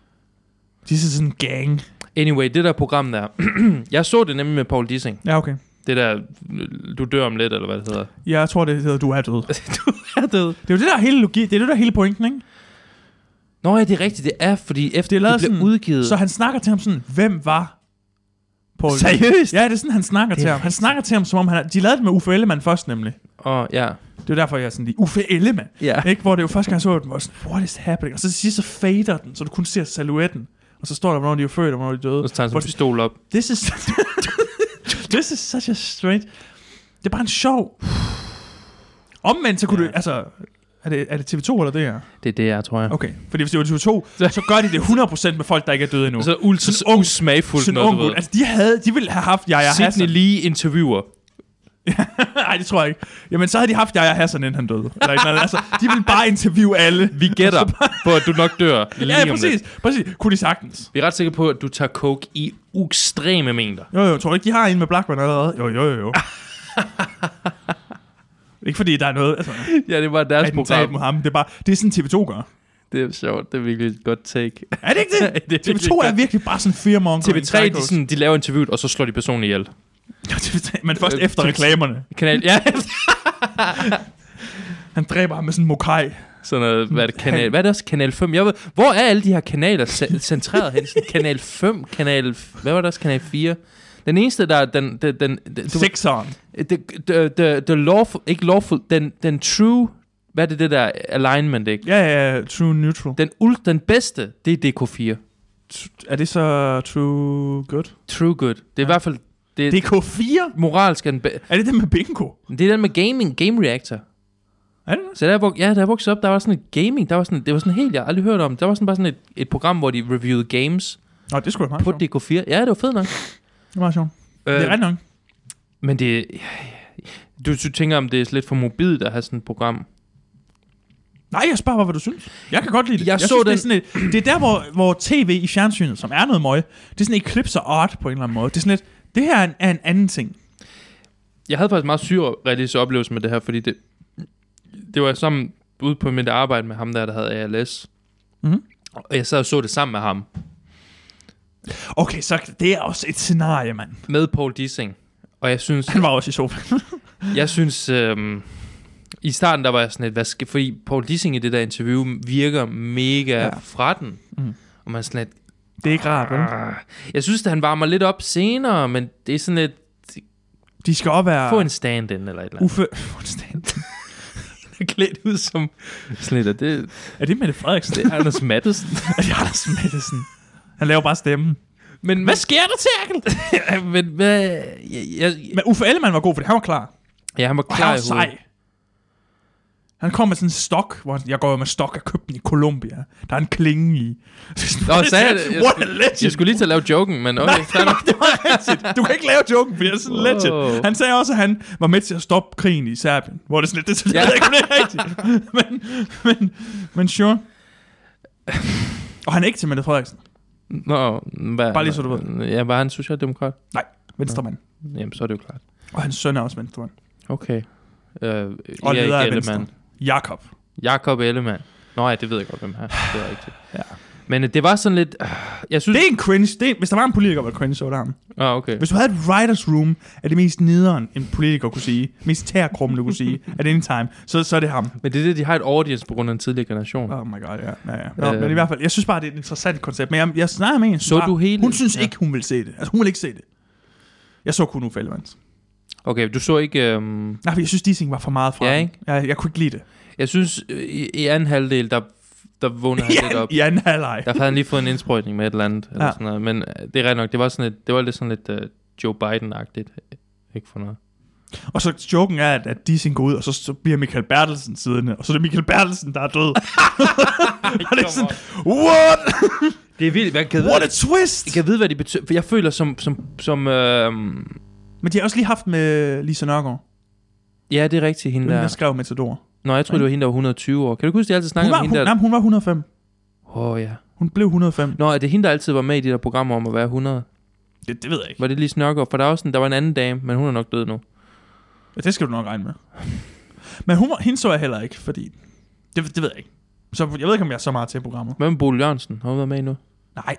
De er sådan en gang. Anyway, det der program der. Jeg så det nemlig med Paul Dissing. Ja, okay. Det der, du dør om lidt, eller hvad det hedder. Jeg tror, det hedder, du er død. Du er død. Det er jo det der hele logi, det er det der hele pointen, ikke? Nå ja, det er rigtigt, det er, fordi efter det, det blev sådan, udgivet... Så han snakker til ham sådan, hvem var Paul? Seriøst? Ja, det er sådan, han snakker til ham. Han snakker til ham, som om han... De lavede det med Uffe Ellemann først, nemlig. Åh, oh, ja. Det er derfor, jeg er sådan lige, Uffe Ellemann. Ja. Ikke? Hvor det jo første gang, jeg så den, var sådan, what is happening? Og så til sidst, så fader den, så du kun ser silhuetten. Og så står der, hvornår de er født, og hvornår de er døde. Og så tager han sådan en pistol op. This is... This is such a strange... Det er bare en sjov... Omvendt, så kunne ja. du... Altså... Er det, er det T V to eller det her? Det er det, jeg tror jeg. Okay, fordi hvis det var T V to, så gør de det hundrede procent med folk, der ikke er døde endnu. Så ultra ung, smagfuldt. Sådan ung, ung. Altså, de, havde, de ville have haft Yahya Hassan. Sidney Lee interviewer. Nej, det tror jeg ikke. Jamen, så havde de haft Yahya Hassan, inden han døde. Eller ikke noget. Altså, de ville bare interviewe alle. Vi gætter på, at du nok dør lige ja, om præcis. lidt. Præcis. Kunne de sagtens. Vi er ret sikre på, at du tager coke i ekstreme mængder. Jo, jo. Tror du ikke, de har en med Blackman allerede? Jo, jo, jo, jo. Ikke fordi der er noget... Altså, ja, det var deres program. Mod ham. Det er bare... Det er sådan, T V to gør. Det er sjovt. Det er virkelig et godt take. Er det ikke det? det er T V to er virkelig bare sådan fire måneder. T V tre, de, sådan, de laver interviewet, og så slår de personen ihjel. Ja, T V tre, men først øh, efter reklamerne. Kanal... Ja. Han dræber ham med sådan en mokai. Sådan noget, hvad er det, kanal, hvad er det også, kanal fem? Jeg ved, hvor er alle de her kanaler centreret hen? Kanal fem, kanal, hvad var det også, kanal fire? Den eneste, der er den... den, den, den Sexeren. The, the, the, the lawful, ikke lawful, den, den true, hvad er det, det der alignment, ikke? Ja, ja, true neutral. Den, ult, den bedste, det er D K fire. Er det så true good? True good. Det er ja. i hvert fald... Det er D K fire? Moralsk er den be- Er det den med bingo? Det er den med gaming, Game Reactor. Er det det? Så der, ja, der voksede op, der var sådan et gaming, der var sådan, det var sådan helt, jeg har aldrig hørt om. Der var sådan bare sådan et, et program, hvor de reviewede games. Nå, det skulle da meget på D K fire. Ja, det var fedt nok. Det var meget sjovt. Øh, det er ret nok. Men det... Du, du tænker, om det er lidt for mobilt at have sådan et program? Nej, jeg spørger bare, hvad du synes. Jeg kan godt lide det. Jeg, jeg så synes, den... det, er sådan et, det er der, hvor, hvor tv i fjernsynet, som er noget møg, det er sådan eclipse og art på en eller anden måde. Det er sådan lidt, det her er en, er en anden ting. Jeg havde faktisk meget surrealistisk oplevelse med det her, fordi det, det var sammen ude på mit arbejde med ham der, der havde A L S. Mm-hmm. Og jeg sad og så det sammen med ham. Okay, så det er også et scenarie, mand. Med Paul Dissing. Og jeg synes... Han var også i sofaen. jeg synes... Øhm, I starten, der var jeg sådan lidt... Hvad skal, fordi Paul Dissing i det der interview virker mega ja. fra den. Mm. Og man er sådan lidt... Det er ikke rart, vel? Jeg synes, at han varmer lidt op senere, men det er sådan lidt... De skal også være... Få en stand-in eller et eller andet. Uffe... Få en stand-in. Klædt ud som... Sådan lidt, det... Er det Mette Frederiksen? Det er Anders Mattesen. Er det Anders Mattesen? Han laver bare stemmen. Men hvad sker der, Terkel? men hvad... Jeg, jeg, men Uffe Ellemann var god, fordi han var klar. Ja, han var klar. Og han var sej. Han kom med sådan en stok, hvor han, jeg går med stok, jeg købte den i Colombia. Der er en klinge i. Nå, sagde jeg, jeg, What a legend. Jeg skulle lige til at lave joken, men okay. Nej, nej, det var legend. Du kan ikke lave joken, fordi det er sådan en legend. Oh. Han sagde også, at han var med til at stoppe krigen i Serbien. Hvor det sådan lidt, det, det, ja. det, det er rigtigt. men, men, men sure. Og han er ikke til Mette Frederiksen. Nå, hvad? Bare lige så du ved. Ja, var han socialdemokrat? Nej, venstremand. Jamen, så er det jo klart. Og hans søn er også venstremand. Okay. Øh, og leder af Venstre. Jakob. Jakob Ellemann. Nå ja, det ved jeg godt, hvem er. Det er rigtigt. Ja. Men det var sådan lidt... Øh, jeg synes... Det er en cringe. Det er, hvis der var en politiker, der var cringe, så var det ham. Ah, okay. Hvis du havde et writers room af det mest nederen, en politiker kunne sige, mest tærkrumme, du kunne sige, at any time, så, så er det ham. Men det er det, de har et audience på grund af en tidligere generation. Oh my god, ja. ja, ja. Nå, øh. Men i hvert fald, jeg synes bare, det er et interessant koncept. Men jeg, jeg snakker med en, så bare, du hele... hun synes ja. ikke, hun vil se det. Altså, hun vil ikke se det. Jeg så kun Uffe Ellemann. Okay, du så ikke... Øhm... Nej, for jeg synes, Dissing var for meget fra. Ja, ikke? Jeg, jeg kunne ikke lide det. Jeg synes, i, i anden halvdel, der, der vågnede han lidt op. I anden halvleg. Der havde han lige fået en indsprøjtning med et eller andet. Eller ja. sådan noget. Men det er ret nok, det var, sådan lidt, det var lidt sådan lidt uh, Joe Biden-agtigt. Ikke for noget. Og så joken er, at, at Dissing går ud, og så, så bliver Michael Bertelsen siddende. Og så er det Michael Bertelsen, der er død. Og det er sådan, what? Det er vildt. Jeg kan What vide, a twist! Jeg kan vide, hvad det betyder. For jeg føler som... som, som øh... Men de har også lige haft med Lisa Nørgaard. Ja, det er rigtigt, hende der. der. Der skrev Matador. Nå, jeg tror det var hende, der var et hundrede og tyve år. Kan du huske, de altid snakkede om hende hun, der? Nej, hun var et hundrede og fem. Åh, oh, ja. Hun blev et hundrede og fem. Nå, er det hende, der altid var med i de der programmer om at være hundrede? Det, det ved jeg ikke. Var det lige Snørgaard? For der, også en, der var en anden dame, men hun er nok død nu. Ja, det skal du nok regne med. Men hun, hende så jeg heller ikke, fordi... Det, det ved jeg ikke. Så jeg ved ikke, om jeg er så meget til programmet. Hvad med Bo Jørgensen? Har hun været med endnu? Nej.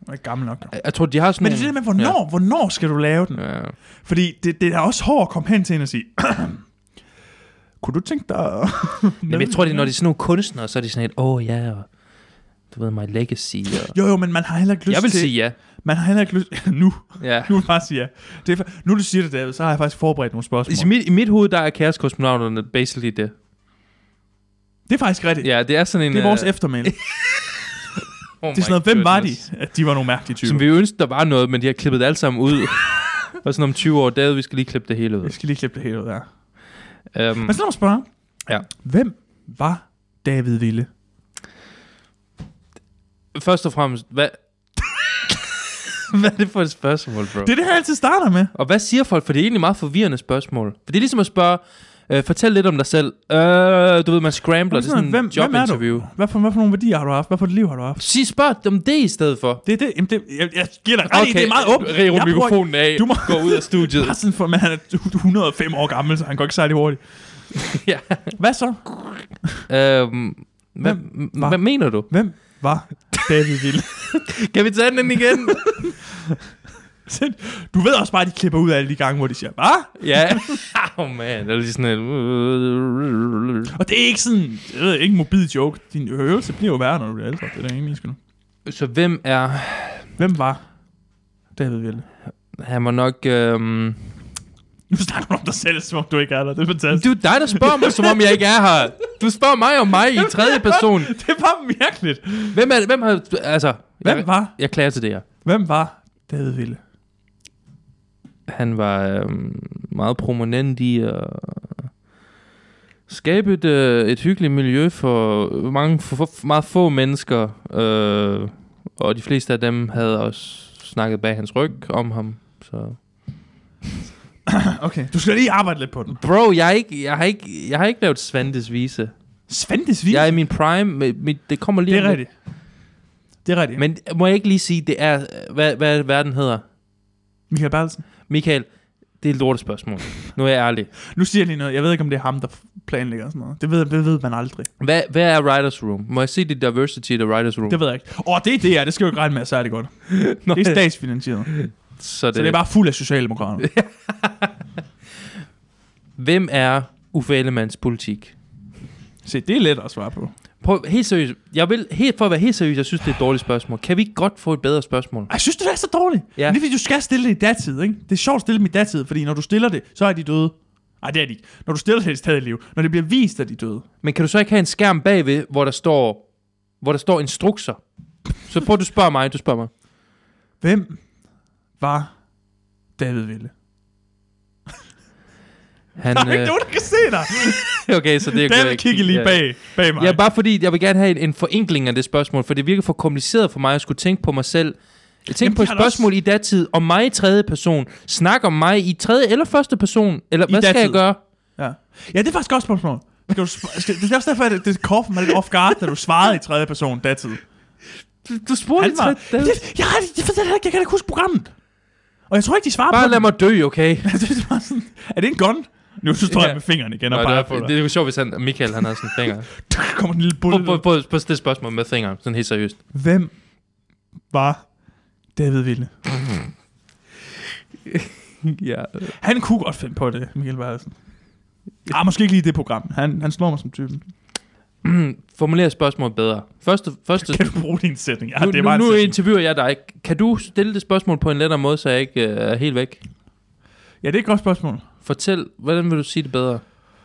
er gammel nok. Jeg, jeg tror, de har sådan Men det er det med, hvornår, ja. hvornår skal du lave den? Ja. Fordi det, det er også hårdt at komme hen til en og sige, kunne du tænke dig... Jamen, jeg tror, det er, når de er sådan nogle kunstnere, så er de sådan et, åh oh, ja, og du ved, my legacy. Og... Jo, jo, men man har heller ikke lyst til... Jeg vil til, sige ja. Man har heller ikke lyst... nu. Ja. Nu vil jeg bare sige ja. Det er, nu du siger det, David, så har jeg faktisk forberedt nogle spørgsmål. I mit, i mit hoved, der er kæreskosmonauterne basically det. Det er faktisk rigtigt. Ja, det er sådan en... Det er vores uh... eftermæle. oh det er sådan noget, hvem var de? At de var nogle mærkelige typer. Som vi ønskede, der var noget, men de har klippet det alt sammen ud. Og sådan om tyve år, David, vi skal lige klippe det hele ud. Vi skal lige klippe det hele ud, ja. Um, men så lad mig spørge. Ja. Hvem var David Ville? Først og fremmest, hvad... hvad er det for et spørgsmål, bro? Det er det, jeg altid starter med. Og hvad siger folk? For det er egentlig meget forvirrende spørgsmål. For det er ligesom at spørge, øh, fortæl lidt om dig selv. Øh, du ved, man scrambler. Det er sådan en jobinterview. Hvad for, hvad for nogle værdier har du haft? Hvad for et liv har du haft? Sig spørg om det i stedet for. Det er det. Jamen, det jeg, jeg giver dig ret okay. i, det er meget åbent. Rig rundt mikrofonen af. Du må gå ud af studiet. Bare sådan for, man er et hundrede og fem år gammel, så han går ikke særlig hurtigt. ja. Hvad så? Øhm, hvad, hvad mener du? Hvem var David Ville? Kan vi tage den igen? Du ved også bare, at de klipper ud af alle de gange, hvor de siger, hvad? Ja. Åh, oh, man. Det er lige sådan et... Og det er ikke sådan... Jeg ved ikke en mobil joke. Din øvelse bliver jo værre, når du bliver ældre. Det er der ingen skal nu. Så hvem er... Hvem var David Ville? Han var nok... Øhm... Nu snakker du om dig selv, som om du ikke er der. Det er fantastisk. Du er dig, der spørger mig, som om jeg ikke er her. Du spørger mig om mig i tredje person. Det var virkeligt. Hvem er det? Hvem har... Altså... Hvem jeg, var... Jeg klager til det her. Hvem var David Ville? Han var øhm, meget prominent i at skabe et, øh, et hyggeligt miljø for mange for, for meget få mennesker, øh, og de fleste af dem havde også snakket bag hans ryg om ham. Så. Okay, du skal lige arbejde lidt på den. Bro, jeg har ikke, jeg har ikke, jeg har ikke lavet Svantes vise. Svantes vise? Jeg er i min prime. Mit, det kommer lige. Det er rigtigt. Det er rigtigt. Men må jeg ikke lige sige, det er hvad hvad verden hedder? Michael Bertelsen. Michael, det er et lortespørgsmål. Nu er jeg ærlig. Nu siger jeg lige noget. Jeg ved ikke, om det er ham, der planlægger sådan noget. Det ved, det ved man aldrig. Hvad, hvad er Writers Room? Må jeg se det diversity i The Writers Room? Det ved jeg ikke. Åh, oh, det er det her. Det skal jo ikke regne med, så er det godt. Nå, det er statsfinansieret. Så det, så det er bare fuld af socialdemokrater. Hvem er Uffe Ellemanns politik? Se, det er let at svare på. Prøv, helt seriøst. Jeg vil, helt, for at være helt seriøs, jeg synes, det er et dårligt spørgsmål. Kan vi ikke godt få et bedre spørgsmål? Jeg synes, det er så dårligt. Ja. Men det er, fordi du skal stille det i datid, ikke? Det er sjovt at stille dem i datid, fordi når du stiller det, så er de døde. Nej, det er de ikke. Når du stiller det, er de stadig i liv. Når det bliver vist, at de er døde. Men kan du så ikke have en skærm bagved, hvor der står, hvor der står instrukser? Så prøv, du spørger mig, du spørger mig. Hvem var David Ville? Han, der er ikke øh... nogen, der kan se dig. Okay, så det er David kigger lige bag, bag mig. Ja, bare fordi jeg vil gerne have en, en forenkling af det spørgsmål, for det virker for kompliceret for mig at skulle tænke på mig selv. Jeg tænker på et spørgsmål også... i datid om mig i tredje person. Snak om mig i tredje eller første person. Eller I hvad datid. Skal jeg gøre? Ja. Ja, det er faktisk godt spørgsmål. Skal du sp- skal, det er også derfor, at det, det koffer mig lidt off guard, da du svarede i tredje person datid. Du, du spurgte i tredje person. Det, jeg, jeg, jeg, jeg, jeg kan ikke huske programmet. Og jeg tror ikke, de svarer bare på lad mig dø, okay? det er, sådan, er det en gun? Nu så står ja. jeg med fingrene igen og Nå, peger det på dig. Det er jo sjovt, hvis han, Michael han har sådan en finger. Der kommer en lille bulle. På, på, på, på det spørgsmål med fingeren, sådan helt seriøst. Hvem var David Ville? Ja. Han kunne godt finde på det, Michael Bertelsen. Ah, måske ikke lige det program. Han, han slår mig som typen. Formulér spørgsmålet bedre. Første, første kan du bruge din sætning? Ja, nu det er nu, nu interviewer jeg dig. Kan du stille det spørgsmål på en lettere måde, så jeg ikke uh, er helt væk? Ja, det er et godt spørgsmål. Fortæl, hvordan vil du sige det bedre?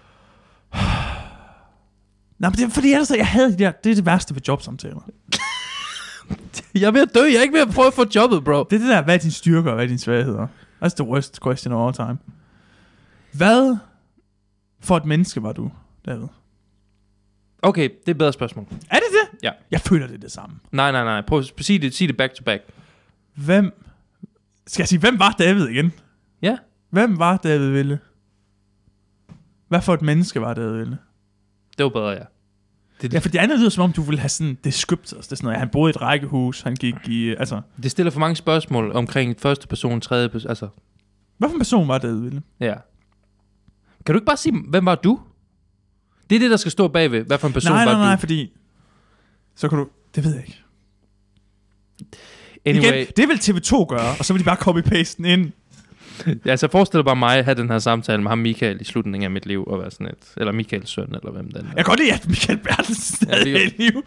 Nej, men det er fordi, ellers, jeg havde det der. Det er det værste ved jobsamtaler. Jeg er ved at dø. Jeg er ikke ved at prøve at få jobbet, bro. Det er det der, hvad er din styrker og hvad er dine svagheder? That's the worst question of all time. Hvad for et menneske var du, David? Okay, det er et bedre spørgsmål. Er det det? Ja. Jeg føler det er det samme. Nej, nej, nej. Prøv at sige det, sig det back to back. Hvem... Skal jeg sige, hvem var David igen? Ja. Hvem var David Ville? Hvad for et menneske var David Ville? Det var bedre, ja. Det, ja, for det andet lyder som om, du ville have sådan descriptors. Det er sådan noget. Han boede i et rækkehus, han gik i... Altså... Det stiller for mange spørgsmål omkring første person, tredje person, altså... Hvad for en person var David Ville? Ja. Kan du ikke bare sige, hvem var du? Det er det, der skal stå bagved. Hvad for en person nej, var nej, du? Nej, nej, fordi... Så kan du... Det ved jeg ikke. Anyway. Igen, det vil T V to gøre, og så vil de bare copy-paste den ind. Ja, altså forestil dig bare mig at have den her samtale med ham Michael i slutningen af mit liv, og være sådan et, eller Michaels søn, eller hvem den er. Jeg kan godt lide, at Michael Bertelsen stadig Ja, det er er i liv.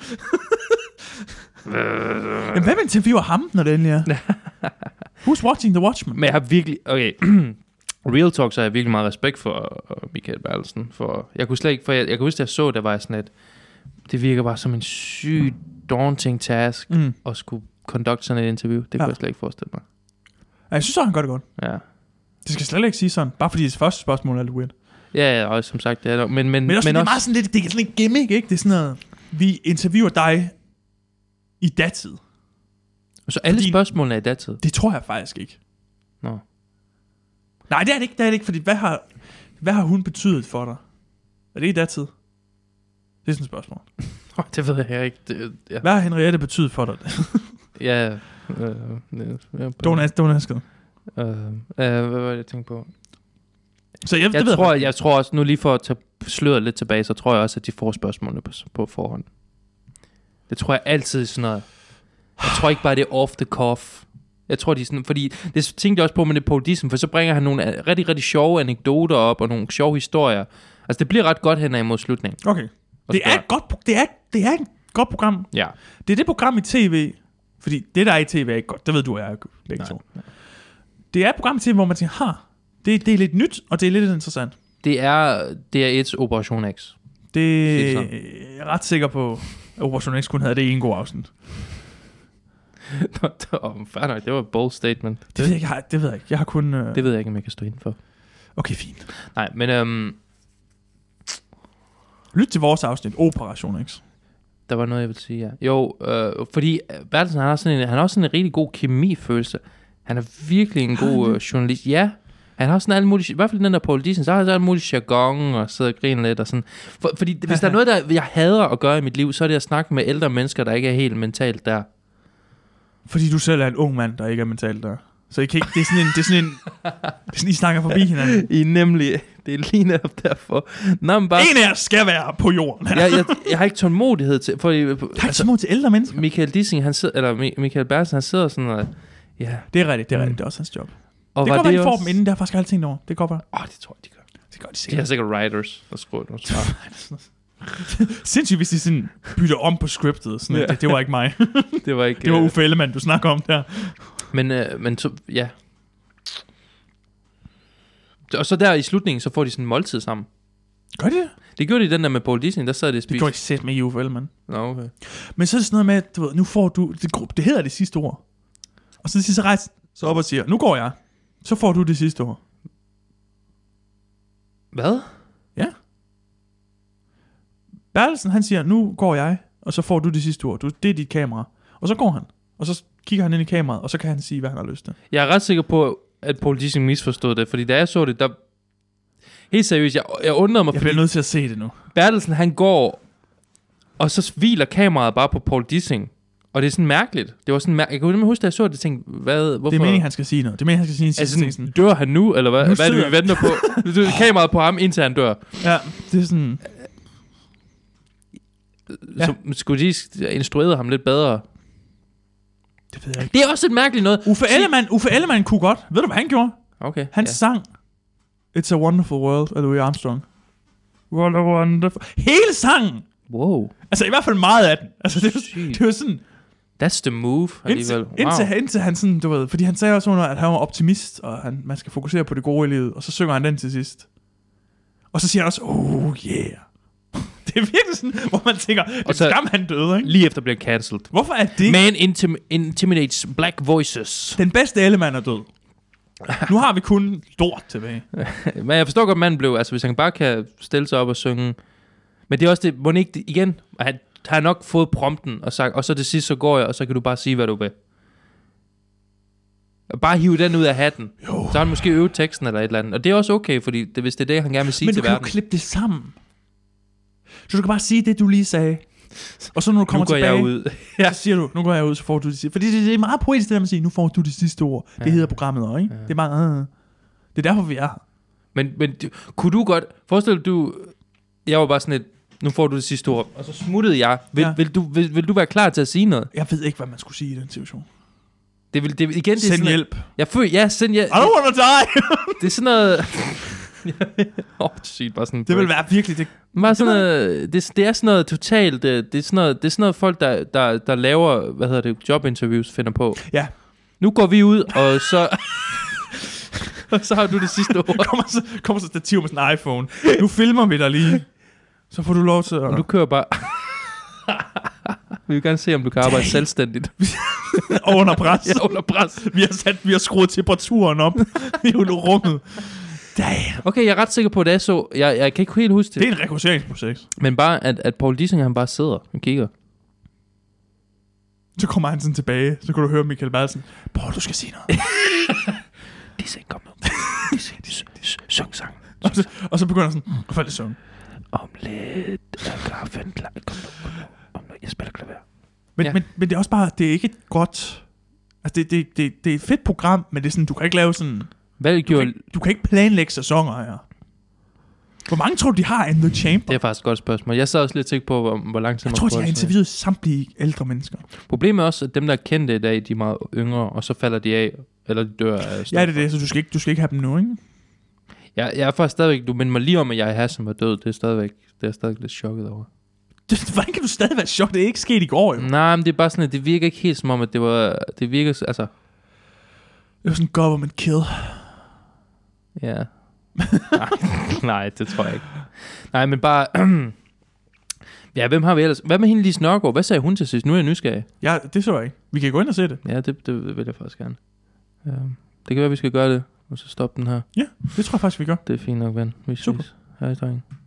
Jamen, hvem interviewer ham, når det endelig er? Who's watching The Watchmen? Men jeg har virkelig, okay, real talk, så har jeg virkelig meget respekt for Michael Bertelsen, for, jeg kunne slet ikke, for jeg, jeg kunne huske, at jeg så, der var sådan et, det virker bare som en syg, daunting task, Mm. at skulle conduct sådan et interview, det kunne Ja. jeg slet ikke forestille mig. Ja, jeg synes også, han gør det godt. Ja. Det skal slet ikke sige sådan, bare fordi det første spørgsmål er lidt weird. Ja, ja, og som sagt, det er nok, men, men, Men også, men det er også, meget sådan lidt, det er sådan lidt gimmick, ikke? Det er sådan noget, vi interviewer dig i datid. så alle fordi- spørgsmålene er i datid. Det tror jeg faktisk ikke. Nå. Nej, det er det ikke, det er det ikke, fordi hvad har, hvad har hun betydet for dig? Er det i datid? Det er sådan et spørgsmål. Oh, det ved jeg ikke. Det, ja, Hvad har Henriette betydet for dig? ja øh, øh, ja, Don't ask, don't ask. øh, øh, hvad var det, jeg tænkte på? Så jeg, Jeg det ved tror, jeg, jeg tror også, nu lige for at tage sløret lidt tilbage, så tror jeg også, at de får spørgsmålene på, på forhånd. Det tror jeg altid sådan noget. Jeg tror ikke bare, det er off the cuff. Jeg tror, de er sådan, fordi det tænkte jeg også på med det Paul Dissing, for så bringer han nogle rigtig, rigtig sjove anekdoter op, og nogle sjove historier. Altså, det bliver ret godt hen ad mod slutningen. Okay. Det er et godt, pro- det er, det er et godt program. Ja. Det er det program i tv, fordi det der er i tv er ikke godt. Det ved du og jeg begge to. Det er et program i tv, hvor man tænker, ha, det, det er lidt nyt, og det er lidt interessant. Det er, det er et Operation X. Det Helt er sådan. jeg er ret sikker på, at Operation X kun havde det en god afsnit. oh, fair nok, det var et bold statement. Det ved jeg ikke, jeg har, det ved jeg ikke. Jeg har kun... Øh... Det ved jeg ikke, om jeg kan stå indenfor. Okay, fint. Nej, men øhm, Lyt til vores afsnit, Operation X. der var noget, jeg ville sige, ja. Jo, øh, fordi Bertelsen, han har, sådan en, han har også sådan en rigtig god kemifølelse. Han er virkelig en god øh, journalist. Ja, han har sådan alt muligt, i hvert fald den der Paul Dissing, så har han sådan alt muligt jargon og sidder og griner lidt og sådan. For, fordi hvis der er noget, der jeg hader at gøre i mit liv, så er det at snakke med ældre mennesker, der ikke er helt mentalt der. Fordi du selv er en ung mand, der ikke er mentalt der. Så I kan ikke, det er sådan en, det er sådan en, det er sådan, I snakker forbi hinanden. I nemlig, det er lige netop derfor. Nå, men bare, En af os skal være på jorden. jeg, jeg, jeg har ikke tålmodighed til, for Jeg har ikke så til ældre mennesker. Michael Dissing, han sidder, eller Mi- Michael Bertelsen, han sidder sådan og, ja. Det er rigtigt, det er Mm. rigtigt. Det er også hans job. Og Det var går være, de får også- dem inden, det har jeg faktisk aldrig tænkt over. Det går bare. Åh, oh, det tror jeg, de gør. Det gør de De har sikkert. sikkert writers, der skriver nogle svar. Sindssygt, hvis de sådan bytter om på scriptet. Sådan, Ja. ja. det, det var ikke mig. Det var ikke... Det var øh, Uffe Ellemann, du snakker om der. Men, øh, men så, ja. Og så der i slutningen, så får de sådan en måltid sammen. Gør de det? Det gjorde de i den der med Paul Dissing, der sad de og Det spiste. gjorde de sæt med Uffe Ellemann. Nå, okay. Men så er det sådan noget med, at, du ved, nu får du, det, det hedder det sidste ord. Og så siger så rejser så op og siger, nu går jeg. Så får du det sidste ord. Hvad? Bertelsen, han siger, nu går jeg, og så får du det sidste ord. Du, det er dit kamera. Og så går han. Og så kigger han ind i kameraet, og så kan han sige, hvad han har lyst til. Jeg er ret sikker på, at Paul Dissing misforstod det, fordi da jeg så det, der... Helt seriøst, jeg, jeg undrede mig, Jeg fordi bliver nødt til at se det nu. Bertelsen, han går, og så hviler kameraet bare på Paul Dissing. Og det er sådan mærkeligt. Det var sådan mær- jeg kan nemlig huske, da jeg så det, tænkte, hvad, hvorfor... Det er meningen, han skal sige noget. Det er meningen, han skal sige en sidste Altså, ting. sådan, Sådan. dør han nu, eller hvad? Nu Hvad er det, vi sidder- venter på? Du er kameraet på ham, indtil han dør. Ja, det er sådan... Ja. Så skulle de instruere ham lidt bedre. Det ved jeg ikke. Det er også et mærkeligt noget. Uffe Ellemann, Uffe Ellemann kunne godt. Ved du, hvad han gjorde? Okay. Han ja. sang It's a Wonderful World af Louis Armstrong. What a wonderful... Hele sangen! Wow. Altså i hvert fald meget af den. Altså det, var- Sygt. det var sådan... That's the move Indtil, alligevel. Wow. indtil, indtil han sådan, du ved... Fordi han sagde også under, at han var optimist, og han, man skal fokusere på det gode i livet. Og så synger han den til sidst. Og så siger han også, oh yeah. Det er virkelig sådan, hvor man tænker, det er så- skam, han døde, ikke? Lige efter bliver cancelled. Hvorfor er det? Man intim- intimidates black voices. Den bedste Ellemann er død. Nu har vi kun lort tilbage. Men jeg forstår godt, manden blev, altså hvis han bare kan stille sig op og synge. Men det er også det, må ikke det, igen, han har nok fået prompten og sagt, og så til sidst så går jeg, og så kan du bare sige, hvad du vil. Og bare hive den ud af hatten. Jo. Så har han måske øvet teksten eller et eller andet. Og det er også okay, fordi det, hvis det er det, han gerne vil sige Men du til kan jo verden. klippe det sammen. Så du kan bare sige det, du lige sagde. Og så når du kommer Nu går tilbage, jeg ud. ja. så siger du, nu går jeg ud, så får du det sidste. Fordi det, det er meget poetisk, det der med at sige, nu får du det sidste ord. Det Ja. hedder programmet også, ikke? Ja. Det er bare, øh. det er derfor, vi er her. Men, men du, kunne du godt, forestil dig, du, jeg var bare sådan et, nu får du det sidste ord, og så smuttede jeg. Vil, Ja. ja. vil, du, vil, vil du være klar til at sige noget? Jeg ved ikke, hvad man skulle sige i den situation. Det vil, det vil, igen, det er Send sådan, hjælp. Jeg føler, ja, send hjælp. I don't wanna die. Det er sådan noget... Åh, oh, sygt, bare sådan... Det vil være virkelig... Det, Bare sådan noget, det, det er sådan noget totalt... Det, det, er sådan noget, det er sådan noget folk, der, der, der laver, hvad hedder det, jobinterviews, finder på. ja. Nu går vi ud, og så... og så har du det sidste ord. kommer, så, kommer så stativ med sådan en iPhone. Nu filmer vi dig lige. Så får du lov til at... Og du kører bare... Vi vil gerne se, om du kan arbejde Dang. selvstændigt. under pres. Ja, under pres. Vi har, sat, vi har skruet temperaturen op i rummet. Damn. Okay, jeg er ret sikker på, at det er så. Jeg, jeg kan ikke helt huske det. Det er en rekrutteringsproces. Men bare, at, at Paul Dissing, han bare sidder og kigger. Så kommer han sådan tilbage. Så kan du høre Michael Madsen. Paul, du skal sige noget. Dissing, kom nu. Dissing, syng sang. Og så, og så begynder han sådan, hvad faldt det søvn? Om lidt er kaffen klar. Kom nu, kom nu. Om nu. Jeg spiller klaver. Men, Ja. men, men det er også bare, det er ikke et godt... Altså, det, det, det, det er et fedt program, men det er sådan, du kan ikke lave sådan... Hvad Du gjorde... kan, ikke- du kan ikke planlægge sæsoner her. Hvor mange tror du, de har in The Chamber? Det er faktisk et godt spørgsmål. Jeg sad også lidt tænkt på, hvor, hvor lang tid Jeg man tror, de kunne har holde sig. interviewet samtlige ældre mennesker. Problemet er også, at dem, der er kendte i dag, de er meget yngre, og så falder de af, eller de dør af Ja, stoffer. det er det, så du skal ikke, du skal ikke have dem nu, ikke? Jeg, jeg er faktisk stadigvæk... Du minder mig lige om, at jeg Hassan var død. Det er stadigvæk... Det er jeg stadigvæk lidt chokket over. Det, hvordan kan du stadig være chok? Det er ikke sket i går, jo. Nej, men det er bare sådan, at det virker ikke helt som om, at det var... Det virker... s- Altså... Det var sådan en government kill. Ja. nej, nej, det tror jeg ikke. Nej, men bare... ja, hvem har vi ellers? Hvad med hende Lise Nørgaard? Hvad sagde hun til sidst? Nu er jeg nysgerrig. Ja, det så jeg ikke. Vi kan gå ind og se det. Ja, det, det vil jeg faktisk gerne. Ja. Det kan være, vi skal gøre det, og så stoppe den her. Ja, det tror jeg faktisk, vi gør. Det er fint nok, ven. Vi Super. ses. Hej, dreng.